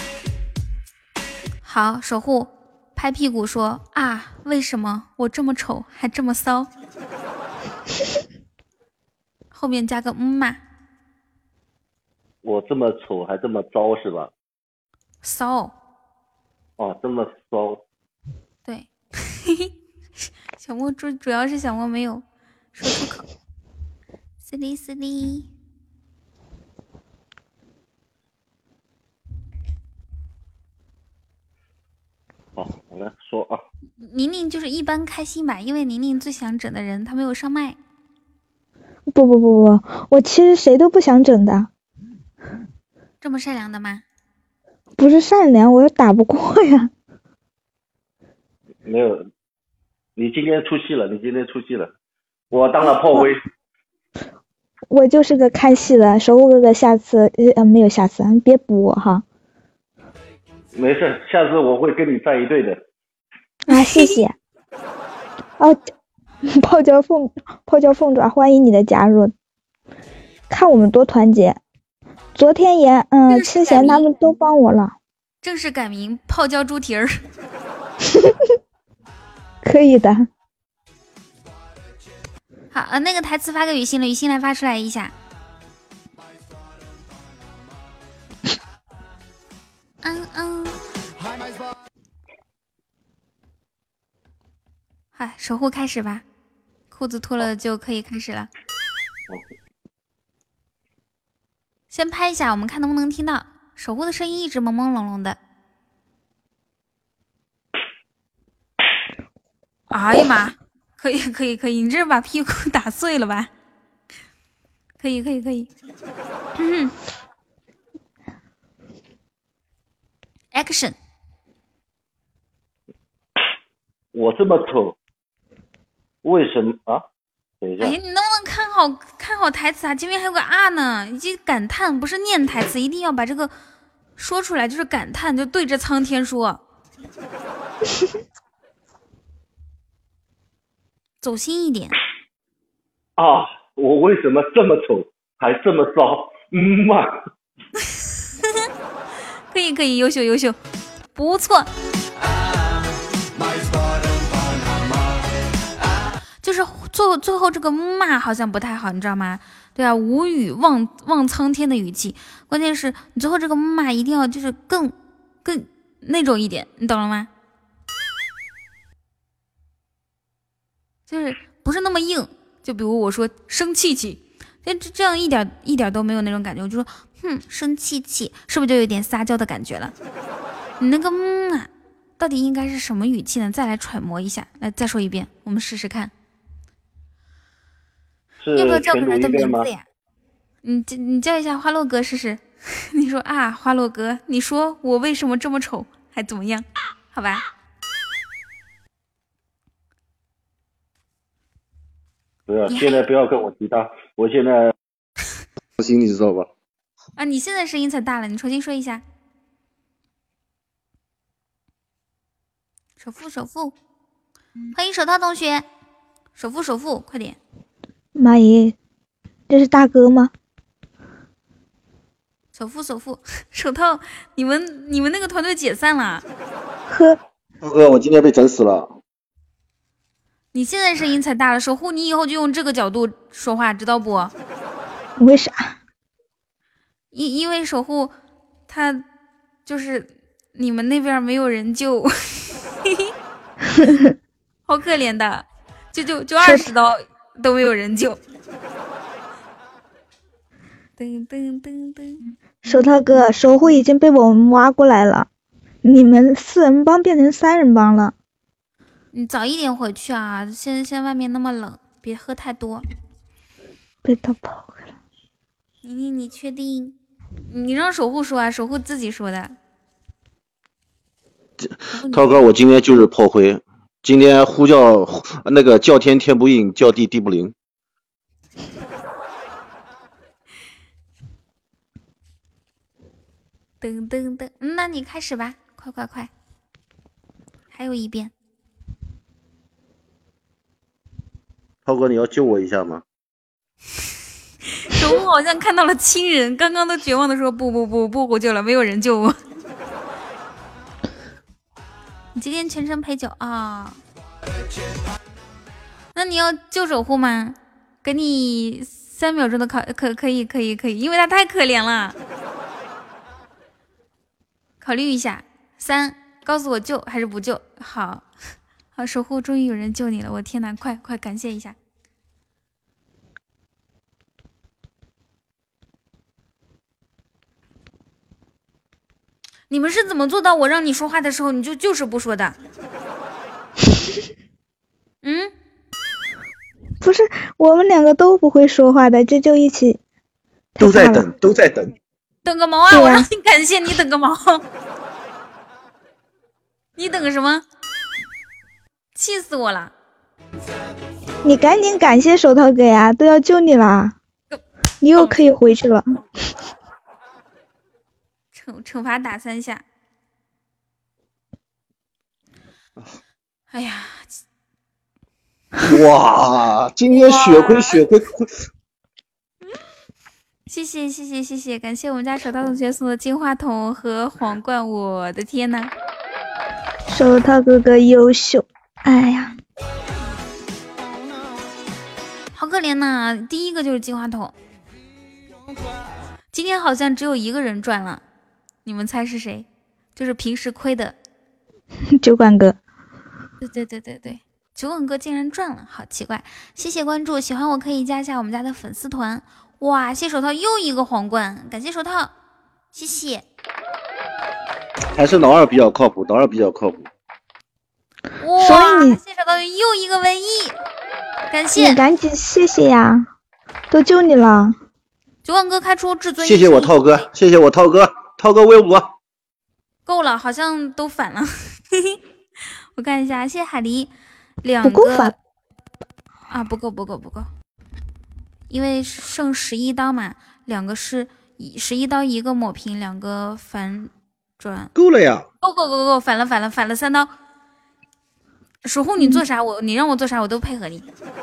好，守护拍屁股说啊，为什么我这么丑还这么骚？后面加个嗯嘛。 我这么丑还这么糟是吧？ 骚。 哦，这么骚。 对，小莫主主要是小莫没有说出口。斯利斯利。 好，我来说啊。 宁宁就是一般开心吧，因为宁宁最想整的人他没有上麦。 不不不不，我其实谁都不想整的。 这么善良的吗？ 不是善良，我又打不过呀。 没有，你今天出戏了，你今天出戏了，我当了炮灰。 我就是个看戏的，守护哥哥，下次呃没有下次，别补我哈。 没事，下次我会跟你站一队的。 啊，谢谢。哦，泡椒凤泡椒凤爪，欢迎你的加入。看我们多团结。昨天也嗯，清闲他们都帮我了。 正式改名泡椒猪蹄儿。 可以的。 好，呃，那个台词发给雨欣了，雨欣来发出来一下。嗯嗯。好，守护开始吧，裤子脱了就可以开始了。先拍一下，我们看能不能听到。守护的声音一直朦朦胧胧的。哎呀妈！可以可以可以，你这是把屁股打碎了吧？可以可以可以。嗯 Action！ 我这么丑，为什么啊？等一下。 哎呀，你能不能看好看好台词啊？前面还有个啊呢，以及感叹，不是念台词，一定要把这个说出来，就是感叹，就对着苍天说。走心一点啊！我为什么这么丑，还这么骚？嗯嘛， 可以可以，优秀优秀，不错。就是最后最后这个骂好像不太好，你知道吗？对啊，无语望望苍天的语气，关键是你最后这个骂一定要就是更更那种一点，你懂了吗？就是不是那么硬，就比如我说生气气，这这样一点一点都没有那种感觉，我就说哼生气气，是不是就有点撒娇的感觉了？你那个嗯啊，到底应该是什么语气呢？再来揣摩一下，来再说一遍，我们试试看。要不要叫个人的名字呀？你你叫一下花落哥试试。你说啊，花落哥，你说我为什么这么丑，还怎么样？好吧。 不要，现在不要跟我提他，我现在心里知道吧？ 啊，你现在声音才大了，你重新说一下。首富，首富，欢迎手套同学，首富，首富，快点！ 妈耶，这是大哥吗？ 首富，首富，手套，你们你们那个团队解散了？ 呵， 大哥，我今天被整死了。 你现在声音才大了，守护你以后就用这个角度说话，知道不？ 为啥？ 因因为守护他就是你们那边没有人救，好可怜的，就就就二十刀都没有人救。噔噔噔噔， 手套哥，守护已经被我们挖过来了，你们四人帮变成三人帮了。 你早一点回去啊！现在现在外面那么冷，别喝太多。 被他跑开了。 你你你确定？你让守护说啊，守护自己说的。 涛哥，我今天就是炮灰，今天呼叫那个叫天天不应，叫地地不灵。 噔噔噔，那你开始吧，快快快！还有一遍。 涛哥，你要救我一下吗？ 守护好像看到了亲人，刚刚都绝望的说不不不不呼救了，没有人救我。你今天全程陪酒啊、哦？那你要救守护吗？给你三秒钟的考，可可以可以可以，因为他太可怜了。 考虑一下。三，告诉我救还是不救？好好，守护终于有人救你了，我天哪，快快感谢一下。你们是怎么做到我让你说话的时候你就就是不说的？嗯， 不是，我们两个都不会说话的，这就一起都在等，都在等， 等个毛啊！我让你感谢你，等个毛！你等个什么？气死我了！ 你赶紧感谢手套哥呀，都要救你了，你又可以回去了。 惩惩罚打三下。哎呀！ 哇，今天血亏血亏亏！ 谢谢谢谢谢谢，感谢我们家手套同学送的金话筒和皇冠，我的天呐！ 手套哥哥优秀，哎呀， 好可怜呐！第一个就是金话筒，今天好像只有一个人赚了，你们猜是谁？就是平时亏的酒馆哥。 对对对对对，酒馆哥竟然赚了，好奇怪！谢谢关注，喜欢我可以加一下我们家的粉丝团。哇，谢手套又一个皇冠，感谢手套，谢谢。 还是老二比较靠谱，老二比较靠谱。 哇，谢手套又一个唯一，感谢。 你赶紧谢谢呀，都救你了。 酒馆哥开出至尊， 谢谢我涛哥，谢谢我涛哥，涛哥威武。 够了，好像都反了。我看一下，谢谢海狸，两个不够反啊，不够不够不够，因为剩十一刀嘛，两个是十一刀一个抹平，两个反转， 够了呀， 够够够够，反了反了反了三刀。守护你做啥，我你让我做啥我都配合你。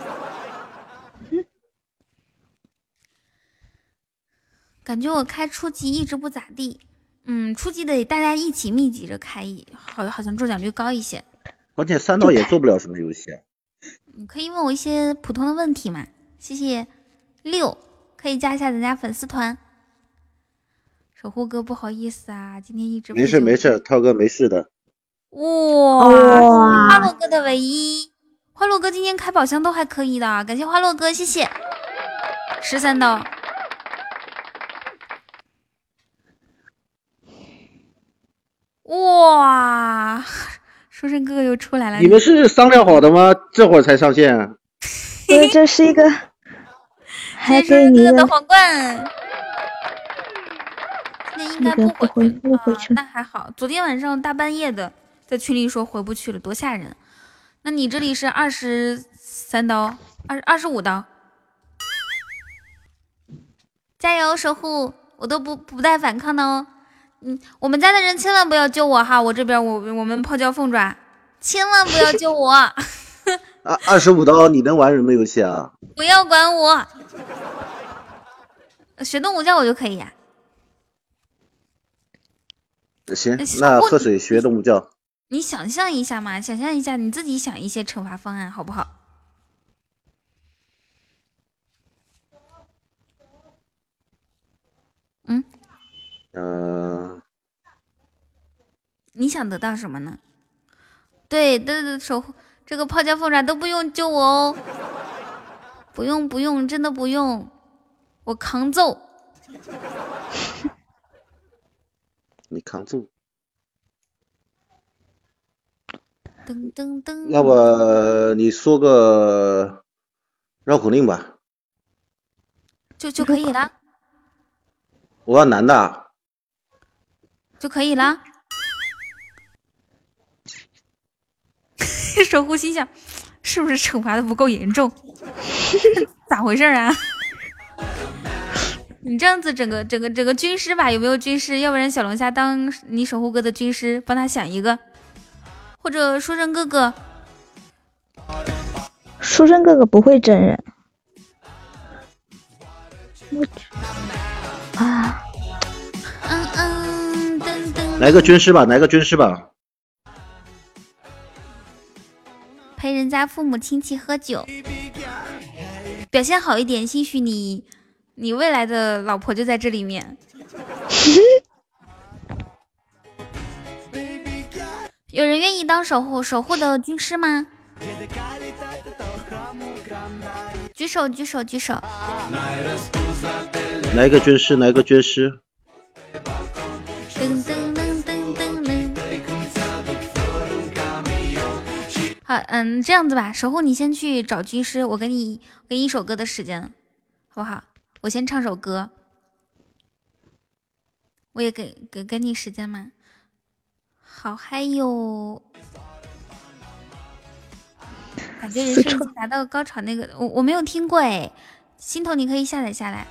感觉我开初级一直不咋地，嗯，初级得大家一起密集着开，好好像中奖率高一些。 关键三刀也做不了什么游戏。 你可以问我一些普通的问题嘛？谢谢六，可以加一下咱家粉丝团。守护哥不好意思啊，今天一直没事没事，涛哥没事的。 哇， 哇花落哥的唯一，花落哥今天开宝箱都还可以的，感谢花落哥，谢谢。十三刀。哇，书生哥哥又出来了！ 你们是商量好的吗？这会儿才上线、啊？ 对，这是一个，还给你哥哥的皇冠。今天应该不回去，不回去、 啊，那还好。昨天晚上大半夜的在群里说回不去了，多吓人！那你这里是二十三刀，二二十五刀，加油守护！我都不不带反抗的哦。嗯，我们家的人千万不要救我哈！我这边我我们泡椒凤爪，千万不要救我！啊， 二十五刀，你能玩什么游戏啊？ 不要管我，学动物叫我就可以呀、 啊。行，那喝水学动物叫。 你想象一下嘛，想象一下，你自己想一些惩罚方案好不好？嗯。 嗯、呃， 你想得到什么呢？对对对，守护这个泡椒凤爪都不用救我哦，不用不用，真的不用，我扛揍。 你扛揍。 噔噔噔。 要不你说个绕口令吧？ 就就可以了。 我要男的。 就可以了。守护心想，是不是惩罚的不够严重？咋回事啊？你这样子整个整个整个军师吧，有没有军师？要不然小龙虾当你守护哥的军师，帮他想一个，或者书生哥哥。 书生哥哥不会真人。我啊。 嗯嗯，噔噔。 来个军师吧，来个军师吧。 陪人家父母亲戚喝酒，表现好一点，兴许你你未来的老婆就在这里面。 有人愿意当守护守护的军师吗？举手举手举手。 哪一个军师？哪一个军师？ 噔噔噔噔噔噔。好，嗯，这样子吧，守护你先去找军师，我给你给你一首歌的时间，好不好？我先唱首歌，我也给给给你时间嘛。好，还有，感觉人生已经达到高潮那个，我我没有听过哎，心头你可以下载下来，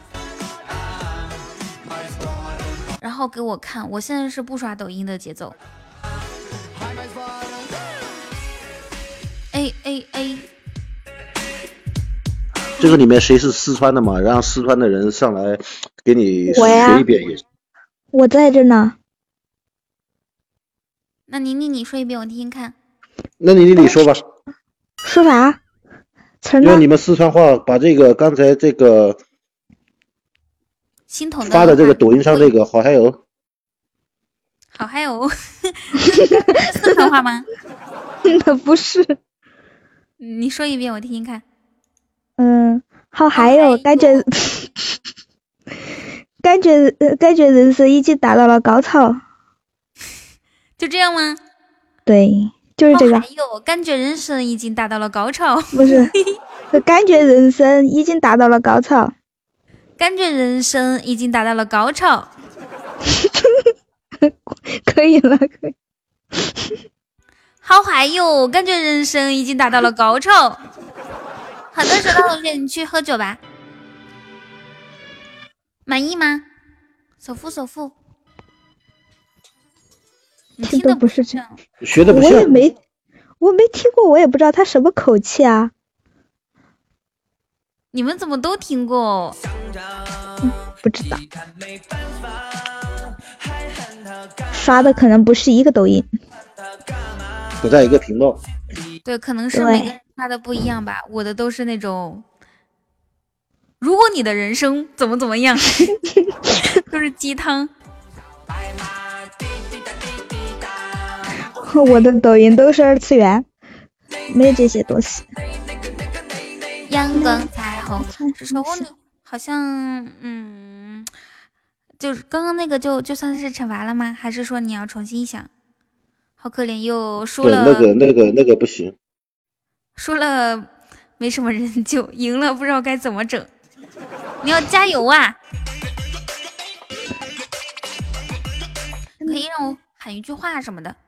然后给我看。我现在是不刷抖音的节奏。哎哎哎！ 这个里面谁是四川的嘛？让四川的人上来给你学一遍也行。 我在这呢。 那妮妮你说一遍我听听看。 那妮妮你说吧。 说啥？ 用你们四川话把这个刚才这个心头发的这个抖音上这个好还有好还有四川话吗？ 那不是。 你说一遍我听听看。 嗯，好还有感觉感觉感觉人生已经达到了高潮。 就这样吗？ 对，就是这个。 还有感觉人生已经达到了高潮。 不是，感觉人生已经达到了高潮。 感觉人生已经达到了高潮。 可以了，可以。 好嗨哟！感觉人生已经达到了高潮。好的，收到同学，你去喝酒吧。满意吗？首付，首付。你听的不是这样， 学的不像。 我也没，我没听过，我也不知道他什么口气啊。 你们怎么都听过？ 嗯、不知道。刷的可能不是一个抖音。 不在一个频道。 对，可能是每个人刷的不一样吧。我的都是那种，如果你的人生怎么怎么样，都是鸡汤。 我的抖音都是二次元，没这些东西。 阳光彩虹，守护你，好像嗯，就是刚刚那个就就算是惩罚了吗？还是说你要重新想？好可怜，又输了。 那个那个那个不行。 输了没什么人就，赢了不知道该怎么整。你要加油啊！可以让我喊一句话什么的。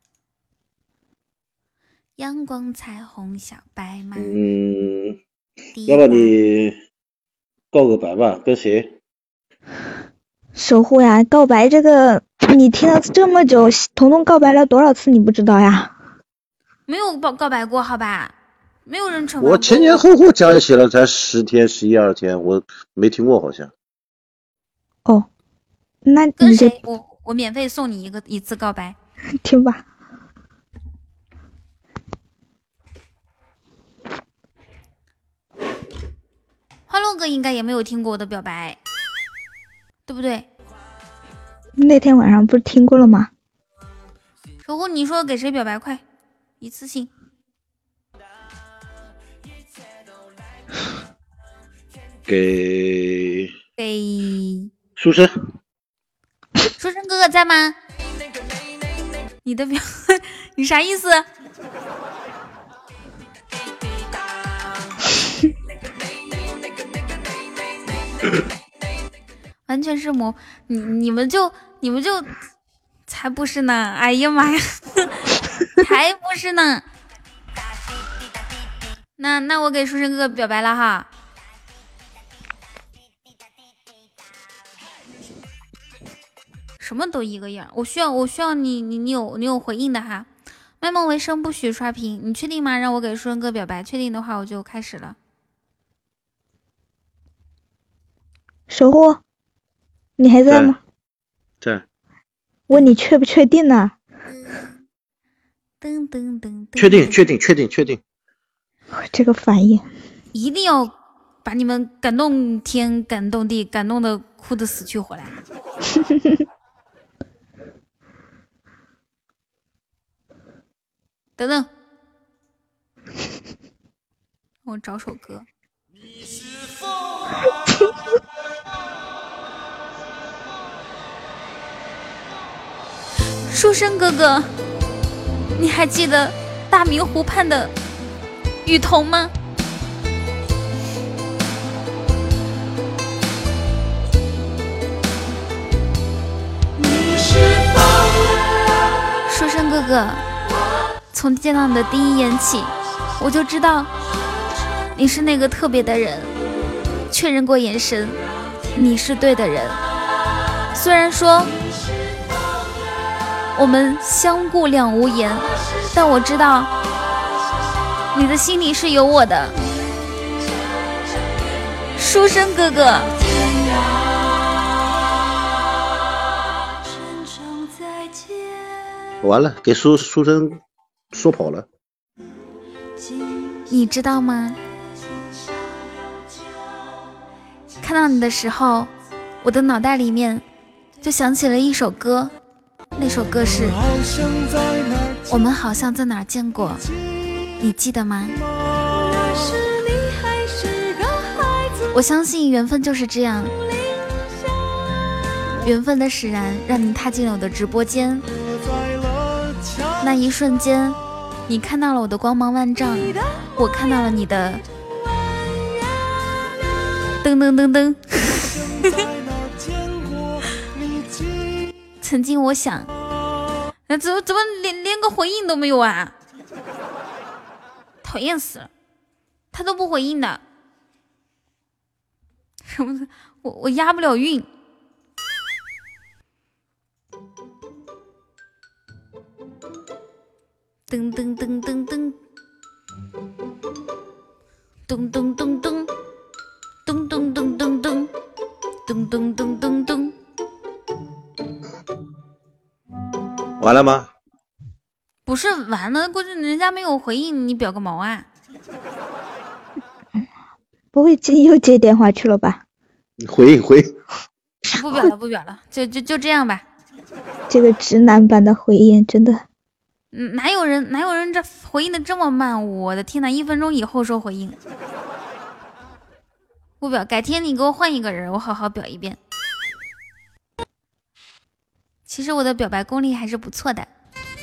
阳光彩虹小白马。 嗯，要不你告个白吧？跟谁？ 守护呀，告白这个你听了这么久，彤彤告白了多少次你不知道呀？ 没有告告白过，好吧？没有人惩罚我前前后后加起来才十天、十一二天，我没听过好像。 哦，那你跟谁？我我免费送你一个一次告白， 听吧。 花落哥应该也没有听过我的表白，对不对？ 那天晚上不是听过了吗？ 守护，你说给谁表白？快，一次性。 给给书生。 书生哥哥在吗？你的表，你啥意思？完全是魔，你你们就你们就才不是呢！哎呀妈呀，才不是呢！那那我给书生哥哥表白了哈。什么都一个样，我需要我需要你你你有你有回应的哈。卖梦为生，不许刷屏，你确定吗？让我给书生哥表白，确定的话我就开始了。 守护，你还在吗？ 在。 问你确不确定呢？ 噔噔噔噔。 确定确定确定确定。 这个反应， 一定要把你们感动天感动地感动的哭的死去活来。 等等，我找首歌。书生哥哥，你还记得大明湖畔的雨桐吗？书生哥哥，从见到你的第一眼起，我就知道你是那个特别的人。确认过眼神，你是对的人。虽然说我们相顾两无言，但我知道你的心里是有我的，书生哥哥。 完了，给书书生说跑了。 你知道吗？看到你的时候，我的脑袋里面就想起了一首歌，那首歌是我们好像在哪儿见过，你记得吗？我相信缘分就是这样，缘分的使然让你踏进了我的直播间，那一瞬间你看到了我的光芒万丈，我看到了你的噔噔噔噔曾经我想，那怎么怎么连连个回应都没有啊，讨厌死了，他都不回应的，什么我我押不了韵。噔噔噔噔噔，咚咚咚咚，咚咚咚咚咚，咚咚咚咚咚。 完了吗？ 不是完了，估计人家没有回应，你表个毛啊！ 不会接又接电话去了吧？ 回应回应， 不表了不表了，就就就这样吧。 这个直男版的回应真的。 嗯，哪有人哪有人这回应的这么慢？我的天哪，一分钟以后说回应。不表，改天你给我换一个人，我好好表一遍。其实我的表白功力还是不错的。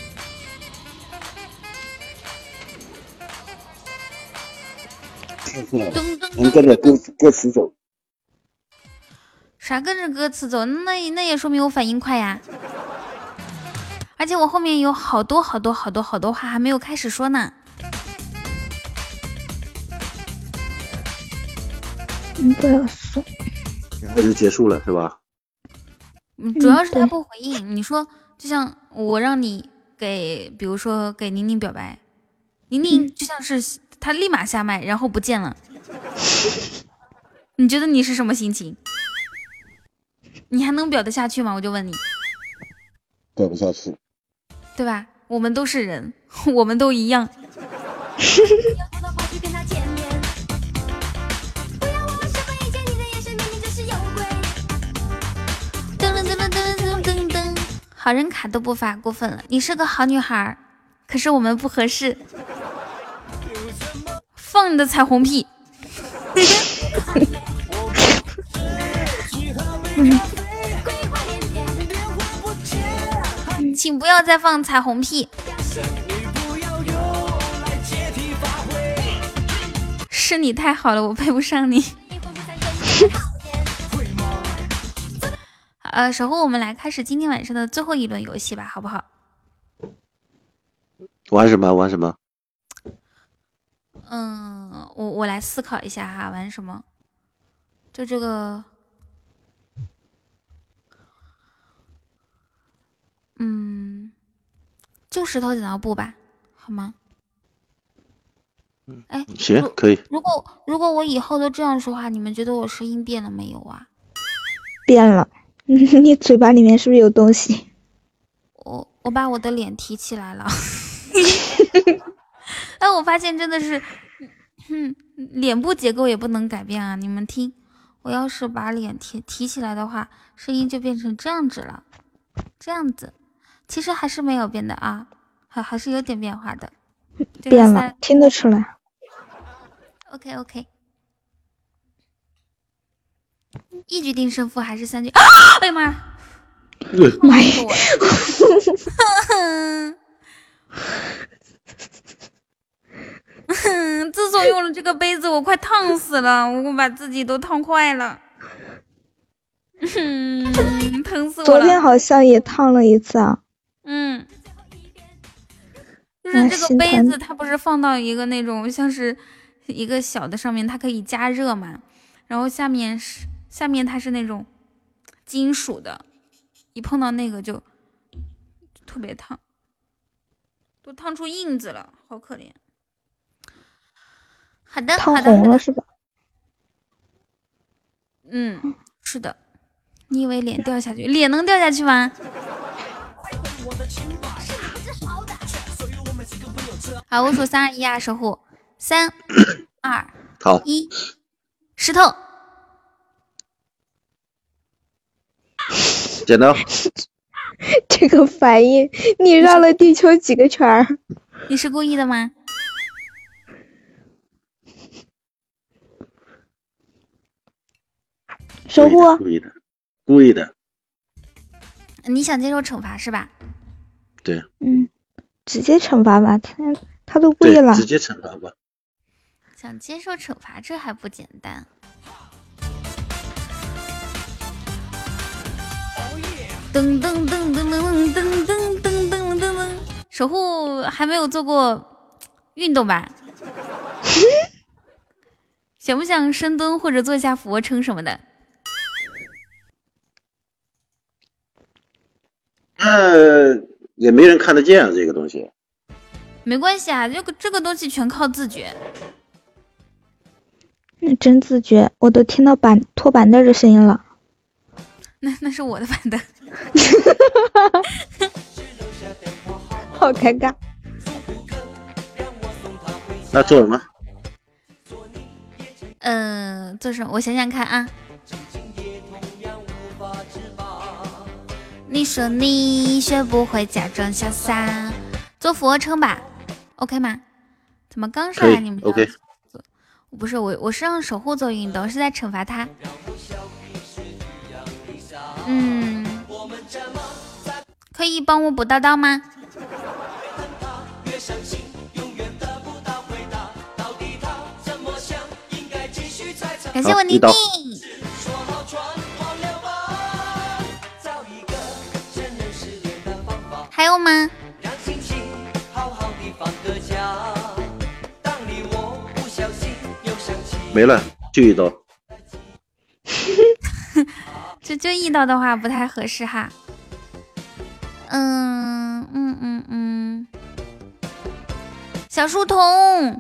能跟着歌歌词走。 啥跟着歌词走？那那也说明我反应快呀。而且我后面有好多好多好多好多话还没有开始说呢。 嗯，不要说。 然后就结束了是吧？ 嗯，主要是他不回应。你说，就像我让你给，比如说给宁宁表白，宁宁就像是他立马下麦，然后不见了。你觉得你是什么心情？你还能表得下去吗？我就问你。 表不下去。 对吧？我们都是人，我们都一样。噔噔噔噔噔噔噔，好人卡都不发，过分了。你是个好女孩，可是我们不合适。放你的彩虹屁！请不要再放彩虹屁！是你太好了，我配不上你。呃，守护我们来开始今天晚上的最后一轮游戏吧，好不好？ 玩什么？玩什么？ 嗯，我我来思考一下哈，玩什么？就这个。嗯，就石头剪刀布吧，好吗？哎， 行，可以。 如果如果我以后都这样说话，你们觉得我声音变了没有啊？ 变了，你嘴巴里面是不是有东西？ 我我把我的脸提起来了。哎，我发现真的是，嗯，脸部结构也不能改变啊！你们听，我要是把脸提提起来的话，声音就变成这样子了，这样子。其实还是没有变的啊，还还是有点变化的。 变了，听得出来。 OK OK， 一局定胜负还是三局？啊！哎呀妈呀！ 妈呀！ 自从用了这个杯子，我快烫死了，我把自己都烫坏了。嗯，疼死我了。 昨天好像也烫了一次啊。 嗯，就是这个杯子，它不是放到一个那种像是一个小的上面，它可以加热嘛，然后下面是下面它是那种金属的，一碰到那个就特别烫，都烫出印子了，好可怜。好的， 烫红了是吧？ 嗯，是的。你以为脸掉下去，脸能掉下去吗？好，我数三二一啊，守护三二好一，石头， 剪刀。 这个反应，你绕了地球几个圈儿？ 你是故意的吗？ 守护， 故意的，故意的。 你想接受惩罚是吧？ 对。 嗯，直接惩罚吧，他他都故意了。 直接惩罚吧。 想接受惩罚，这还不简单？噔噔噔噔噔噔噔噔噔噔噔，守护还没有做过运动吧？想不想深蹲或者做一下俯卧撑什么的？ 呃，也没人看得见啊，这个东西。 没关系啊，这个这个东西全靠自觉。 那真自觉，我都听到板拖板凳的声音了。 那那是我的板凳。 好尴尬。 那做什么？ 呃，做什么？我想想看啊。你说你学不会假装潇洒，做俯卧撑吧 ，OK 吗？怎么刚上来你们就 OK？ 不是我，我是让守护做运动，是在惩罚他。嗯，可以帮我补刀刀吗？感谢我妮妮。还有吗？ 没了，就一刀。 这就一刀的话不太合适哈。嗯嗯嗯嗯，小书童，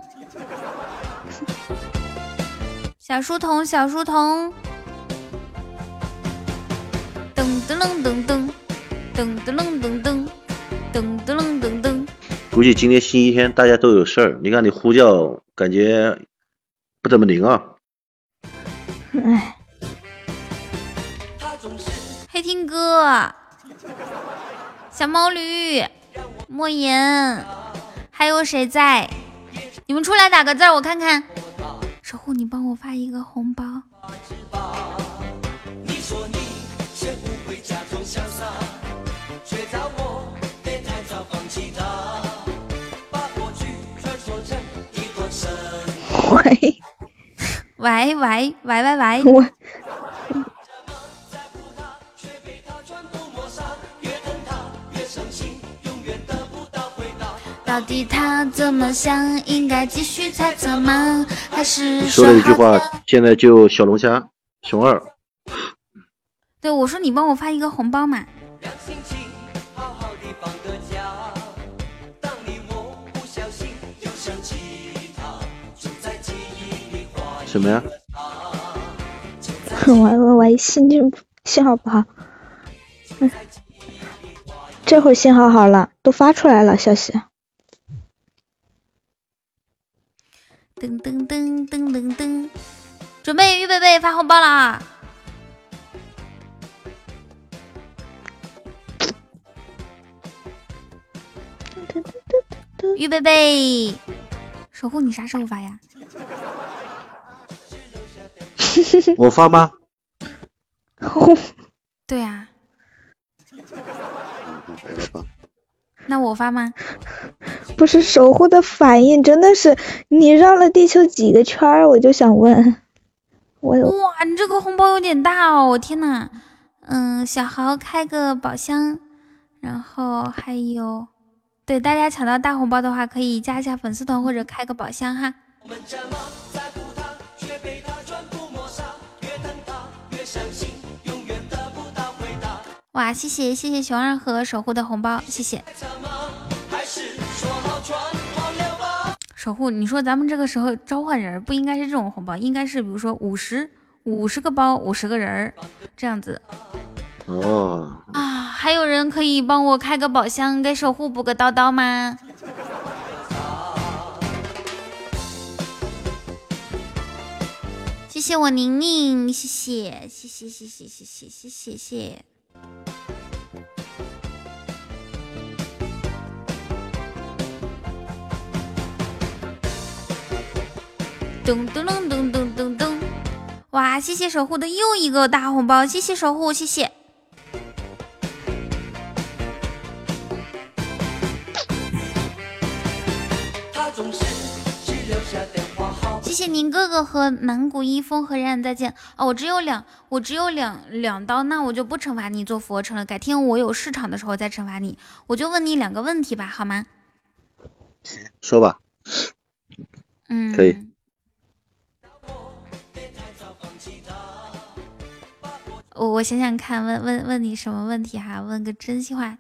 小书童，小书童，噔噔噔噔噔噔噔噔噔噔噔噔噔。 估计今天星期天大家都有事儿，你看你呼叫感觉不怎么灵啊。 哎。 黑听哥，小毛驴，莫言，还有谁在？你们出来打个字我看看。守护，你帮我发一个红包。 喂喂喂喂喂喂， 我到底他怎么想？应该继续猜测吗？还是你说了一句话，现在就小龙虾熊二。 对，我说你帮我发一个红包嘛。 什么呀？ 喂喂喂，信信号不好。嗯，这会儿信号好了，都发出来了消息。 噔噔噔噔噔噔，准备预备备发红包了啊！ 预备备，守护你啥时候发呀？ 我发吗？ 对啊。那我发吗？ 不是，守护的反应真的是，你绕了地球几个圈儿，我就想问，我有哇，你这个红包有点大哦，我天哪！嗯，小豪开个宝箱，然后还有，对大家抢到大红包的话，可以加一下粉丝团或者开个宝箱哈。哇，谢谢谢谢熊二和守护的红包，谢谢。守护，你说咱们这个时候召唤人不应该是这种红包，应该是比如说五十五十个包，五十个人这样子。 哦啊，还有人可以帮我开个宝箱，给守护补个叨叨吗？谢谢我宁宁，谢谢谢谢谢谢谢谢谢谢谢。咚咚咚咚咚咚咚！哇，谢谢守护的又一个大红包，谢谢守护，谢谢。谢谢您哥哥和南谷一风和冉冉再见。哦，我只有两，我只有两两刀，那我就不惩罚你做俯卧撑了。改天我有市场的时候再惩罚你。我就问你两个问题吧，好吗？ 说吧。 嗯， 可以。 我我想想看，问问问你什么问题哈？问个真心话。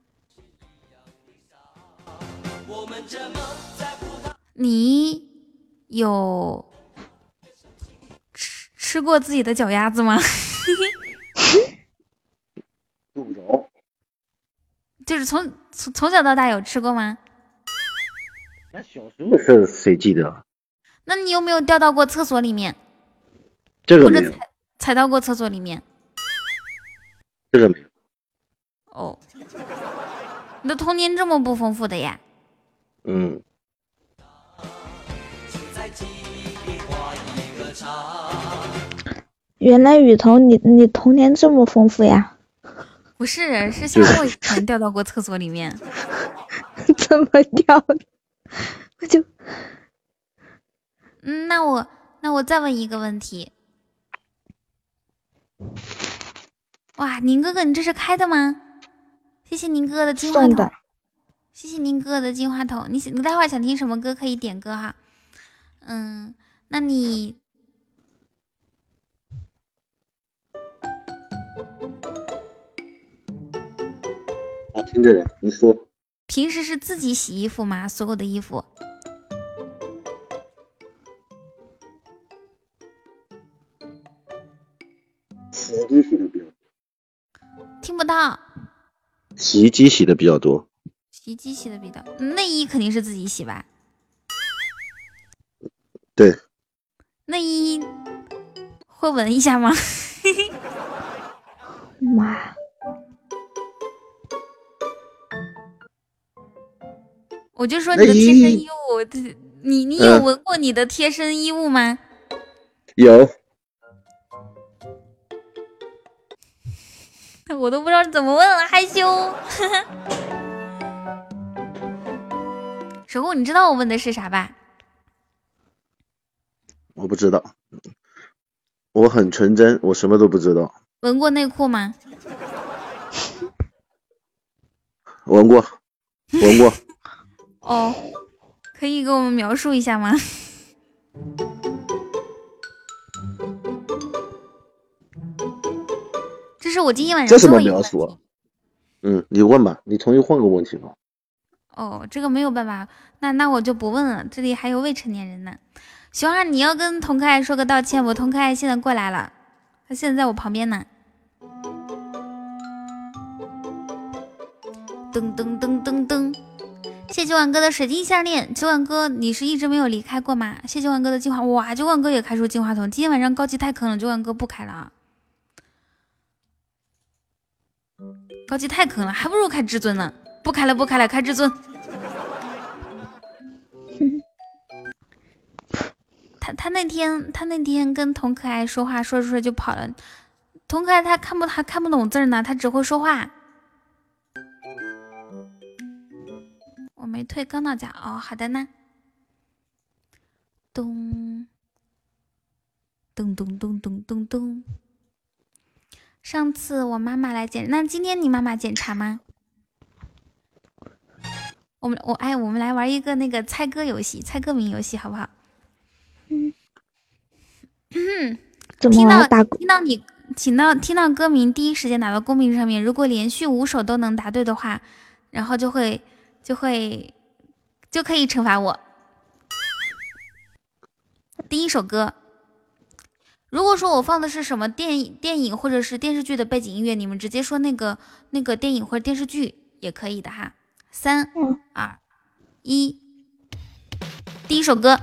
你有吃吃过自己的脚丫子吗？ 用不着。 就是从从从小到大有吃过吗？ 那小时候是谁记得？ 那你有没有掉到过厕所里面？ 这个没有。 或者踩踩到过厕所里面？ 这个没有。 哦，你的童年这么不丰富的呀？ 嗯。 原来雨桐，你你童年这么丰富呀？ 不是，是像我以前掉到过厕所里面。 怎么掉的？我就， 嗯，那我那我再问一个问题。哇，宁哥哥，你这是开的吗？谢谢宁哥哥的金话筒，谢谢宁哥哥的金话筒。你你待会儿想听什么歌可以点歌哈。嗯，那你啊，听着人，你说。 平时是自己洗衣服吗？所有的衣服？ 洗衣机洗的比较多。 听不到。 洗衣机洗的比较多。 洗衣机洗的比较，内衣肯定是自己洗吧？ 对。 内衣会闻一下吗？ 妈。 我就说你的贴身衣物，你你有闻过你的贴身衣物吗？ 有。 我都不知道怎么问了，害羞。守护，你知道我问的是啥吧？ 我不知道，我很纯真，我什么都不知道。 闻过内裤吗？ 闻过，闻过。 哦，可以给我们描述一下吗？这是我今天晚上这什么描述啊？嗯，你问吧，你重新换个问题吧。 哦，这个没有办法，那那我就不问了。这里还有未成年人呢。熊二，你要跟童可爱说个道歉，我童可爱现在过来了，他现在在我旁边呢。噔噔噔噔噔，谢谢九万哥的水晶项链。九万哥，你是一直没有离开过吗？谢谢九万哥的金话，哇，九万哥也开出金话筒。今天晚上高级太坑了，九万哥不开了啊。高级太坑了，还不如开至尊呢。不开了，不开了，开至尊。 他他那天他那天跟童可爱说话，说着说着就跑了。童可爱他看不他看不懂字呢，他只会说话。我没退刚到家哦，好的呢。咚咚咚咚咚咚咚。上次我妈妈来检，那今天你妈妈检查吗？我们我哎，我们来玩一个那个猜歌游戏，猜歌名游戏，好不好？ 嗯。 怎么玩？打听到你听到听到歌名，第一时间打到公屏上面。如果连续五首都能答对的话，然后就会就会就可以惩罚我。第一首歌，如果说我放的是什么电影电影或者是电视剧的背景音乐，你们直接说那个那个电影或者电视剧也可以的哈。三二一，第一首歌。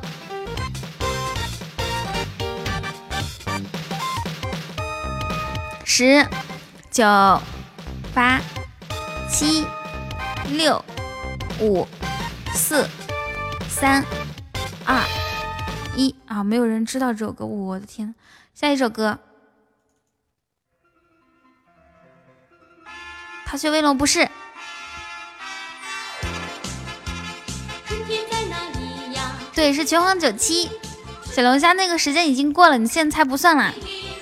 十、九、八、七、六、五、四、三、二、一啊！没有人知道这首歌，我的天！下一首歌，逃学威龙不是。对，是拳皇九七。小龙虾那个时间已经过了，你现在猜不算了。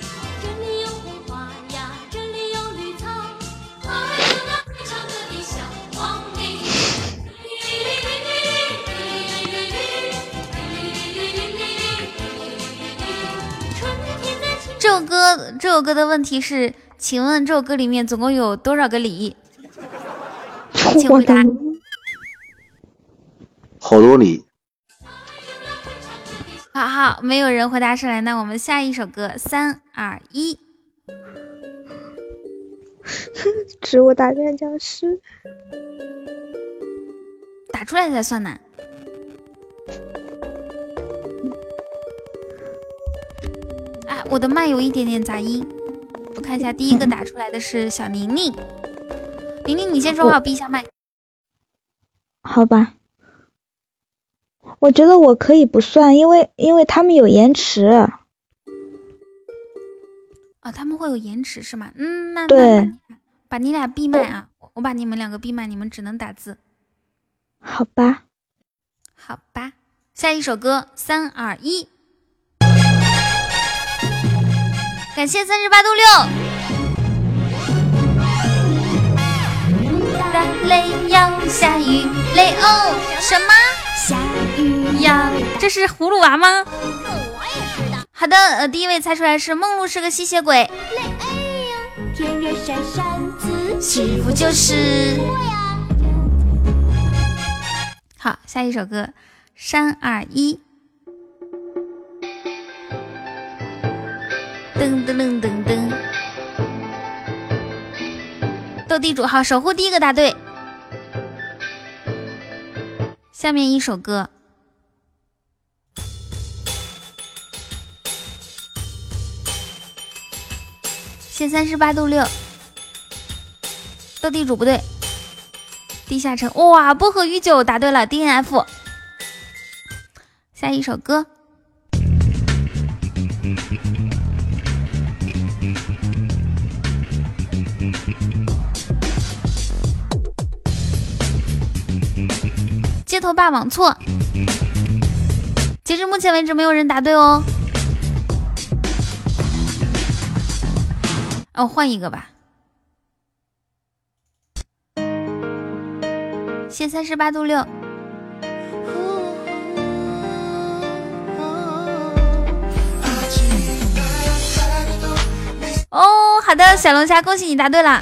这首歌，这首歌的问题是，请问这首歌里面总共有多少个李？请回答。 好多李。 好好，没有人回答上来，那我们下一首歌，三二一。 植物大战僵尸。 打出来才算呢。啊，我的麦有一点点杂音，我看一下，第一个打出来的是小宁宁。宁宁，你先说话，闭一下麦。 好吧，我觉得我可以不算，因为因为他们有延迟。 哦，他们会有延迟是吗？嗯，那对， 那把你俩闭麦啊，我把你们两个闭麦，你们只能打字。 好吧， 好吧，下一首歌，三二一。感谢三十八度六。打雷要下雨，雷欧什么？下雨呀？这是葫芦娃吗？我也知道。好的，呃，第一位猜出来是梦露是个吸血鬼。 天热扇扇子， 媳妇就是我呀。好，下一首歌，三二一。噔噔噔噔噔，斗地主好，守护第一个答对。下面一首歌，谢三十八度六，斗地主不对，地下城哇，薄荷与酒答对了 ，D N F。下一首歌。街头霸王错，截至目前为止没有人答对哦。哦，换一个吧。谢三十八度六。哦，好的，小龙虾，恭喜你答对了。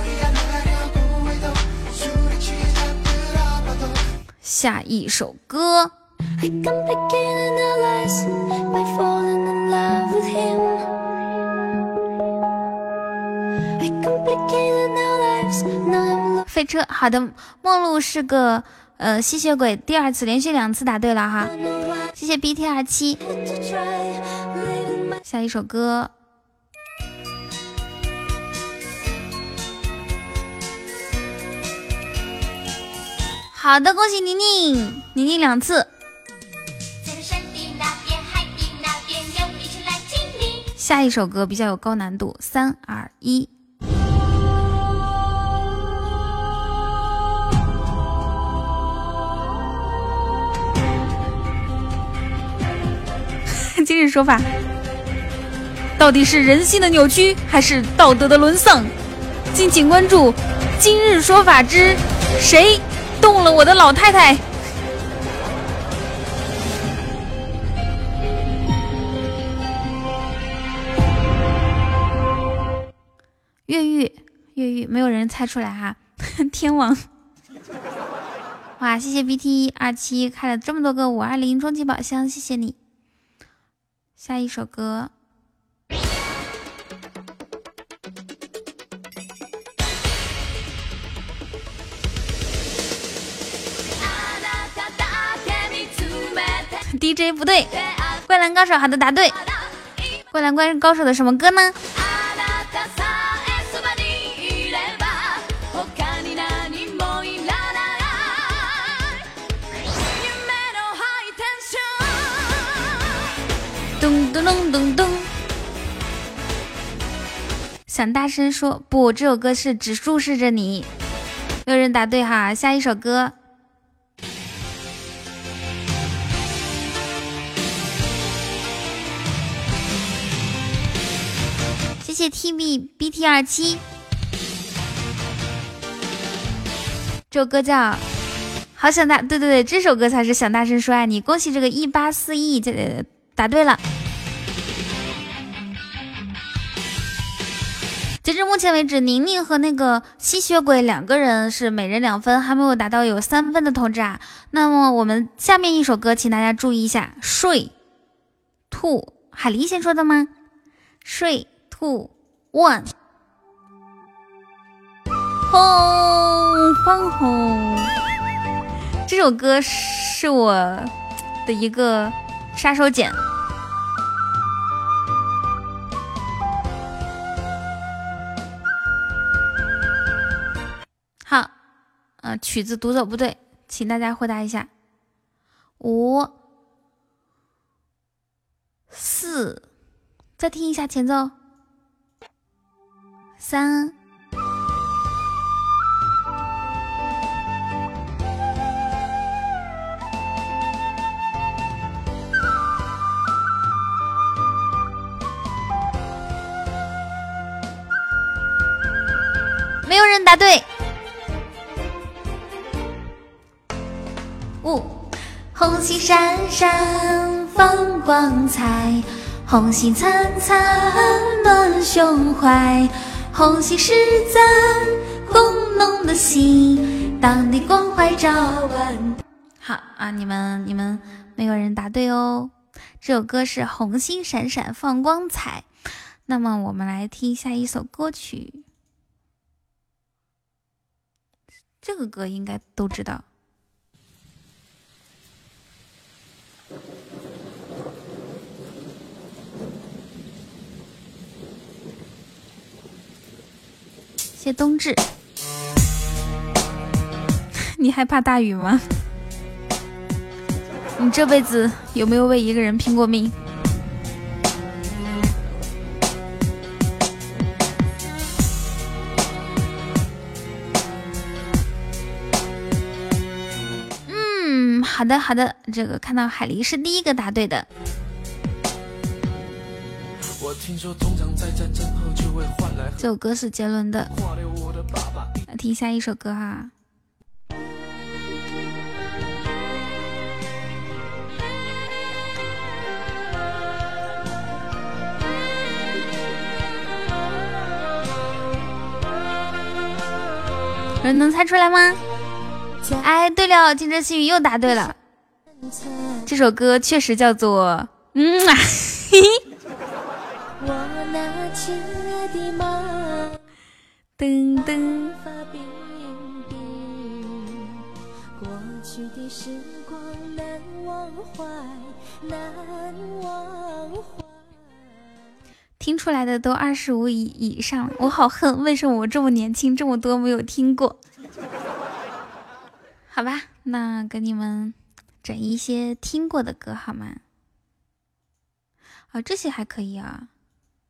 下一首歌。飞车，好的，梦露是个呃吸血鬼，第二次连续两次答对了哈，谢谢 B T R 七。下一首歌。好的，恭喜宁宁，宁宁两次。 下一首歌比较有高难度，三二一。今日说法，到底是人性的扭曲，还是道德的沦丧？敬请关注今日说法之谁动了我的老太太。越狱，越狱，没有人猜出来哈。天王，哇，谢谢 B T 二七开了这么多个五二零终极宝箱，谢谢你。下一首歌。D J 不对，灌篮高手好的答对。灌篮关高手的什么歌呢？咚咚咚咚咚！想大声说不，这首歌是只注视着你。没有人答对哈，下一首歌。谢谢 T B B T 二七，这首歌叫《好想大》，对对对，这首歌才是想大声说爱你。恭喜这个一八四一，这答对了。截至目前为止，宁宁和那个吸血鬼两个人是每人两分，还没有达到有三分的同志啊。那么我们下面一首歌，请大家注意一下，睡兔，海狸先说的吗？睡兔 one， 轰轰轰！这首歌是我的一个杀手锏。好，呃，曲子读走不对，请大家回答一下。五、四，再听一下前奏。三、没有人答对。五，红星闪闪放光彩，红星灿灿暖胸怀，红星是咱工农的心，当你关怀照万。好啊，你们你们没有人答对哦。这首歌是红星闪闪放光彩。那么我们来听下一首歌曲，这个歌应该都知道。谢冬至，你害怕大雨吗？你这辈子有没有为一个人拼过命？嗯，好的好的，这个看到海狸是第一个答对的。我听说通常在战争后就会换来。这首歌是杰伦的。来听下一首歌哈。有人能猜出来吗？哎，对了，金针细雨又答对了。这首歌确实叫做嗯啊，嘿嘿。我那亲爱的妈，噔噔。过去的时光难忘怀，难忘怀。听出来的都二十五以以上，我好恨，为什么我这么年轻，这么多没有听过？好吧，那给你们整一些听过的歌好吗？啊，这些还可以啊。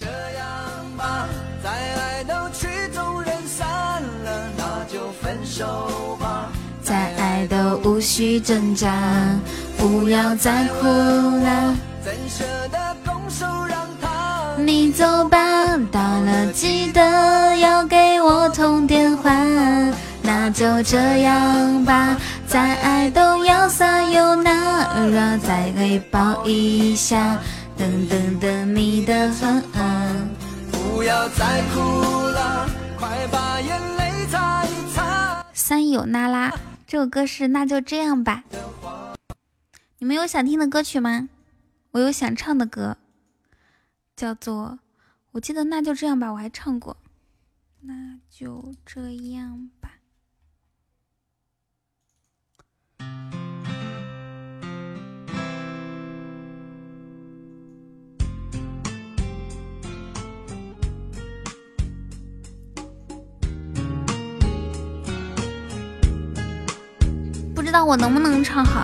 样吧，再爱都曲终人散了，那就分手吧。 再爱都无需挣扎，不要再哭了。 怎舍得拱手让他？ 你走吧，到了记得要给我通电话。那就这样吧，再爱都要撒悠那拉，再给抱一下，等等等你的恨。 不要再哭了，快把眼泪擦一擦。 三有那拉，这首歌是那就这样吧。你们有想听的歌曲吗？我有想唱的歌，叫做我记得那就这样吧，我还唱过。那就这样吧。不知道我能不能唱好。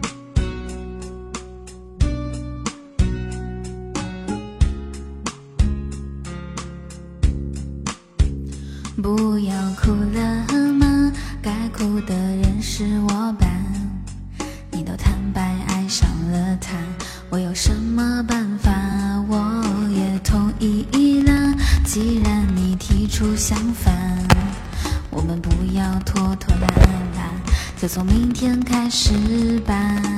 不要哭了吗？该哭的人是我吧？你都坦白爱上了他，我有什么办法？我也同意了，既然你提出相反，我们不要拖拖拉拉，就从明天开始吧。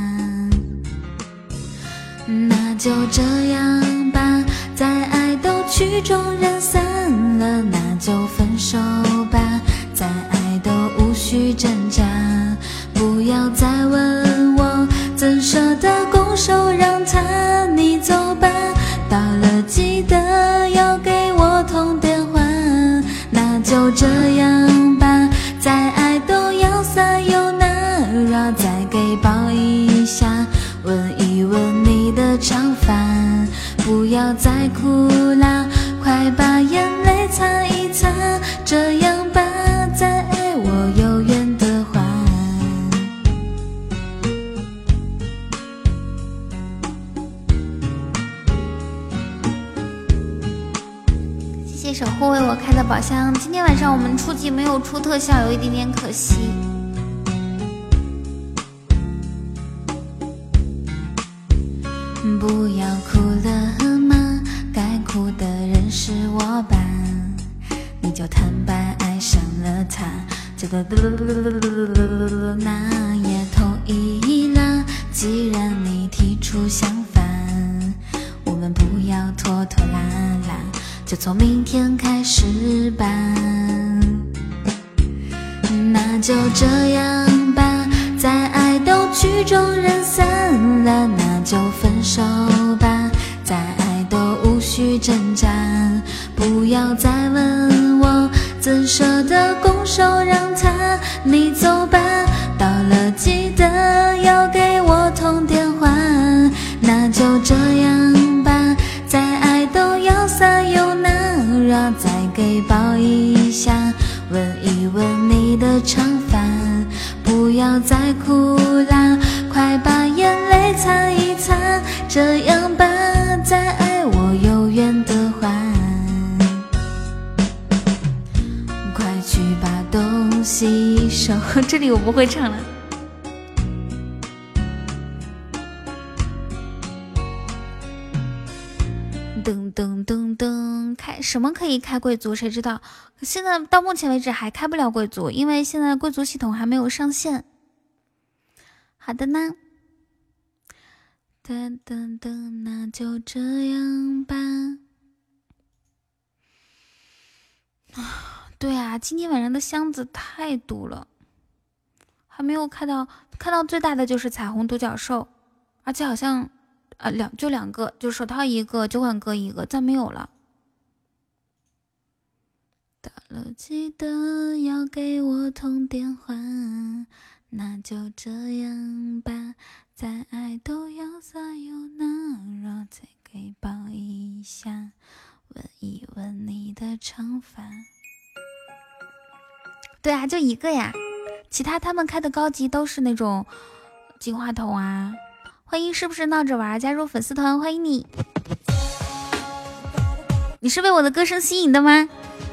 那就这样吧，再爱都曲终人散了，那就分手吧，再爱都无需挣扎，不要再问我怎舍得拱手让他。你走吧，到了记得要给我通电话。那就这样吧，再爱都要撒悠那拉，再给抱一下，闻一闻你的长发。不要再哭啦，快把眼泪擦一擦，这样吧，再爱我有缘的话。谢谢守护为我开的宝箱，今天晚上我们初级没有出特效，有一点点可惜。不要哭了吗？该哭的人是我吧？你就坦白爱上了他，这个那也同意了，既然你提出相反，我们不要拖拖拉拉，就从明天开始吧。那就这样吧，再爱都曲终人散了，那就分手吧，再爱都无需挣扎，不要再问我怎舍得拱手让他。你走吧，到了记得要给我通电话。那就这样吧，再爱都要撒悠那拉，再给抱一下，闻一闻你的长发。不要再哭啦，快把眼泪擦一擦，这样吧，再爱我有缘的话。快去把东西收，这里我不会唱了。噔噔噔噔，开什么可以开贵族？谁知道？现在到目前为止还开不了贵族，因为现在贵族系统还没有上线。好的呢，噔噔噔，那就这样吧。啊，对啊，今天晚上的箱子太堵了，还没有看到，看到最大的就是彩虹独角兽，而且好像。啊，两就两个，就手套一个，酒馆各一个，再没有了。到了记得要给我通电话，那就这样吧，再爱都要撒悠那拉，再给抱一下，闻一闻你的长发。对啊，就一个呀，其他他们开的高级都是那种金话筒啊。欢迎是不是闹着玩加入粉丝团，欢迎你。 你是被我的歌声吸引的吗？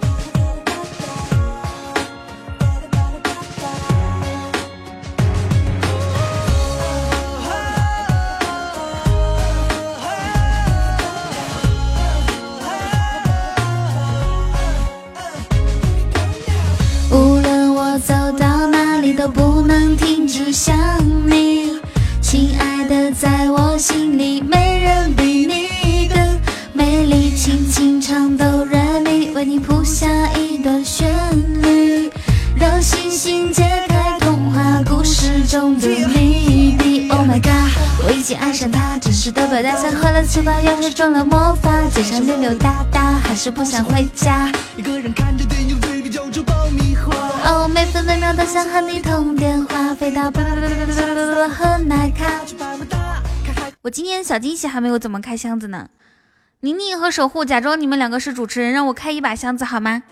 无论我走到哪里都不能停止想你，亲爱的，在我心里没人比你更美丽，轻轻唱哆来咪，为你谱下一段旋律，让星星揭开童话故事中的谜底。 Oh my god， 我已经爱上他，真实的表达像喝了醋吧，钥匙中了魔法，街上溜溜达达，还是不想回家。一个人看着电影，嘴里嚼着爆米花。哦，每分每秒都想和你通电话，飞到巴拉巴拉巴拉巴拉巴拉喝奶咖。 我今天小惊喜还没有怎么开箱子呢。宁宁和守护假装你们两个是主持人，让我开一把箱子好吗？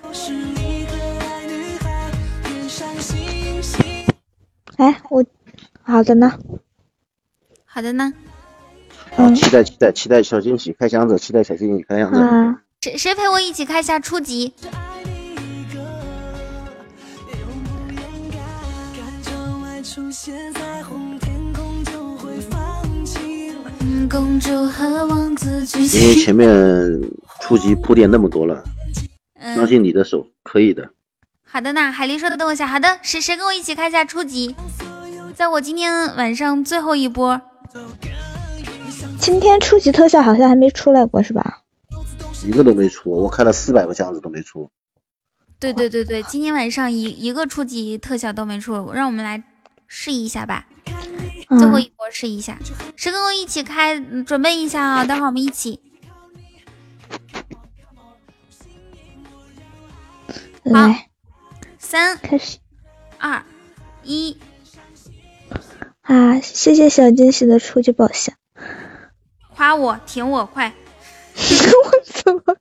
哎，我好的呢。 好的呢。 嗯，期待期待期待小惊喜开箱子，期待小惊喜开箱子。 啊， 谁谁陪我一起开下初级？ 嗯，公主和王子去。 因为前面初级铺垫那么多了， 嗯、 相信你的手可以的。 好的呢，海狸说的，等我一下。好的，谁谁跟我一起开下初级？在我今天晚上最后一波。 今天初级特效好像还没出来过是吧？ 一个都没出，我开了四百个箱子都没出。 对对对对，今天晚上一一个初级特效都没出，让我们来试一下吧。 嗯、 最后一波试一下，谁跟我一起开？准备一下啊，待会儿我们一起。 来， 三开始， 二一。 啊！谢谢小惊喜的初级宝箱， 夸我，舔我，快！ 我怎么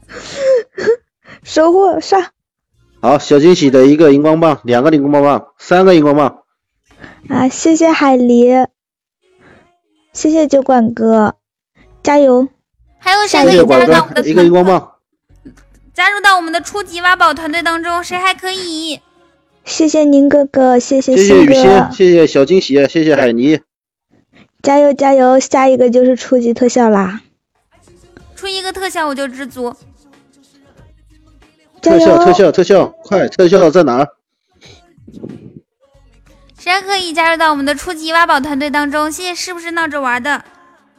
收获上？ 好，小惊喜的一个荧光棒，两个荧光棒，三个荧光棒。 啊！谢谢海狸，谢谢酒馆哥，加油！ 还有谁可以加入到我们的一个荧光棒？ 加入到我们的初级挖宝团队当中，谁还可以？ 谢谢宁哥哥，谢谢谢谢雨哥， 欣，谢谢小惊喜，谢谢海尼， 加油加油！下一个就是初级特效啦， 出一个特效我就知足。 特效特效特效，快！特效在哪儿？ 谁还可以加入到我们的初级挖宝团队当中？谢谢是不是闹着玩的？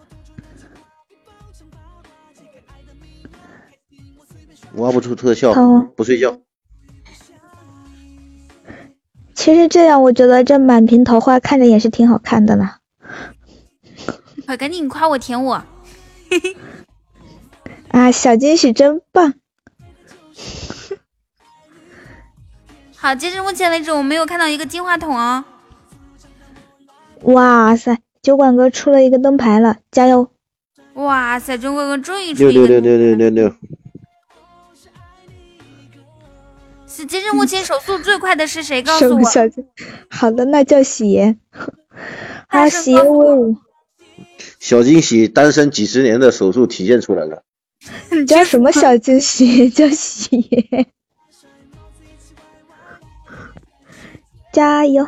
挖不出特效，不睡觉。 其实这样，我觉得这满屏桃花看着也是挺好看的呢。 快赶紧夸我舔我！ 啊，小惊喜真棒！ 好，截至目前为止，我没有看到一个金话筒哦。 哇塞，酒馆哥出了一个灯牌了，加油！ 哇塞，酒馆哥终于出六一个六六六六六六。 是截至目前手速最快的是谁？告诉我。 小好的，那叫喜爷。啊，喜爷威武！ 小惊喜单身几十年的手速体现出来了。 叫什么小惊喜？叫喜爷。加油！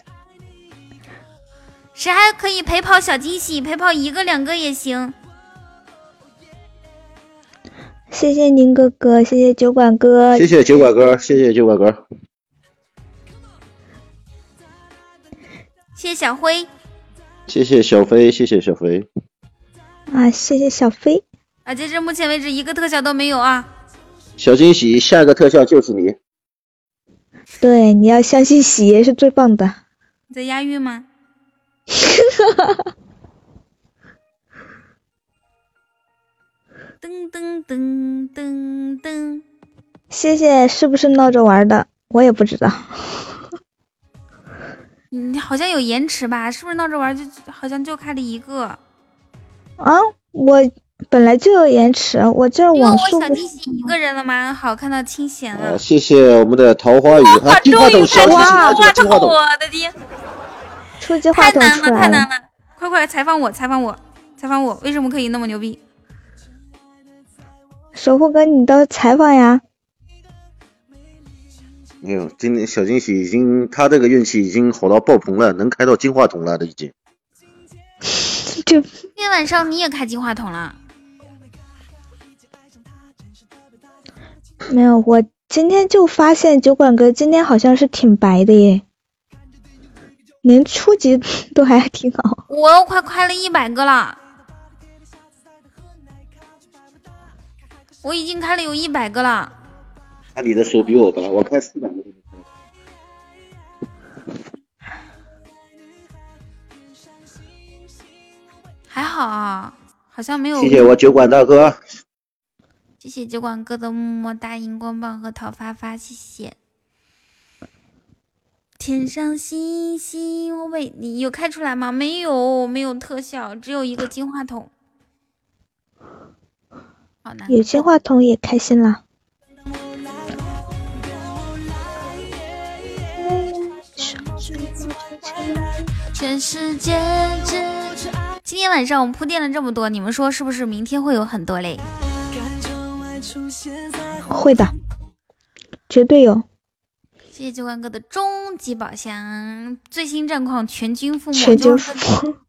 谁还可以陪跑小惊喜？陪跑一个两个也行。 谢谢宁哥哥，谢谢酒馆哥， 谢谢酒馆哥，谢谢酒馆哥， 谢谢小辉， 谢谢小飞，谢谢小飞啊，谢谢小飞啊！截至目前为止一个特效都没有啊！ 小惊喜，下个特效就是你。 对，你要相信喜爷是最棒的。 你在押韵吗？噔噔噔噔噔， 谢谢，是不是闹着玩的？我也不知道。 你好像有延迟吧？是不是闹着玩就好像就开了一个？ 啊，我本来就有延迟，我这网速因为我小惊喜一个人了吗？好，看到清闲了。 啊、谢谢我们的桃花雨啊！金话筒，小惊喜，金话筒， 我的天！ 初级话筒出来了， 太难了，太难了！快快采访我，采访我，采访我，为什么可以那么牛逼？ 守护哥，你的采访呀？ 没有，今天小惊喜已经，他这个运气已经好到爆棚了，能开到金话筒了的已经。 就今天晚上你也开金话筒了？ 没有，我今天就发现酒馆哥今天好像是挺白的耶，连初级都还挺好。 我又快开了一百个了，我已经开了有一百个了。 那你的手比我白，我开四百个。 还好啊，好像没有。 谢谢我酒馆大哥， 谢谢酒馆哥的么么哒、荧光棒和桃发发，谢谢。天上星星，我为你有开出来吗？没有，没有特效，只有一个金话筒。好难。 有金话筒也开心了。 全世界只今天晚上我们铺垫了这么多，你们说是不是明天会有很多嘞？ 会的，绝对有。 谢谢酒馆哥的终极宝箱，最新战况全军覆没。 全军覆没。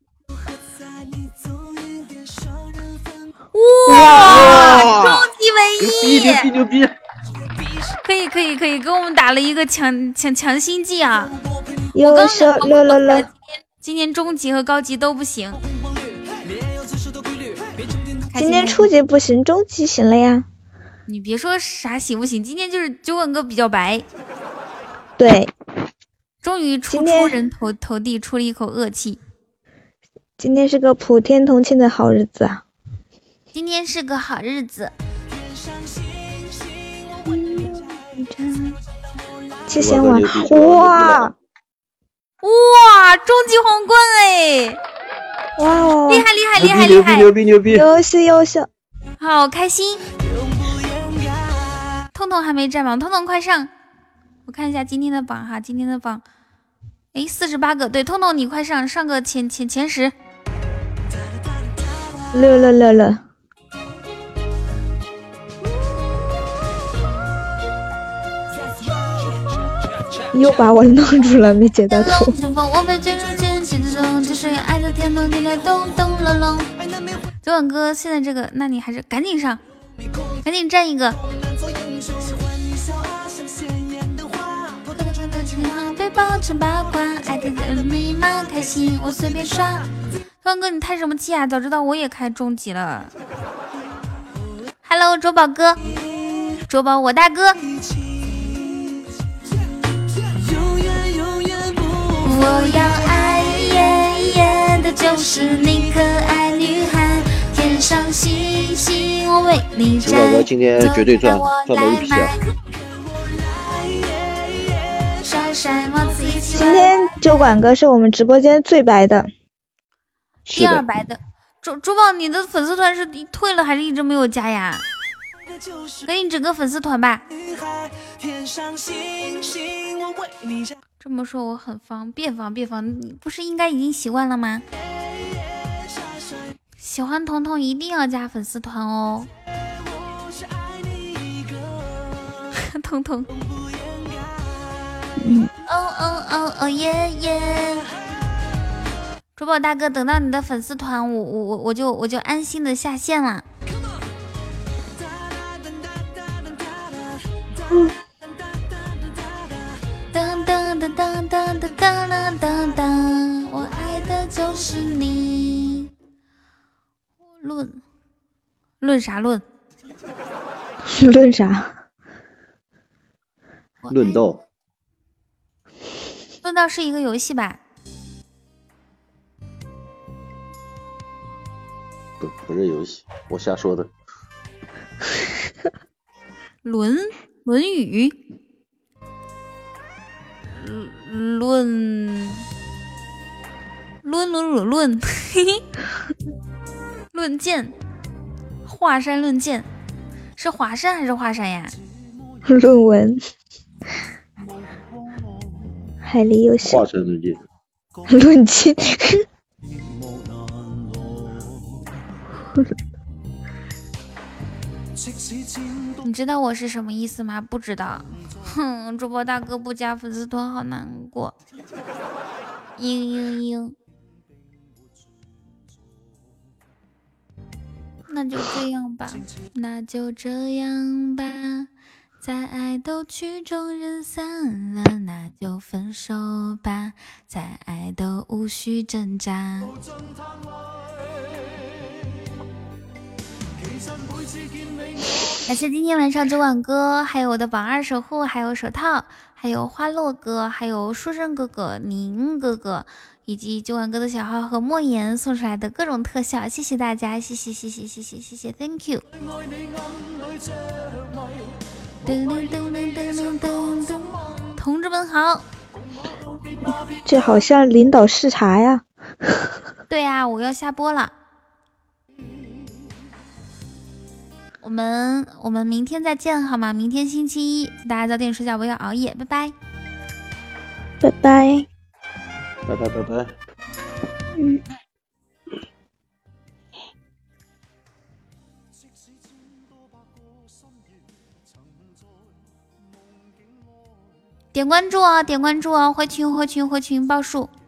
哇！终极唯一！ 牛逼牛逼牛逼！ 可以可以可以，给我们打了一个强强强心剂啊！ 优秀了了了！ 今天中级和高级都不行。 今天初级不行，中级行了呀。 你别说啥行不行，今天就是酒馆哥比较白。 对， 终于出出人头头地，出了一口恶气。 今天是个普天同庆的好日子啊！ 今天是个好日子。 七千万！哇哇！终极皇冠哎！ 哇哦！ 厉害厉害厉害厉害！ 牛逼牛逼！ 优秀优秀！ 好开心！痛痛还没占榜，痛痛快上！我看一下今天的榜哈，今天的榜，哎，四十八个，对，痛痛你快上，上个前前前十。 乐乐乐乐！又把我弄住了，没接到头。 酒馆哥，现在这个，那你还是赶紧上，赶紧占一个。背包成八卦，爱的密码开心，我随便刷。酒馆哥，你叹什么气啊？早知道我也开终极了。Hello， 周宝哥，周宝我大哥。我要爱耶耶的就是你可爱女孩，天上星星我为你摘。 酒馆哥今天绝对赚赚到一批啊！ 今天酒馆哥是我们直播间最白的， 第二白的。周周宝，你的粉丝团是退了还是一直没有加呀？赶紧整个粉丝团吧。这么说我很方，别防别防，你不是应该已经习惯了吗？喜欢彤彤一定要加粉丝团哦。彤彤， 嗯， 哦哦哦哦耶耶！主播大哥，等到你的粉丝团，我我我我就我就安心的下线了。 嗯。 当当当当当当当当当，我爱的就是你。论论啥论？ 论啥？ 论道。 论道是一个游戏吧？ 不，不是游戏，我瞎说的。 论论语。论论论论论，论剑，华山论剑，是华山还是华山呀？ 论文，海里游戏， 华山论剑， 论剑。 你知道我是什么意思吗？不知道。哼，主播大哥不加粉丝团，好难过。嘤嘤嘤。那就这样吧，那就这样吧，再爱都曲终人散了，那就分手吧，再爱都无需挣扎。感谢今天晚上九晚哥，还有我的榜二守护，还有手套，还有花落哥，还有书生哥哥、宁哥哥，以及九晚哥的小号和莫言送出来的各种特效，谢谢大家，谢谢谢谢谢谢谢谢 ，Thank you。噔噔噔噔噔噔噔，同志们好。 这好像领导视察呀。 对呀、啊，我要下播了。我们我们明天再见好吗？明天星期一，大家早点睡觉，不要熬夜，拜拜， 拜拜， 拜拜拜拜。 嗯。 点关注啊，点关注啊，回群回群回群报数。